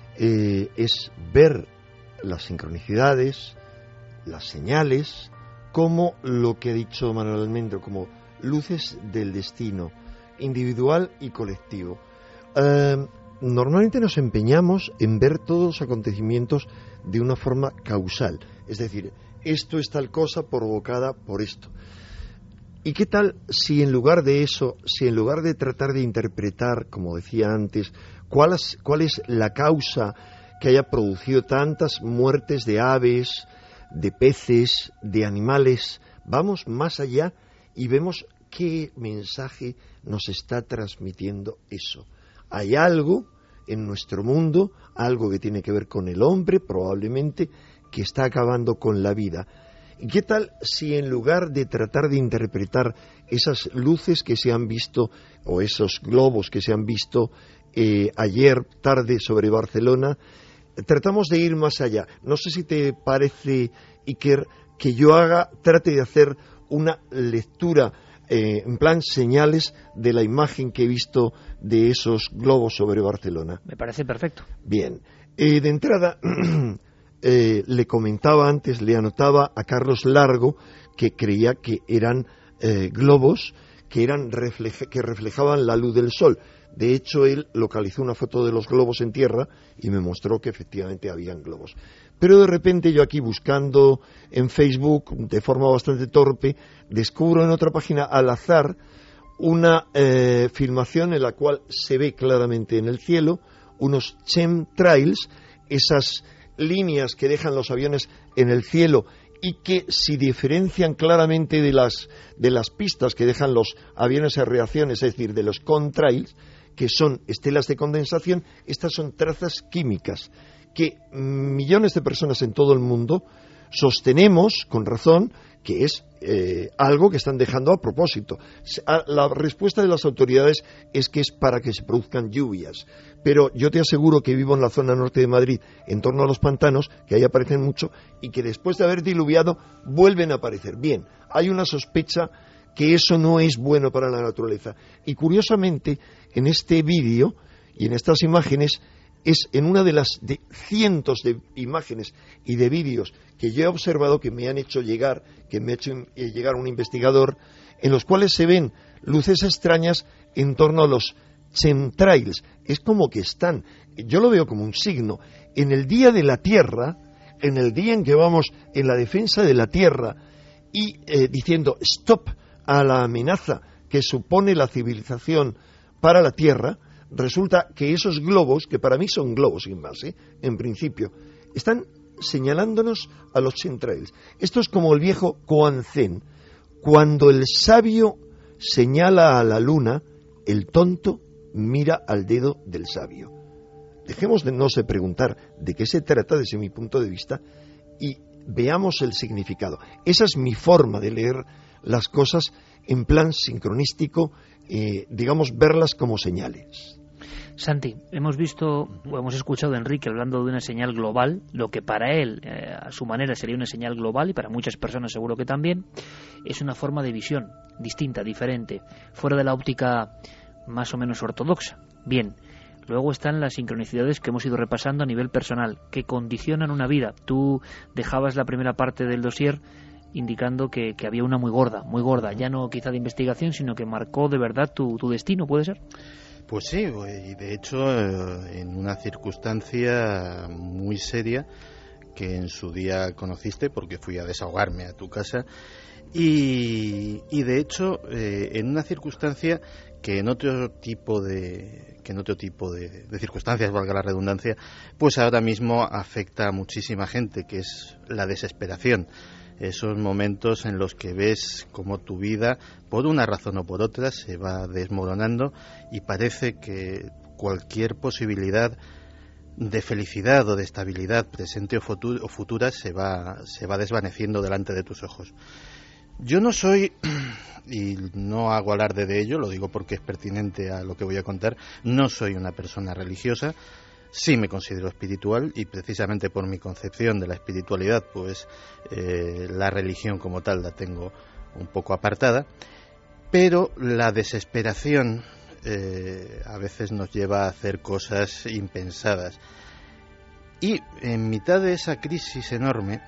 es ver las sincronicidades, las señales, como lo que ha dicho Manuel Almendro, como luces del destino, individual y colectivo. Normalmente nos empeñamos en ver todos los acontecimientos de una forma causal, es decir, esto es tal cosa provocada por esto. ¿Y qué tal si en lugar de eso, si en lugar de tratar de interpretar, como decía antes, cuál es la causa que haya producido tantas muertes de aves, de peces, de animales, vamos más allá y vemos qué mensaje nos está transmitiendo eso? Hay algo en nuestro mundo, algo que tiene que ver con el hombre, probablemente, que está acabando con la vida. ¿Y qué tal si en lugar de tratar de interpretar esas luces que se han visto, o esos globos que se han visto ayer tarde sobre Barcelona, tratamos de ir más allá? No sé si te parece, Iker, que yo trate de hacer una lectura en plan señales de la imagen que he visto de esos globos sobre Barcelona. Me parece perfecto. Bien, de entrada le comentaba antes, le anotaba a Carlos Largo que creía que eran globos que reflejaban la luz del sol. De hecho, él localizó una foto de los globos en tierra y me mostró que efectivamente habían globos. Pero de repente yo aquí buscando en Facebook, de forma bastante torpe, descubro en otra página al azar una filmación en la cual se ve claramente en el cielo unos chemtrails, esas líneas que dejan los aviones en el cielo y que si diferencian claramente de las pistas que dejan los aviones en reacciones, es decir, de los contrails, que son estelas de condensación, estas son trazas químicas que millones de personas en todo el mundo sostenemos, con razón, que es algo que están dejando a propósito. La respuesta de las autoridades es que es para que se produzcan lluvias, pero yo te aseguro que vivo en la zona norte de Madrid, en torno a los pantanos, que ahí aparecen mucho, y que después de haber diluviado vuelven a aparecer. Bien, hay una sospecha que eso no es bueno para la naturaleza. Y curiosamente, en este vídeo y en estas imágenes, es en una de las cientos de imágenes y de vídeos que yo he observado, que me han hecho llegar, que me ha hecho llegar un investigador, en los cuales se ven luces extrañas en torno a los chemtrails. Es como que están, yo lo veo como un signo, en el día de la Tierra, en el día en que vamos en la defensa de la Tierra y diciendo stop a la amenaza que supone la civilización para la Tierra, resulta que esos globos, que para mí son globos sin más, en principio, están señalándonos a los chemtrails. Esto es como el viejo Koan Zen. Cuando el sabio señala a la luna, el tonto mira al dedo del sabio. Dejemos de no preguntar de qué se trata desde mi punto de vista y veamos el significado. Esa es mi forma de leer las cosas en plan sincronístico, digamos, verlas como señales. Santi, hemos escuchado a Enrique hablando de una señal global, lo que para él, a su manera, sería una señal global, y para muchas personas seguro que también, es una forma de visión distinta, diferente, fuera de la óptica más o menos ortodoxa. Bien, luego están las sincronicidades que hemos ido repasando a nivel personal, que condicionan una vida. Tú dejabas la primera parte del dossier indicando que había una muy gorda, ya no quizá de investigación, sino que marcó de verdad tu destino, ¿puede ser? Pues sí, y de hecho en una circunstancia muy seria que en su día conociste, porque fui a desahogarme a tu casa, y de hecho en una circunstancia que en otro tipo de circunstancias, valga la redundancia, pues ahora mismo afecta a muchísima gente, que es la desesperación. Esos momentos en los que ves cómo tu vida, por una razón o por otra, se va desmoronando y parece que cualquier posibilidad de felicidad o de estabilidad presente o futura se va desvaneciendo delante de tus ojos. Yo no soy, y no hago alarde de ello, lo digo porque es pertinente a lo que voy a contar, no soy una persona religiosa. Sí me considero espiritual, y precisamente por mi concepción de la espiritualidad, pues la religión como tal la tengo un poco apartada, pero la desesperación a veces nos lleva a hacer cosas impensadas. Y en mitad de esa crisis enorme,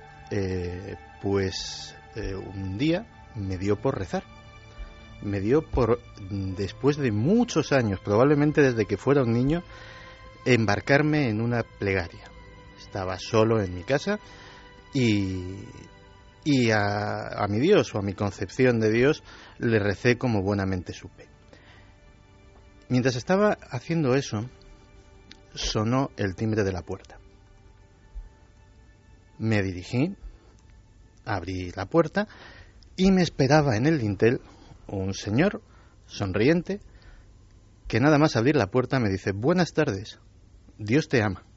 un día me dio por rezar. Me dio por, después de muchos años, probablemente desde que fuera un niño, embarcarme en una plegaria. Estaba solo en mi casa y a mi Dios, o a mi concepción de Dios, le recé como buenamente supe. Mientras estaba haciendo eso, sonó el timbre de la puerta. Me dirigí, abrí la puerta y me esperaba en el dintel un señor sonriente que nada más abrir la puerta me dice: buenas tardes, Dios te ama.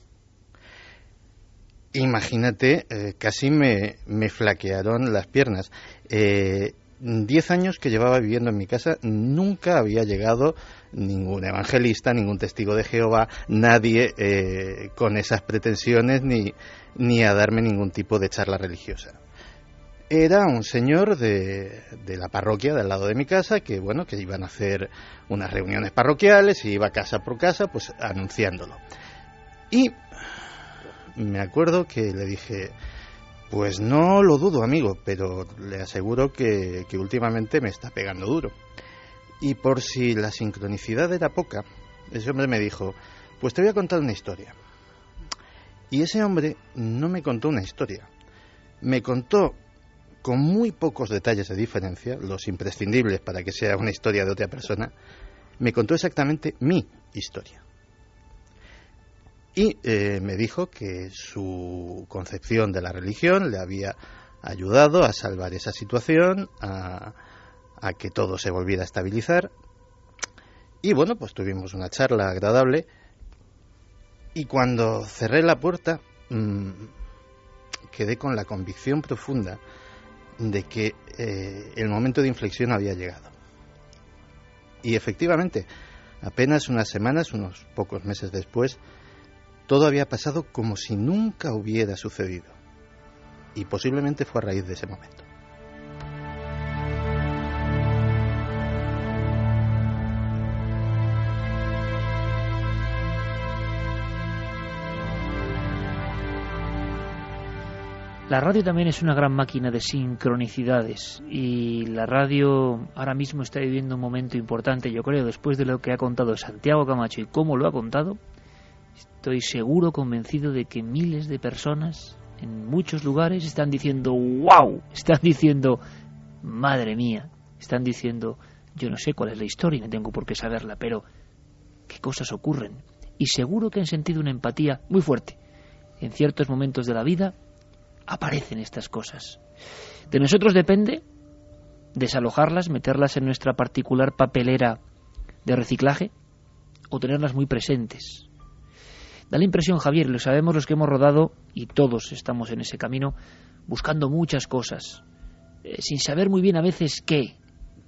Imagínate, casi me flaquearon las piernas. 10 años que llevaba viviendo en mi casa, nunca había llegado ningún evangelista, ningún testigo de Jehová, nadie con esas pretensiones ni a darme ningún tipo de charla religiosa. Era un señor de la parroquia de al lado de mi casa que iban a hacer unas reuniones parroquiales y iba casa por casa pues anunciándolo. Y me acuerdo que le dije: pues no lo dudo, amigo, pero le aseguro que últimamente me está pegando duro. Y por si la sincronicidad era poca, ese hombre me dijo: pues te voy a contar una historia. Y ese hombre no me contó una historia, me contó, con muy pocos detalles de diferencia, los imprescindibles para que sea una historia de otra persona, me contó exactamente mi historia. Y me dijo que su concepción de la religión le había ayudado a salvar esa situación, a que todo se volviera a estabilizar. Y pues tuvimos una charla agradable. Y cuando cerré la puerta, quedé con la convicción profunda de que el momento de inflexión había llegado. Y efectivamente, apenas unas semanas, unos pocos meses después, todo había pasado como si nunca hubiera sucedido. Y posiblemente fue a raíz de ese momento. La radio también es una gran máquina de sincronicidades, y la radio ahora mismo está viviendo un momento importante, yo creo, después de lo que ha contado Santiago Camacho y cómo lo ha contado. Estoy seguro, convencido de que miles de personas en muchos lugares están diciendo ¡wow!, están diciendo ¡madre mía!, están diciendo yo no sé cuál es la historia, no tengo por qué saberla, pero qué cosas ocurren. Y seguro que han sentido una empatía muy fuerte en ciertos momentos de la vida, aparecen estas cosas. De nosotros depende desalojarlas, meterlas en nuestra particular papelera de reciclaje o tenerlas muy presentes. Da la impresión, Javier, lo sabemos los que hemos rodado, y todos estamos en ese camino, buscando muchas cosas, sin saber muy bien a veces qué.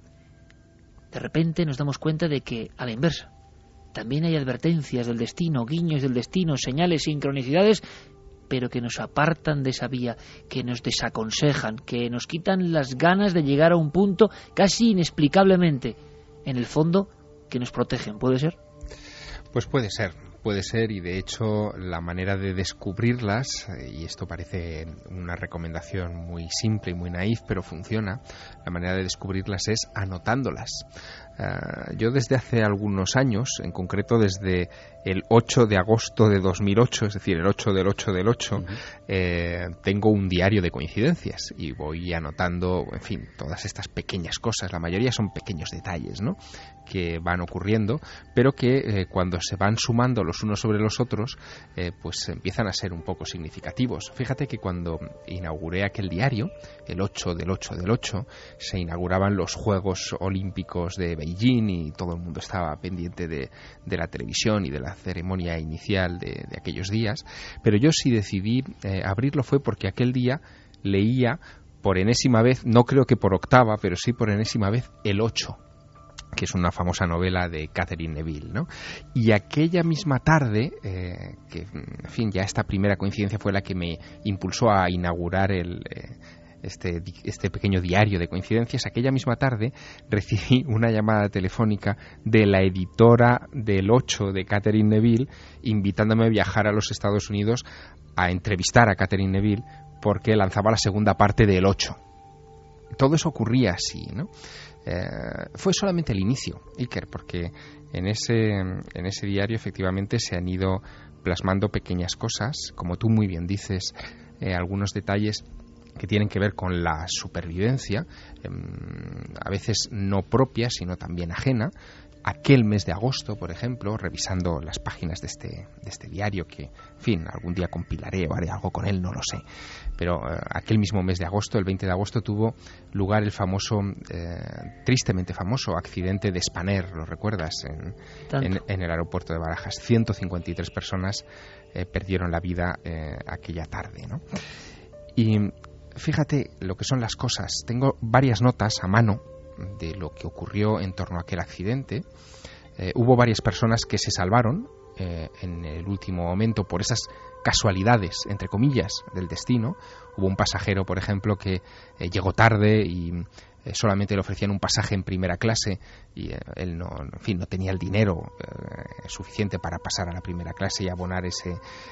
De repente nos damos cuenta de que, a la inversa, también hay advertencias del destino, guiños del destino, señales, sincronicidades, pero que nos apartan de esa vía, que nos desaconsejan, que nos quitan las ganas de llegar a un punto casi inexplicablemente, en el fondo, que nos protegen. ¿Puede ser? Pues puede ser, y de hecho la manera de descubrirlas, y esto parece una recomendación muy simple y muy naif, pero funciona, la manera de descubrirlas es anotándolas. Yo desde hace algunos años, en concreto desde el 8 de agosto de 2008, es decir, el 8 del 8 del 8, tengo un diario de coincidencias y voy anotando, en fin, todas estas pequeñas cosas. La mayoría son pequeños detalles, ¿no?, que van ocurriendo, pero que cuando se van sumando los unos sobre los otros, pues empiezan a ser un poco significativos. Fíjate que cuando inauguré aquel diario, el 8 del 8 del 8, se inauguraban los Juegos Olímpicos de Beijing y todo el mundo estaba pendiente de la televisión y de la ceremonia inicial de aquellos días, pero yo sí decidí abrirlo fue porque aquel día leía por enésima vez, no creo que por octava, pero sí por enésima vez, El 8, que es una famosa novela de Catherine Neville, ¿no? Y aquella misma tarde, que en fin, ya esta primera coincidencia fue la que me impulsó a inaugurar este pequeño diario de coincidencias, aquella misma tarde recibí una llamada telefónica de la editora del 8 de Catherine Neville, invitándome a viajar a los Estados Unidos a entrevistar a Catherine Neville porque lanzaba la segunda parte del 8. Todo eso ocurría así, ¿no? Fue solamente el inicio, Iker, porque en ese diario efectivamente se han ido plasmando pequeñas cosas, como tú muy bien dices, algunos detalles que tienen que ver con la supervivencia, a veces no propia, sino también ajena. Aquel mes de agosto, por ejemplo, revisando las páginas de este diario, que, en fin, algún día compilaré o haré algo con él, no lo sé. Pero aquel mismo mes de agosto, el 20 de agosto, tuvo lugar el famoso, tristemente famoso, accidente de Spanair, ¿lo recuerdas? En el aeropuerto de Barajas. 153 personas perdieron la vida aquella tarde, ¿no? Y fíjate lo que son las cosas. Tengo varias notas a mano de lo que ocurrió en torno a aquel accidente. Hubo varias personas que se salvaron en el último momento por esas casualidades, entre comillas, del destino. Hubo un pasajero, por ejemplo, que llegó tarde y solamente le ofrecían un pasaje en primera clase y él no tenía el dinero suficiente para pasar a la primera clase y abonar ese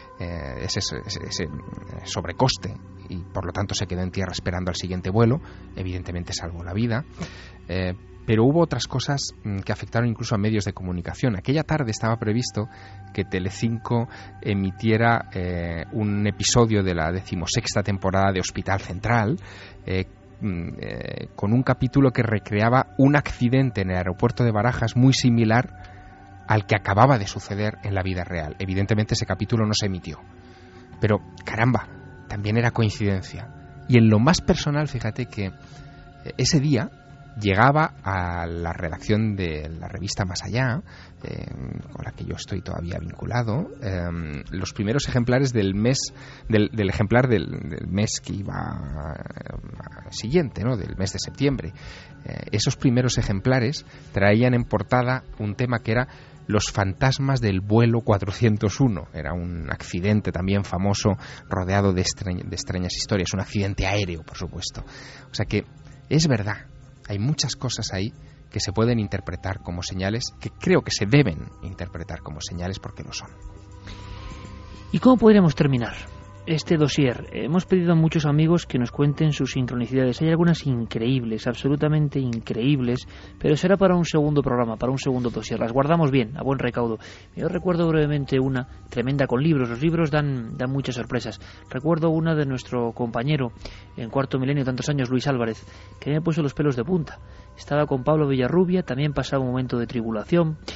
sobrecoste, y por lo tanto se quedó en tierra esperando al siguiente vuelo. Evidentemente salvó la vida, pero hubo otras cosas que afectaron incluso a medios de comunicación. Aquella tarde estaba previsto que Telecinco emitiera un episodio de la 16ª temporada de Hospital Central, con un capítulo que recreaba un accidente en el aeropuerto de Barajas muy similar al que acababa de suceder en la vida real. Evidentemente ese capítulo no se emitió, pero caramba, también era coincidencia. Y en lo más personal, fíjate que ese día llegaba a la redacción de la revista Más Allá, con la que yo estoy todavía vinculado, los primeros ejemplares del ejemplar del mes que iba siguiente, ¿no?, del mes de septiembre. Esos primeros ejemplares traían en portada un tema que era los fantasmas del vuelo 401. Era un accidente también famoso, rodeado de extrañas historias, un accidente aéreo, por supuesto. O sea que es verdad, hay muchas cosas ahí que se pueden interpretar como señales, que creo que se deben interpretar como señales porque lo son. ¿Y cómo podríamos terminar este dossier? Hemos pedido a muchos amigos que nos cuenten sus sincronicidades. Hay algunas increíbles, absolutamente increíbles, pero será para un segundo programa, para un segundo dossier. Las guardamos bien, a buen recaudo. Yo recuerdo brevemente una tremenda con libros. Los libros dan muchas sorpresas. Recuerdo una de nuestro compañero en Cuarto Milenio, tantos años, Luis Álvarez, que me puso los pelos de punta. Estaba con Pablo Villarrubia, también pasaba un momento de tribulación.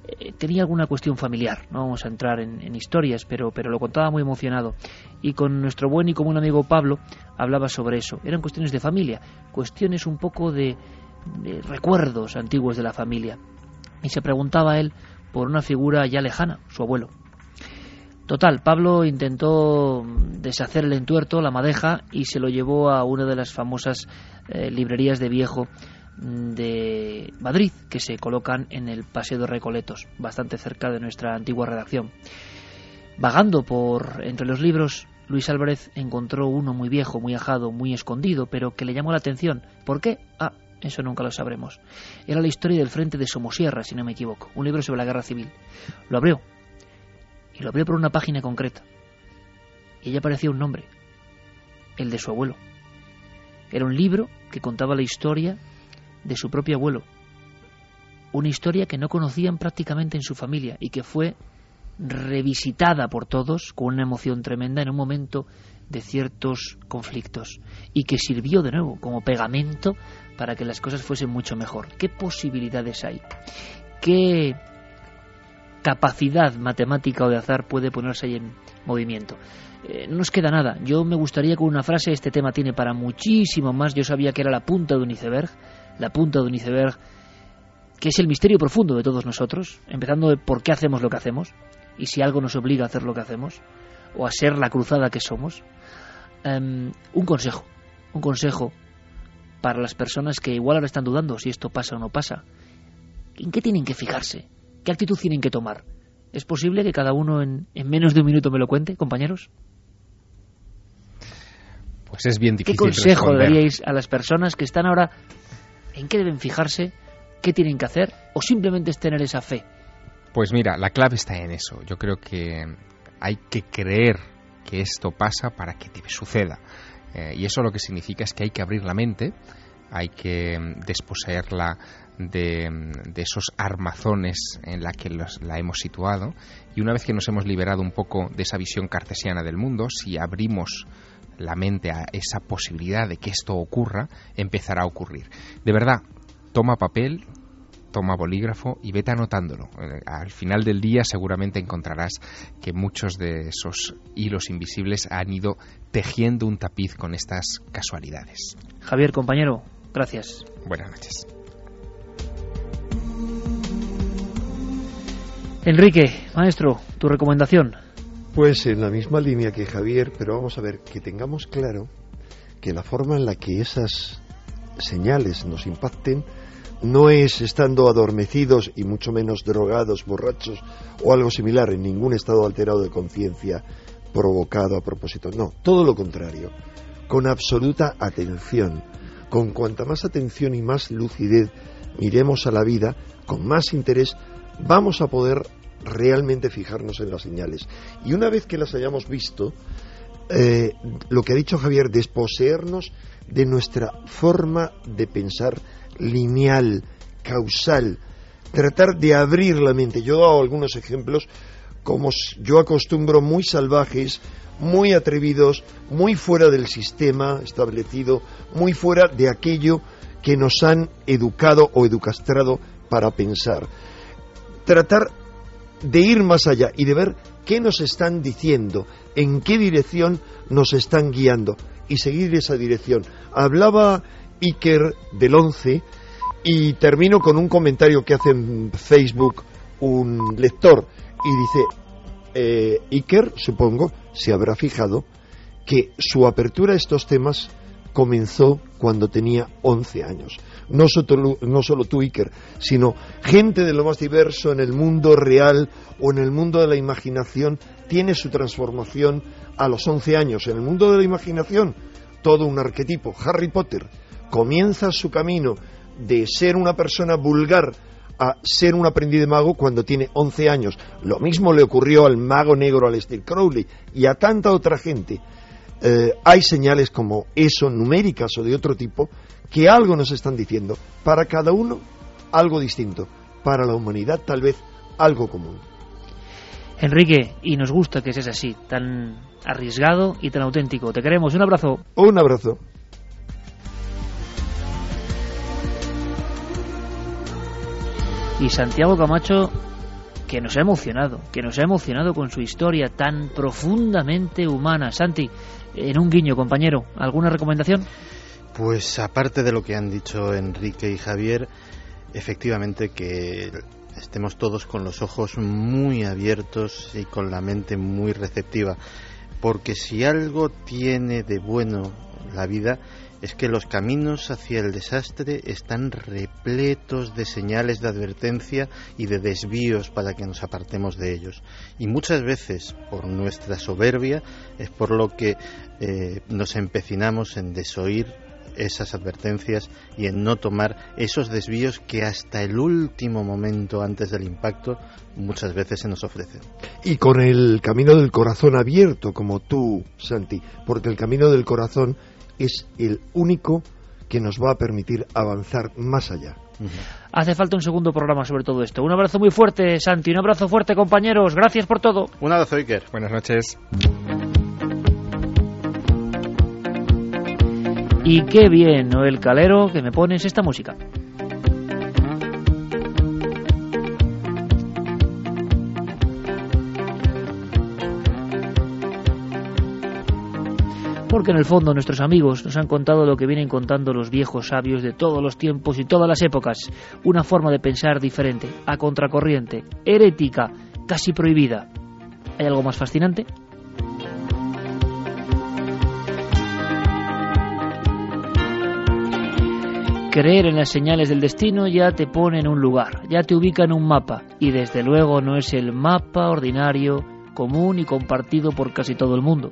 tenía alguna cuestión familiar. No vamos a entrar en historias, pero lo contaba muy emocionado. Y con nuestro buen y común amigo Pablo hablaba sobre eso. Eran cuestiones de familia, cuestiones un poco de recuerdos antiguos de la familia. Y se preguntaba él por una figura ya lejana, su abuelo. Total, Pablo intentó deshacer el entuerto, la madeja, y se lo llevó a una de las famosas librerías de viejo de Madrid, que se colocan en el Paseo de Recoletos, bastante cerca de nuestra antigua redacción. Vagando por entre los libros, Luis Álvarez encontró uno muy viejo, muy ajado, muy escondido, pero que le llamó la atención. ¿Por qué? Eso nunca lo sabremos. Era la historia del frente de Somosierra, si no me equivoco, un libro sobre la guerra civil. Lo abrió, y lo abrió por una página concreta, y allí aparecía un nombre, el de su abuelo. Era un libro que contaba la historia de su propio abuelo, una historia que no conocían prácticamente en su familia y que fue revisitada por todos con una emoción tremenda en un momento de ciertos conflictos, y que sirvió de nuevo como pegamento para que las cosas fuesen mucho mejor. ¿Qué posibilidades hay? ¿Qué capacidad matemática o de azar puede ponerse ahí en movimiento? No nos queda nada. Yo me gustaría con una frase, este tema tiene para muchísimo más. Yo sabía que era la punta de un iceberg, que es el misterio profundo de todos nosotros, empezando de por qué hacemos lo que hacemos, y si algo nos obliga a hacer lo que hacemos, o a ser la cruzada que somos. Un consejo para las personas que igual ahora están dudando si esto pasa o no pasa. ¿En qué tienen que fijarse? ¿Qué actitud tienen que tomar? ¿Es posible que cada uno en menos de un minuto me lo cuente, compañeros? Pues es bien difícil. ¿Qué consejo responder. daríais a las personas que están ahora? ¿En qué deben fijarse? ¿Qué tienen que hacer? ¿O simplemente es tener esa fe? Pues mira, la clave está en eso. Yo creo que hay que creer que esto pasa para que te suceda. Y eso lo que significa es que hay que abrir la mente, hay que desposeerla de esos armazones en la que la hemos situado, y una vez que nos hemos liberado un poco de esa visión cartesiana del mundo, si abrimos la mente a esa posibilidad de que esto ocurra, empezará a ocurrir. De verdad, toma papel, toma bolígrafo y vete anotándolo. Al final del día seguramente encontrarás que muchos de esos hilos invisibles han ido tejiendo un tapiz con estas casualidades. Javier, compañero, gracias. Buenas noches. Enrique, maestro, tu recomendación. Pues en la misma línea que Javier, pero vamos a ver, que tengamos claro que la forma en la que esas señales nos impacten no es estando adormecidos y mucho menos drogados, borrachos o algo similar, en ningún estado alterado de conciencia provocado a propósito. No, todo lo contrario, con absoluta atención. Con cuanta más atención y más lucidez miremos a la vida, con más interés vamos a poder realmente fijarnos en las señales. Y una vez que las hayamos visto, lo que ha dicho Javier, desposeernos de nuestra forma de pensar lineal, causal, tratar de abrir la mente. Yo he dado algunos ejemplos, como yo acostumbro, muy salvajes, muy atrevidos, muy fuera del sistema establecido, muy fuera de aquello que nos han educado o educastrado para pensar. Tratar de ir más allá y de ver qué nos están diciendo, en qué dirección nos están guiando, y seguir esa dirección. Hablaba Iker del 11 y termino con un comentario que hace en Facebook un lector y dice, Iker, supongo, se habrá fijado que su apertura a estos temas comenzó cuando tenía 11 años. No solo tú, Iker, sino gente de lo más diverso en el mundo real o en el mundo de la imaginación tiene su transformación a los 11 años. En el mundo de la imaginación, todo un arquetipo. Harry Potter comienza su camino de ser una persona vulgar a ser un aprendiz de mago cuando tiene 11 años. Lo mismo le ocurrió al mago negro Aleister Crowley y a tanta otra gente. Hay señales como eso, numéricas o de otro tipo, que algo nos están diciendo. Para cada uno, algo distinto. Para la humanidad, tal vez, algo común. Enrique, y nos gusta que seas así, tan arriesgado y tan auténtico. Te queremos. Un abrazo. Un abrazo. Y Santiago Camacho que nos ha emocionado con su historia tan profundamente humana. Santi, en un guiño, compañero, ¿alguna recomendación? Pues aparte de lo que han dicho Enrique y Javier, efectivamente que estemos todos con los ojos muy abiertos y con la mente muy receptiva, porque si algo tiene de bueno la vida es que los caminos hacia el desastre están repletos de señales de advertencia y de desvíos para que nos apartemos de ellos. Y muchas veces, por nuestra soberbia, es por lo que nos empecinamos en desoír esas advertencias y en no tomar esos desvíos que hasta el último momento antes del impacto muchas veces se nos ofrecen. Y con el camino del corazón abierto, como tú, Santi, porque el camino del corazón es el único que nos va a permitir avanzar más allá. Hace falta un segundo programa sobre todo esto. Un abrazo muy fuerte, Santi, un abrazo fuerte, compañeros. Gracias por todo. Un abrazo, Iker. Buenas noches. Y qué bien, Noel Calero, que me pones esta música. Porque en el fondo nuestros amigos nos han contado lo que vienen contando los viejos sabios de todos los tiempos y todas las épocas. Una forma de pensar diferente, a contracorriente, herética, casi prohibida. ¿Hay algo más fascinante? Creer en las señales del destino ya te pone en un lugar, ya te ubica en un mapa, y desde luego no es el mapa ordinario, común y compartido por casi todo el mundo.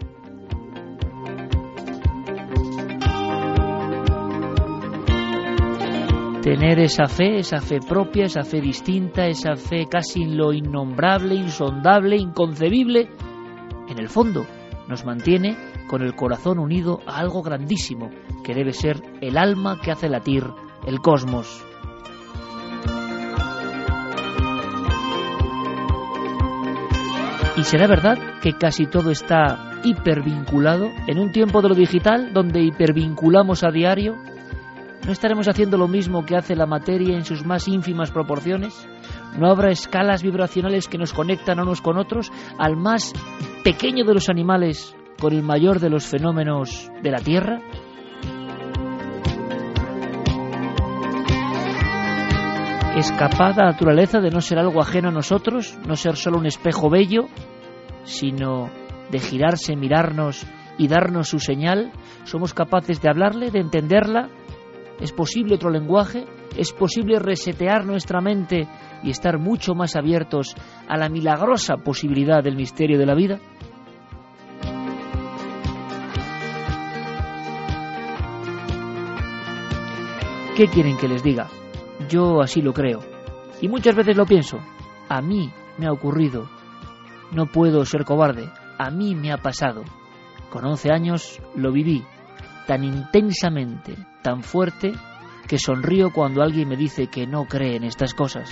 Tener esa fe propia, esa fe distinta, esa fe casi en lo innombrable, insondable, inconcebible, en el fondo nos mantiene con el corazón unido a algo grandísimo, que debe ser el alma que hace latir el cosmos. ¿Y será verdad que casi todo está hipervinculado en un tiempo de lo digital, donde hipervinculamos a diario? ¿No estaremos haciendo lo mismo que hace la materia en sus más ínfimas proporciones? ¿No habrá escalas vibracionales que nos conectan unos con otros, al más pequeño de los animales con el mayor de los fenómenos de la Tierra? ¿Es capaz la naturaleza de no ser algo ajeno a nosotros, no ser solo un espejo bello, sino de girarse, mirarnos y darnos su señal? ¿Somos capaces de hablarle, de entenderla? ¿Es posible otro lenguaje? ¿Es posible resetear nuestra mente y estar mucho más abiertos a la milagrosa posibilidad del misterio de la vida? ¿Qué quieren que les diga? Yo así lo creo. Y muchas veces lo pienso. A mí me ha ocurrido. No puedo ser cobarde. A mí me ha pasado. Con 11 años lo viví. Tan intensamente, tan fuerte, que sonrío cuando alguien me dice que no cree en estas cosas.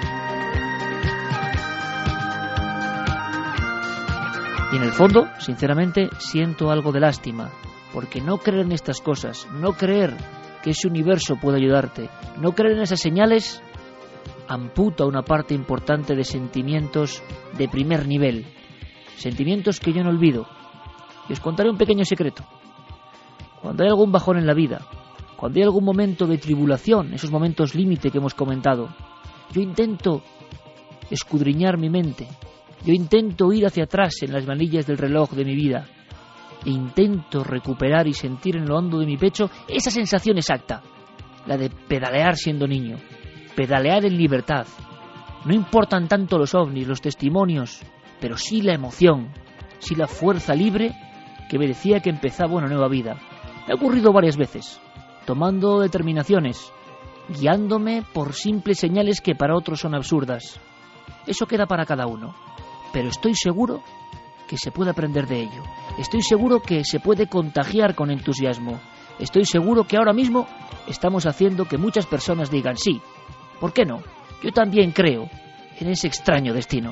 Y en el fondo, sinceramente, siento algo de lástima, porque no creer en estas cosas, no creer que ese universo puede ayudarte, no creer en esas señales, amputa una parte importante de sentimientos de primer nivel, sentimientos que yo no olvido. Y os contaré un pequeño secreto. Cuando hay algún bajón en la vida, cuando hay algún momento de tribulación, esos momentos límite que hemos comentado, yo intento escudriñar mi mente, yo intento ir hacia atrás en las manillas del reloj de mi vida e intento recuperar y sentir en lo hondo de mi pecho esa sensación exacta, la de pedalear siendo niño, pedalear en libertad. No importan tanto los ovnis, los testimonios, pero sí la emoción, sí la fuerza libre que me decía que empezaba una nueva vida. Me ha ocurrido varias veces, tomando determinaciones, guiándome por simples señales que para otros son absurdas. Eso queda para cada uno, pero estoy seguro que se puede aprender de ello. Estoy seguro que se puede contagiar con entusiasmo. Estoy seguro que ahora mismo estamos haciendo que muchas personas digan sí, ¿por qué no? Yo también creo en ese extraño destino.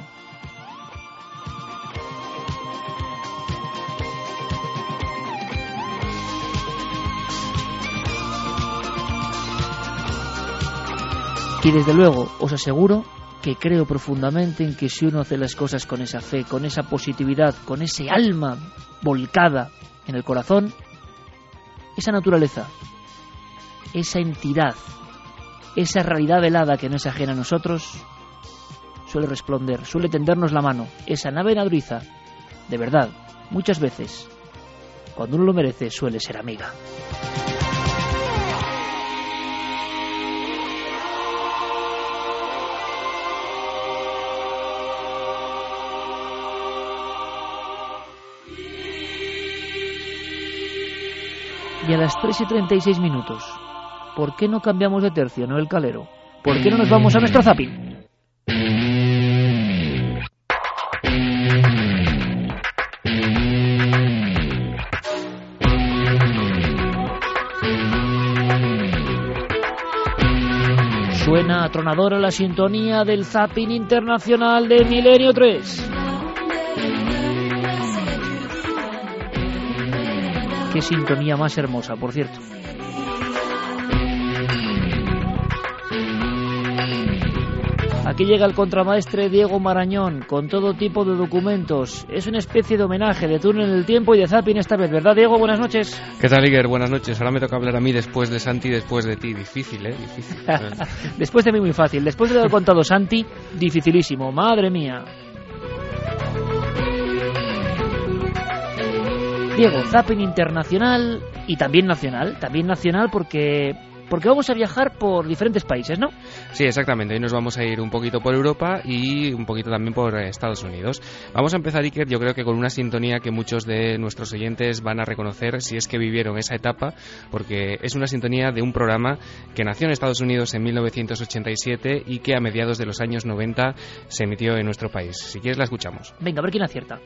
Y desde luego os aseguro que creo profundamente en que si uno hace las cosas con esa fe, con esa positividad, con ese alma volcada en el corazón, esa naturaleza, esa entidad, esa realidad velada que no es ajena a nosotros, suele responder, suele tendernos la mano. Esa nave nodriza, de verdad, muchas veces, cuando uno lo merece, suele ser amiga. Y a las 3:36, ¿por qué no cambiamos de tercio, no el calero? ¿Por qué no nos vamos a nuestro zapping? Suena atronadora la sintonía del zapping internacional de Milenio 3. Qué sintonía más hermosa, por cierto. Aquí llega el contramaestre Diego Marañón con todo tipo de documentos. Es una especie de homenaje, de túnel en el tiempo y de zapping esta vez, ¿verdad, Diego? Buenas noches. ¿Qué tal, Iker? Buenas noches. Ahora me toca hablar a mí después de Santi, después de ti. Difícil, ¿eh? Difícil. Después de mí muy fácil. Después de haber contado Santi, dificilísimo. Madre mía. Diego, zapping internacional y también nacional porque vamos a viajar por diferentes países, ¿no? Sí, exactamente. Hoy nos vamos a ir un poquito por Europa y un poquito también por Estados Unidos. Vamos a empezar, Iker, yo creo que con una sintonía que muchos de nuestros oyentes van a reconocer si es que vivieron esa etapa, porque es una sintonía de un programa que nació en Estados Unidos en 1987 y que a mediados de los años 90 se emitió en nuestro país. Si quieres la escuchamos. Venga, a ver quién acierta.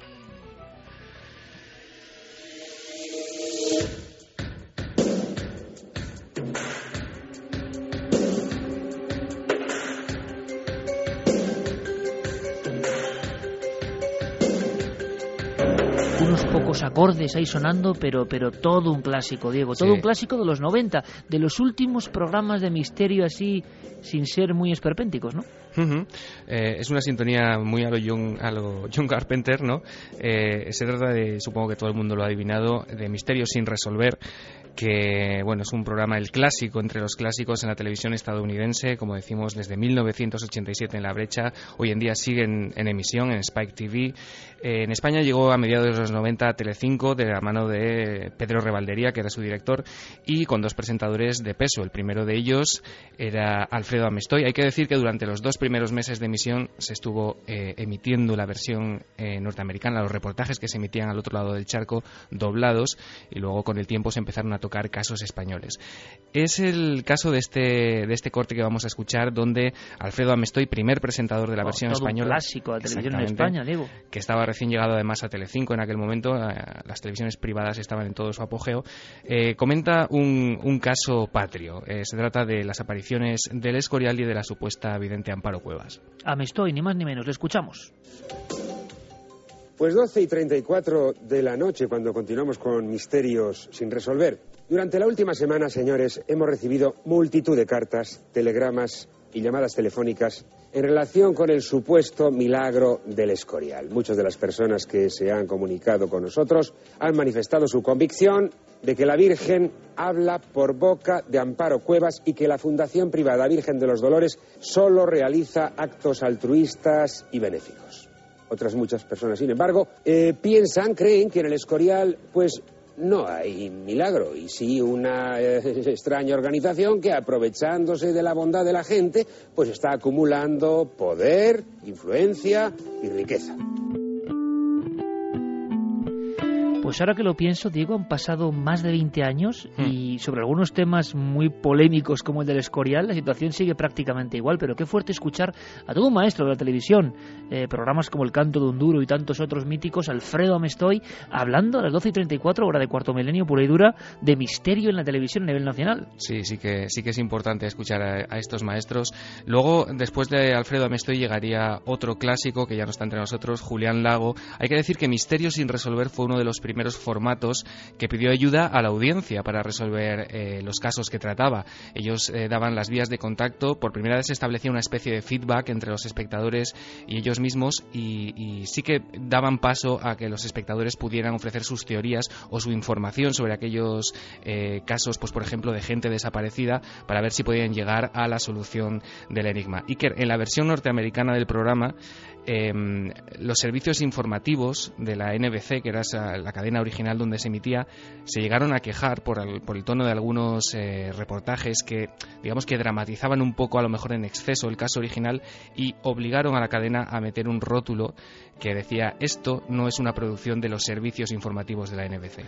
Unos pocos acordes ahí sonando, pero todo un clásico, Diego, todo un clásico de los 90, de los últimos programas de misterio así, sin ser muy esperpénticos, ¿no? Es una sintonía muy a lo John Carpenter, ¿no? Se trata de, supongo que todo el mundo lo ha adivinado, de Misterios sin resolver, que bueno, es un programa, el clásico entre los clásicos en la televisión estadounidense, como decimos, desde 1987 en La Brecha, hoy en día sigue en emisión en Spike TV. En España llegó a mediados de los 90 a Telecinco de la mano de Pedro Revaldería, que era su director, y con dos presentadores de peso. El primero de ellos era Alfredo Amestoy. Hay que decir que durante los 2 primeros meses de emisión se estuvo emitiendo la versión norteamericana, los reportajes que se emitían al otro lado del charco doblados, y luego con el tiempo se empezaron a tocar casos españoles. Es el caso de este corte que vamos a escuchar, donde Alfredo Amestoy, primer presentador de la versión española, un clásico de la televisión en España, Diego, que estaba recién llegado además a Telecinco en aquel momento, las televisiones privadas estaban en todo su apogeo, comenta un caso patrio. Se trata de las apariciones del Escorial y de la supuesta vidente Amparo Cuevas. Amestoy, ni más ni menos, le escuchamos. Pues 12:34 de la noche, cuando continuamos con Misterios sin resolver. Durante la última semana, señores, hemos recibido multitud de cartas, telegramas y llamadas telefónicas en relación con el supuesto milagro del Escorial. Muchas de las personas que se han comunicado con nosotros han manifestado su convicción de que la Virgen habla por boca de Amparo Cuevas y que la Fundación Privada Virgen de los Dolores solo realiza actos altruistas y benéficos. Otras muchas personas, sin embargo, creen que en el Escorial, pues, no hay milagro, y sí una extraña organización que, aprovechándose de la bondad de la gente, pues está acumulando poder, influencia y riqueza. Pues ahora que lo pienso, Diego, han pasado más de 20 años y sobre algunos temas muy polémicos como el del Escorial, la situación sigue prácticamente igual, pero qué fuerte escuchar a todo un maestro de la televisión, programas como El Canto de un Duro y tantos otros míticos, Alfredo Amestoy, hablando a las 12:34, hora de Cuarto Milenio, pura y dura, de misterio en la televisión a nivel nacional. Sí que es importante escuchar a estos maestros. Luego, después de Alfredo Amestoy, llegaría otro clásico que ya no está entre nosotros, Julián Lago. Hay que decir que Misterios sin resolver fue uno de los primeros primeros formatos que pidió ayuda a la audiencia para resolver los casos que trataba. Ellos daban las vías de contacto. Por primera vez se establecía una especie de feedback entre los espectadores y ellos mismos, y sí que daban paso a que los espectadores pudieran ofrecer sus teorías o su información sobre aquellos casos, pues por ejemplo, de gente desaparecida, para ver si podían llegar a la solución del enigma. Iker, en la versión norteamericana del programa, los servicios informativos de la NBC, que era la cadena original donde se emitía, se llegaron a quejar por el tono de algunos reportajes que, digamos, que dramatizaban un poco, a lo mejor en exceso, el caso original, y obligaron a la cadena a meter un rótulo que decía: esto no es una producción de los servicios informativos de la NBC.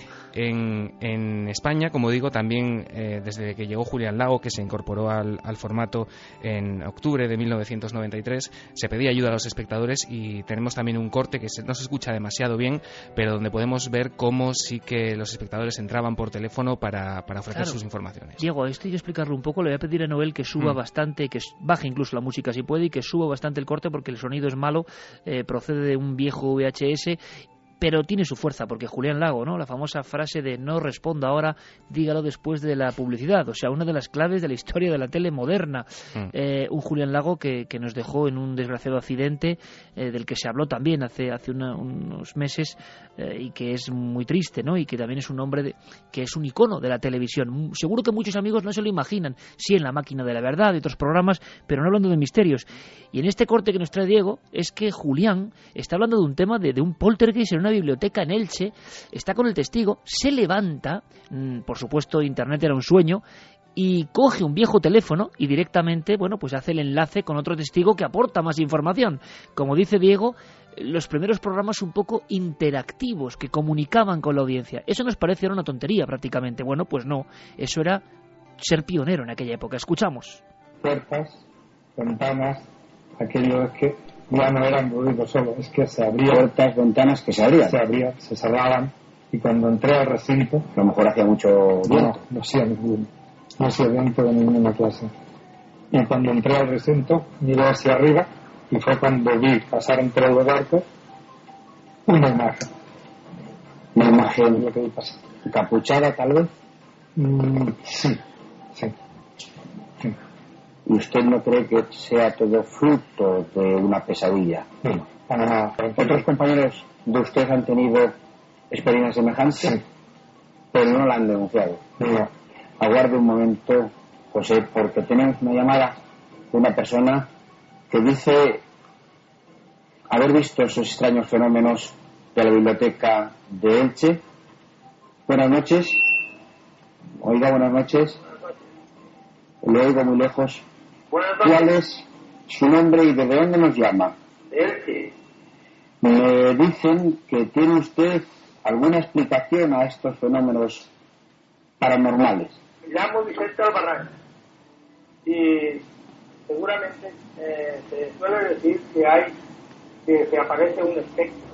En España, como digo, también desde que llegó Julián Lago, que se incorporó al formato en octubre de 1993, se pedía ayuda a los espectadores, y tenemos también un corte que no se escucha demasiado bien, pero donde podemos ver cómo sí que los espectadores entraban por teléfono para ofrecer sus informaciones. Diego, esto hay que explicarlo un poco. Le voy a pedir a Noel que suba bastante, que baje incluso la música si puede, y que suba bastante el corte, porque el sonido es malo, procede de un viejo VHS, pero tiene su fuerza, porque Julián Lago, ¿no? La famosa frase de no responda ahora, dígalo después de la publicidad. O sea, una de las claves de la historia de la tele moderna. Un Julián Lago que nos dejó en un desgraciado accidente, del que se habló también hace unos meses, y que es muy triste, ¿no? Y que también es un hombre que es un icono de la televisión. Seguro que muchos amigos no se lo imaginan. Sí, en La Máquina de la Verdad y otros programas, pero no hablando de misterios. Y en este corte que nos trae Diego, es que Julián está hablando de un tema de un poltergeist en una biblioteca en Elche. Está con el testigo, se levanta, por supuesto Internet era un sueño, y coge un viejo teléfono y directamente, bueno, pues hace el enlace con otro testigo que aporta más información. Como dice Diego, los primeros programas un poco interactivos que comunicaban con la audiencia. Eso nos parece una tontería prácticamente. Bueno, pues no, eso era ser pionero en aquella época. Escuchamos. Puertas, ventanas, aquello es que ya no eran ruidos solo, es que se abrían. Puertas, ventanas que se abrían. Se abrían, se cerraban, y cuando entré al recinto... A lo mejor hacía mucho viento. No hacía ninguno. No hacía viento de ninguna clase. Y cuando entré al recinto, miré hacia arriba, y fue cuando vi pasar entre los barcos una imagen. Una imagen, lo que vi pasar. ¿Encapuchada, tal vez? Sí. ¿Y usted no cree que sea todo fruto de una pesadilla? No, para nada. ¿Otros compañeros de usted han tenido experiencias semejantes? Sí. Pero no la han denunciado. No. Aguarde un momento, José, porque tenemos una llamada de una persona que dice haber visto esos extraños fenómenos de la biblioteca de Elche. Buenas noches. Oiga, buenas noches. Le oigo muy lejos. ¿Cuál es su nombre y desde dónde nos llama? Elche. Me dicen que tiene usted alguna explicación a estos fenómenos paranormales. Me llamo Vicente Albarrán y seguramente se suele decir que se aparece un espectro.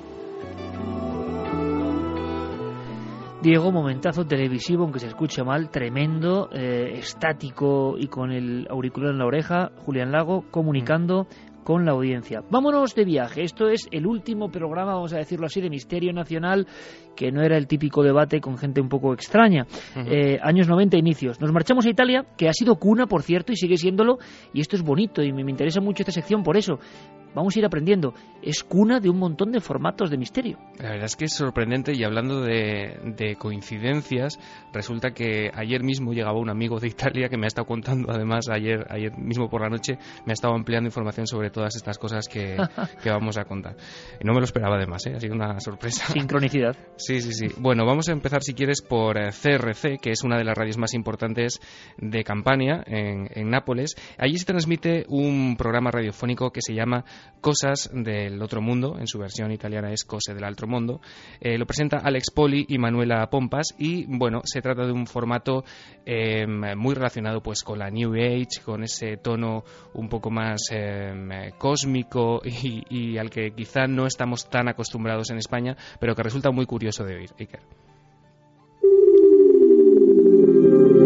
Diego, momentazo televisivo, aunque se escuche mal, tremendo, estático y con el auricular en la oreja. Julián Lago comunicando con la audiencia. Vámonos de viaje. Esto es el último programa, vamos a decirlo así, de Misterio Nacional, que no era el típico debate con gente un poco extraña. Años 90, inicios. Nos marchamos a Italia, que ha sido cuna, por cierto, y sigue siéndolo, y esto es bonito, y me interesa mucho esta sección por eso. Vamos a ir aprendiendo. Es cuna de un montón de formatos de misterio. La verdad es que es sorprendente, y hablando de coincidencias, resulta que ayer mismo llegaba un amigo de Italia que me ha estado contando, además, ayer mismo por la noche, me ha estado ampliando información sobre todas estas cosas que vamos a contar. Y no me lo esperaba además, ha sido una sorpresa. Sincronicidad. Sí. Bueno, vamos a empezar, si quieres, por CRC, que es una de las radios más importantes de Campania, en Nápoles. Allí se transmite un programa radiofónico que se llama Cosas del Otro Mundo, en su versión italiana es Cose dell'Altro Mondo. Lo presenta Alex Poli y Manuela Pompas, y bueno, se trata de un formato muy relacionado pues con la New Age, con ese tono un poco más cósmico y al que quizá no estamos tan acostumbrados en España, pero que resulta muy curioso de oír. Iker.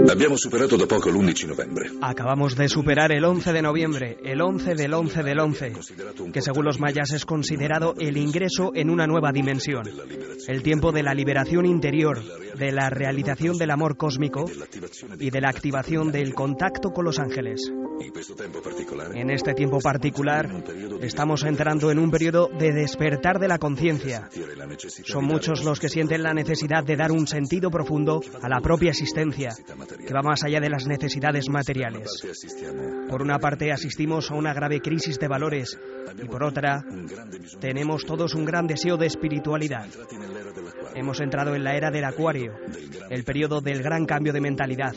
Abbiamo superato da poco l'11 novembre. Acabamos de superar el 11 de noviembre, el 11 del 11 del 11, que según los mayas es considerado el ingreso en una nueva dimensión. El tiempo de la liberación interior, de la realización del amor cósmico y de la activación del contacto con los ángeles. En este tiempo particular estamos entrando en un periodo de despertar de la conciencia. Son muchos los que sienten la necesidad de dar un sentido profundo a la propia existencia, que va más allá de las necesidades materiales. Por una parte asistimos a una grave crisis de valores y por otra tenemos todos un gran deseo de espiritualidad. Hemos entrado en la era del Acuario, el periodo del gran cambio de mentalidad.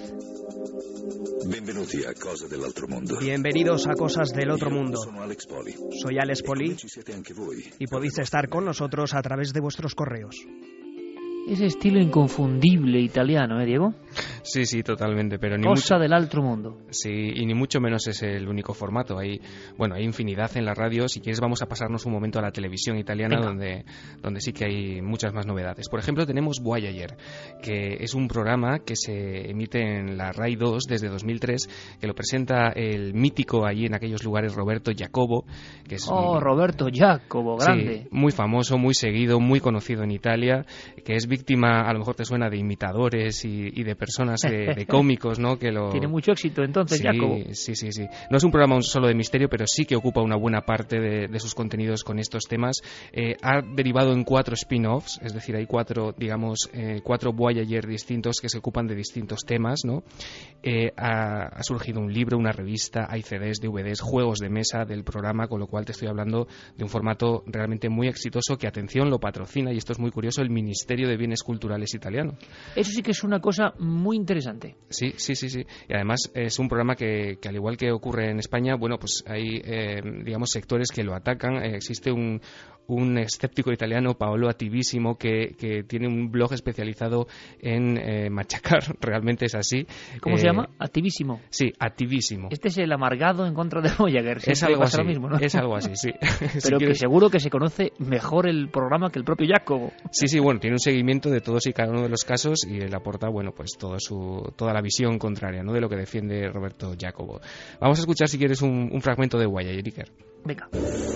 Bienvenidos a Cosas del Otro Mundo. Soy Alex Poli y podéis estar con nosotros a través de vuestros correos. Ese estilo inconfundible italiano, Diego? Sí, totalmente, pero Cosa del altro mundo. Sí, y ni mucho menos es el único formato. Hay infinidad en la radio. Si quieres vamos a pasarnos un momento a la televisión italiana donde sí que hay muchas más novedades. Por ejemplo, tenemos Voyager, que es un programa que se emite en la Rai 2 desde 2003, que lo presenta el mítico allí en aquellos lugares Roberto Giacobo, que es Roberto Giacobo, grande. Sí, muy famoso, muy seguido, muy conocido en Italia, que es víctima, a lo mejor te suena, de imitadores y de personas, de cómicos, ¿no? Que Tiene mucho éxito entonces, Giacobo. Sí. No es un programa solo de misterio, pero sí que ocupa una buena parte de sus contenidos con estos temas. Ha derivado en 4 spin-offs, es decir, hay 4 Voyager distintos que se ocupan de distintos temas, ¿no? Ha surgido un libro, una revista, hay CDs, DVDs, juegos de mesa del programa, con lo cual te estoy hablando de un formato realmente muy exitoso que, atención, lo patrocina, y esto es muy curioso, el Ministerio de Bienes Culturales italiano. Eso sí que es una cosa muy interesante. Sí. Y además es un programa que al igual que ocurre en España, bueno, pues hay, sectores que lo atacan. Existe un escéptico italiano, Paolo Attivissimo, que tiene un blog especializado en machacar, realmente es así. ¿Cómo se llama? Attivissimo. Sí, Attivissimo. Este es el amargado en contra de Voyager. Es algo así, lo mismo, ¿no? Es algo así, sí. Pero que seguro que se conoce mejor el programa que el propio Giacobo. Sí, bueno, tiene un seguimiento de todos y cada uno de los casos y él aporta, bueno, pues toda la visión contraria, ¿no?, de lo que defiende Roberto Giacobo. Vamos a escuchar, si quieres, un fragmento de Voyager, Iker. Venga.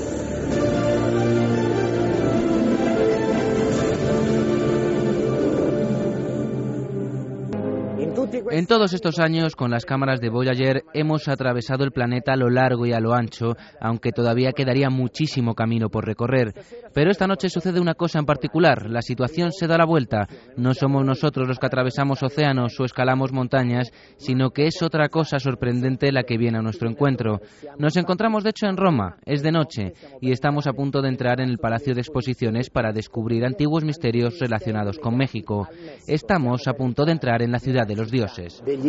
En todos estos años, con las cámaras de Voyager, hemos atravesado el planeta a lo largo y a lo ancho, aunque todavía quedaría muchísimo camino por recorrer. Pero esta noche sucede una cosa en particular, la situación se da la vuelta. No somos nosotros los que atravesamos océanos o escalamos montañas, sino que es otra cosa sorprendente la que viene a nuestro encuentro. Nos encontramos, de hecho, en Roma, es de noche, y estamos a punto de entrar en el Palacio de Exposiciones para descubrir antiguos misterios relacionados con México. Estamos a punto de entrar en la ciudad de los dioses.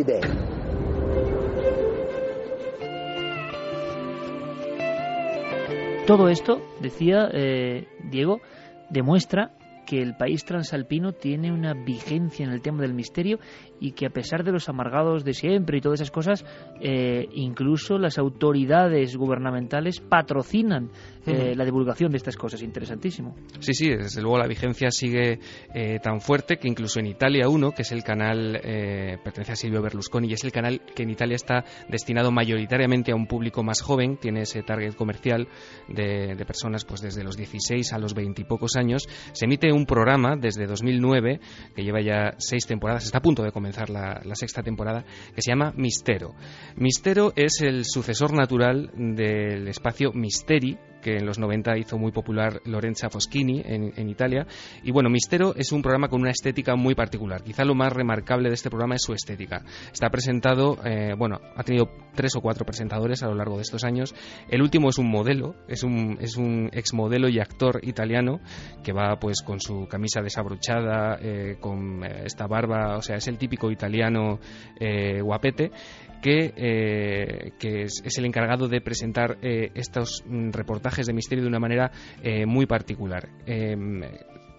Todo esto, decía Diego, demuestra que el país transalpino tiene una vigencia en el tema del misterio y que, a pesar de los amargados de siempre y todas esas cosas, incluso las autoridades gubernamentales patrocinan la divulgación de estas cosas. Interesantísimo. Sí, desde luego la vigencia sigue tan fuerte que incluso en Italia 1, que es el canal, pertenece a Silvio Berlusconi, y es el canal que en Italia está destinado mayoritariamente a un público más joven, tiene ese target comercial de personas pues desde los 16 a los 20 y pocos años. Se emite un programa desde 2009 que lleva ya 6 temporadas, está a punto de comenzar la 6ª temporada, que se llama Mistero. Mistero es el sucesor natural del espacio Misteri, que en los 90 hizo muy popular Lorenza Foschini en Italia. Y bueno, Mistero es un programa con una estética muy particular. Quizá lo más remarcable de este programa es su estética. Está presentado, ha tenido 3 o 4 presentadores a lo largo de estos años. El último es un modelo, es un exmodelo y actor italiano que va pues con su camisa desabrochada, con esta barba, o sea, es el típico italiano guapete, que es el encargado de presentar estos reportajes de misterio de una manera muy particular.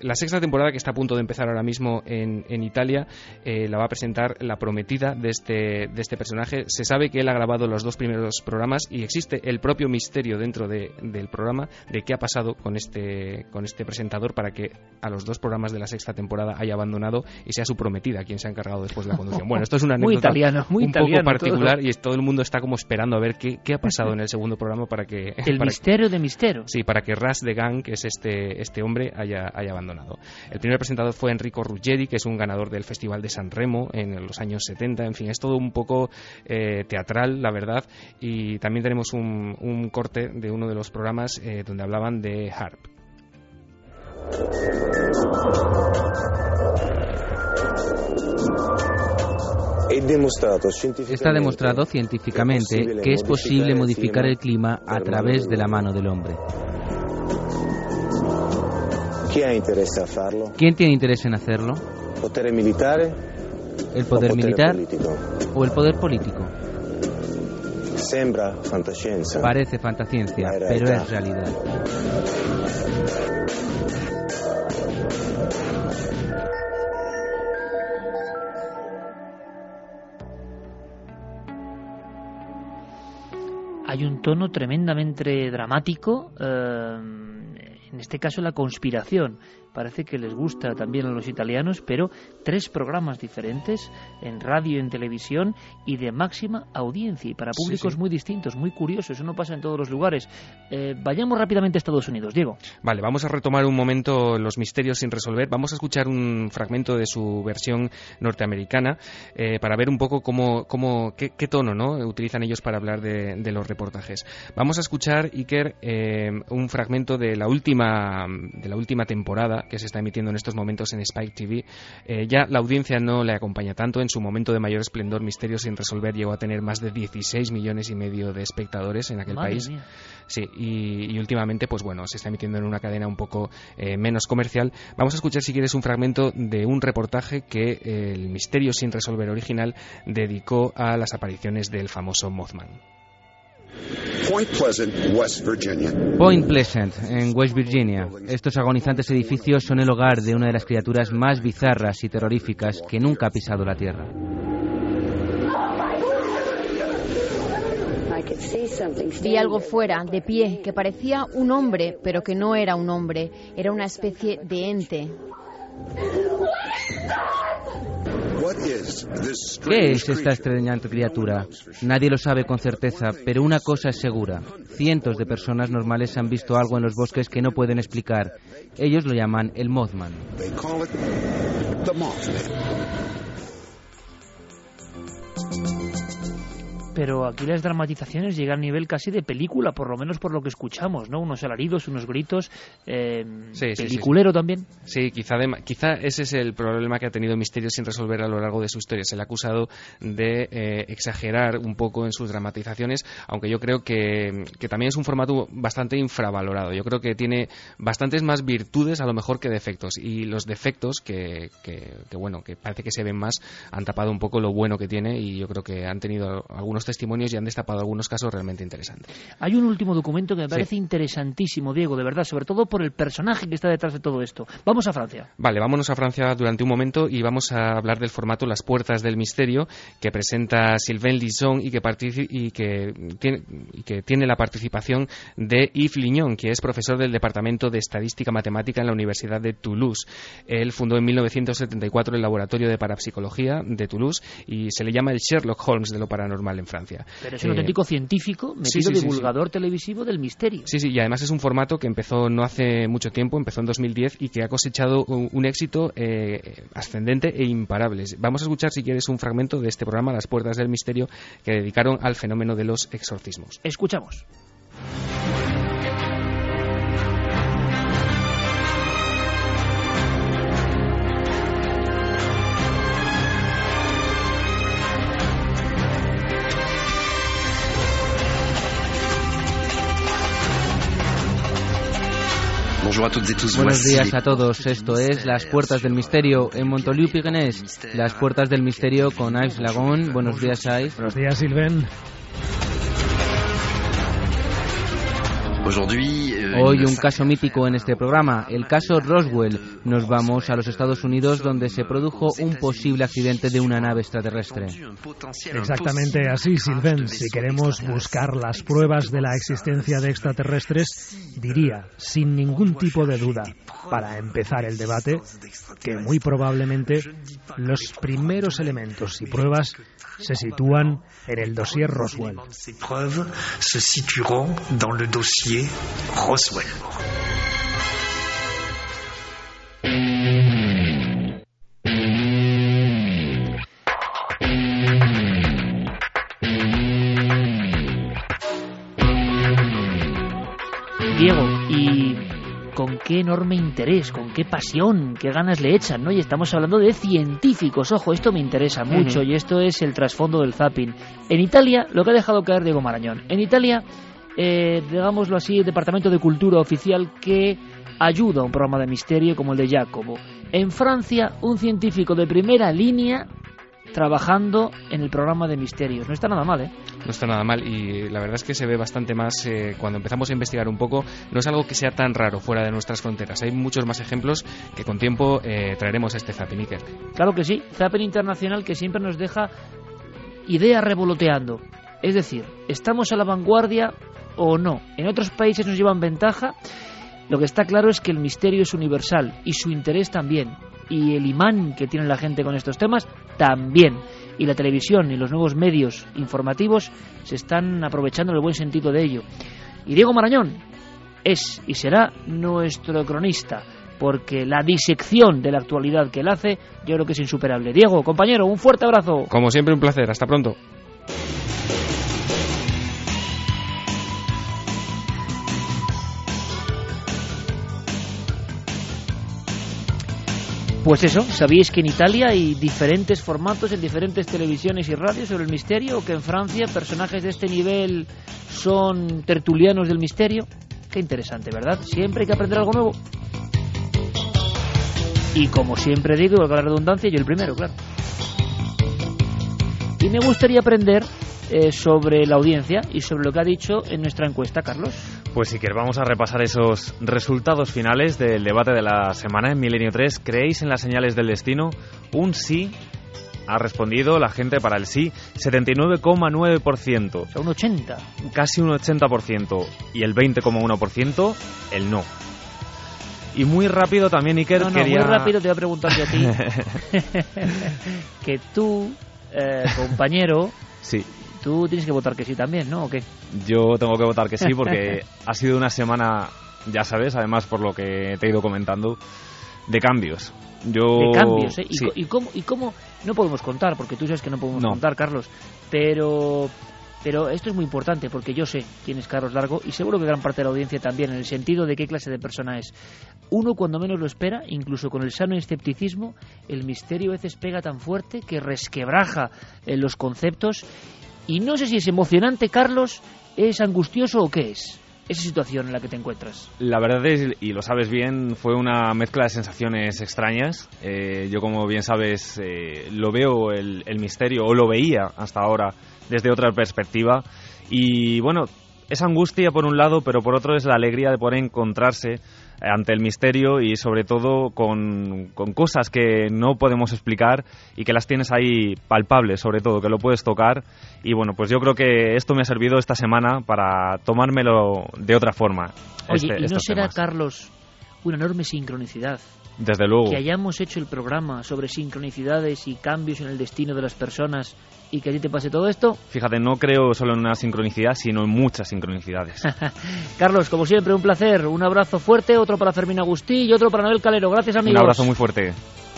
La sexta temporada, que está a punto de empezar ahora mismo en Italia, la va a presentar la prometida de este personaje. Se sabe que él ha grabado los 2 primeros programas y existe el propio misterio dentro del programa de qué ha pasado con este presentador para que a los 2 programas de la sexta temporada haya abandonado y sea su prometida quien se ha encargado después de la conducción. Bueno, esto es una anécdota muy poco particular todo. Y todo el mundo está como esperando a ver qué ha pasado en el segundo programa para que... misterio de misterio. Sí, para que Ras de Gang, que es este hombre, haya abandonado. El primer presentador fue Enrico Ruggeri, que es un ganador del Festival de San Remo en los años 70. En fin, es todo un poco teatral, la verdad. Y también tenemos un corte de uno de los programas donde hablaban de HAARP. Está demostrado científicamente que es posible modificar el clima a través de la mano del hombre. ¿Quién tiene interés en hacerlo? ¿El poder militar o el poder político? Parece fantasciencia, pero es realidad. Hay un tono tremendamente dramático, en este caso la conspiración. Parece que les gusta también a los italianos, pero 3 programas diferentes en radio y en televisión y de máxima audiencia y para públicos muy distintos, muy curiosos. Eso no pasa en todos los lugares. Vayamos rápidamente a Estados Unidos, Diego. Vale, vamos a retomar un momento los misterios sin resolver. Vamos a escuchar un fragmento de su versión norteamericana para ver un poco qué tono, ¿no?, utilizan ellos para hablar de los reportajes. Vamos a escuchar, Iker, un fragmento de la última temporada que se está emitiendo en estos momentos en Spike TV. Ya la audiencia no le acompaña tanto. En su momento de mayor esplendor, Misterios sin resolver llegó a tener más de 16 millones y medio de espectadores en aquel país. Mía. Sí, y últimamente, pues bueno, se está emitiendo en una cadena un poco menos comercial. Vamos a escuchar, si quieres, un fragmento de un reportaje que el Misterios sin resolver original dedicó a las apariciones del famoso Mothman. Point Pleasant, en West Virginia. Estos agonizantes edificios son el hogar de una de las criaturas más bizarras y terroríficas que nunca ha pisado la Tierra. Vi algo fuera, de pie, que parecía un hombre, pero que no era un hombre. Era una especie de ente. ¿Qué es esta extraña criatura? Nadie lo sabe con certeza, pero una cosa es segura. Cientos de personas normales han visto algo en los bosques que no pueden explicar. Ellos lo llaman el Mothman. Pero aquí las dramatizaciones llegan a nivel casi de película, por lo menos por lo que escuchamos, ¿no? Unos alaridos, unos gritos, peliculero también. Sí, quizá ese es el problema que ha tenido Misterios sin resolver a lo largo de su historia. Se le ha acusado de exagerar un poco en sus dramatizaciones, aunque yo creo que también es un formato bastante infravalorado. Yo creo que tiene bastantes más virtudes a lo mejor que defectos, y los defectos que parece que se ven más han tapado un poco lo bueno que tiene, y yo creo que han tenido algunos testimonios y han destapado algunos casos realmente interesantes. Hay un último documento que me parece interesantísimo, Diego, de verdad, sobre todo por el personaje que está detrás de todo esto. Vamos a Francia. Vale, vámonos a Francia durante un momento y vamos a hablar del formato Las Puertas del Misterio, que presenta Sylvain Lisson y que tiene la participación de Yves Lignon, que es profesor del Departamento de Estadística Matemática en la Universidad de Toulouse. Él fundó en 1974 el Laboratorio de Parapsicología de Toulouse y se le llama el Sherlock Holmes de lo paranormal en Francia. Pero es un auténtico científico, metido divulgador televisivo del misterio. Sí, y además es un formato que empezó no hace mucho tiempo, empezó en 2010 y que ha cosechado un éxito ascendente e imparable. Vamos a escuchar, si quieres, un fragmento de este programa, Las Puertas del Misterio, que dedicaron al fenómeno de los exorcismos. Escuchamos. Buenos días a todos, esto es Las Puertas del Misterio en Montoliu-Pyrénées. Las Puertas del Misterio con Yves Lagón. Buenos días, Yves. Buenos días, Sylvain. Hoy un caso mítico en este programa, el caso Roswell. Nos vamos a los Estados Unidos, donde se produjo un posible accidente de una nave extraterrestre. Exactamente así, Sylvain. Si queremos buscar las pruebas de la existencia de extraterrestres, diría, sin ningún tipo de duda, para empezar el debate, que muy probablemente los primeros elementos y pruebas se sitúan en el dossier Roswell. Se situeront dans le dossier Roswell. Diego, y con qué enorme interés, con qué pasión, qué ganas le echan, ¿no? Y estamos hablando de científicos, ojo, esto me interesa mucho y esto es el trasfondo del zapping. En Italia, lo que ha dejado caer Diego Marañón, en Italia, digámoslo así, el Departamento de Cultura Oficial que ayuda a un programa de misterio como el de Giacomo. En Francia, un científico de primera línea trabajando en el programa de misterios. No está nada mal, ¿eh? No está nada mal, y la verdad es que se ve bastante más cuando empezamos a investigar un poco. No es algo que sea tan raro fuera de nuestras fronteras. Hay muchos más ejemplos que con tiempo traeremos a este Zapping, Iker. Claro que sí, Zapping Internacional, que siempre nos deja ideas revoloteando. Es decir, ¿estamos a la vanguardia o no? En otros países nos llevan ventaja. Lo que está claro es que el misterio es universal y su interés también. Y el imán que tiene la gente con estos temas también. Y la televisión y los nuevos medios informativos se están aprovechando en el buen sentido de ello. Y Diego Marañón es y será nuestro cronista, porque la disección de la actualidad que él hace, yo creo que es insuperable. Diego, compañero, un fuerte abrazo. Como siempre, un placer. Hasta pronto. Pues eso, ¿sabíais que en Italia hay diferentes formatos en diferentes televisiones y radios sobre el misterio? ¿O que en Francia personajes de este nivel son tertulianos del misterio? Qué interesante, ¿verdad? Siempre hay que aprender algo nuevo. Y como siempre digo, con la redundancia, yo el primero, claro. Y me gustaría aprender sobre la audiencia y sobre lo que ha dicho en nuestra encuesta, Carlos. Pues sí que vamos a repasar esos resultados finales del debate de la semana en Milenio 3. ¿Creéis en las señales del destino? Un sí ha respondido la gente para el sí, 79,9%. O sea, un 80%. Casi un 80%. Y el 20,1% el no. Y muy rápido también, Iker, quería... muy rápido te voy a preguntar yo a ti. Que tú, compañero... Sí. Tú tienes que votar que sí también, ¿no? ¿O qué? Yo tengo que votar que sí porque ha sido una semana, ya sabes, además por lo que te he ido comentando, de cambios. De cambios, ¿eh? Sí. ¿Y cómo? No podemos contar, porque tú sabes que no podemos contar, Carlos. Pero esto es muy importante, porque yo sé quién es Carlos Dargo y seguro que gran parte de la audiencia también, en el sentido de qué clase de persona es. Uno cuando menos lo espera, incluso con el sano escepticismo, el misterio a veces pega tan fuerte que resquebraja los conceptos. Y no sé si es emocionante, Carlos, es angustioso o qué es esa situación en la que te encuentras. La verdad es, y lo sabes bien, fue una mezcla de sensaciones extrañas. Yo, como bien sabes, lo veo el misterio, o lo veía hasta ahora, desde otra perspectiva. Y bueno, es angustia por un lado, pero por otro es la alegría de poder encontrarse ante el misterio y sobre todo con cosas que no podemos explicar y que las tienes ahí palpables, sobre todo, que lo puedes tocar. Y bueno, pues yo creo que esto me ha servido esta semana para tomármelo de otra forma. Oye, ¿y no será, Carlos, una enorme sincronicidad? Desde luego. Que hayamos hecho el programa sobre sincronicidades y cambios en el destino de las personas y que a ti te pase todo esto. Fíjate, no creo solo en una sincronicidad, sino en muchas sincronicidades. Carlos, como siempre, un placer. Un abrazo fuerte, otro para Fermín Agustí y otro para Noel Calero. Gracias, amigos. Un abrazo muy fuerte.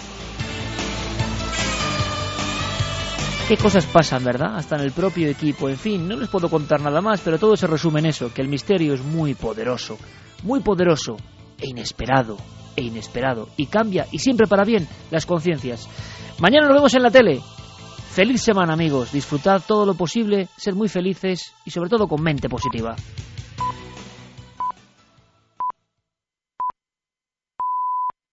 Qué cosas pasan, ¿verdad? Hasta en el propio equipo. En fin, no les puedo contar nada más, pero todo se resume en eso, que el misterio es muy poderoso e inesperado, y cambia, y siempre para bien, las conciencias. Mañana nos vemos en la tele. Feliz semana, amigos. Disfrutad todo lo posible, sed muy felices y sobre todo con mente positiva.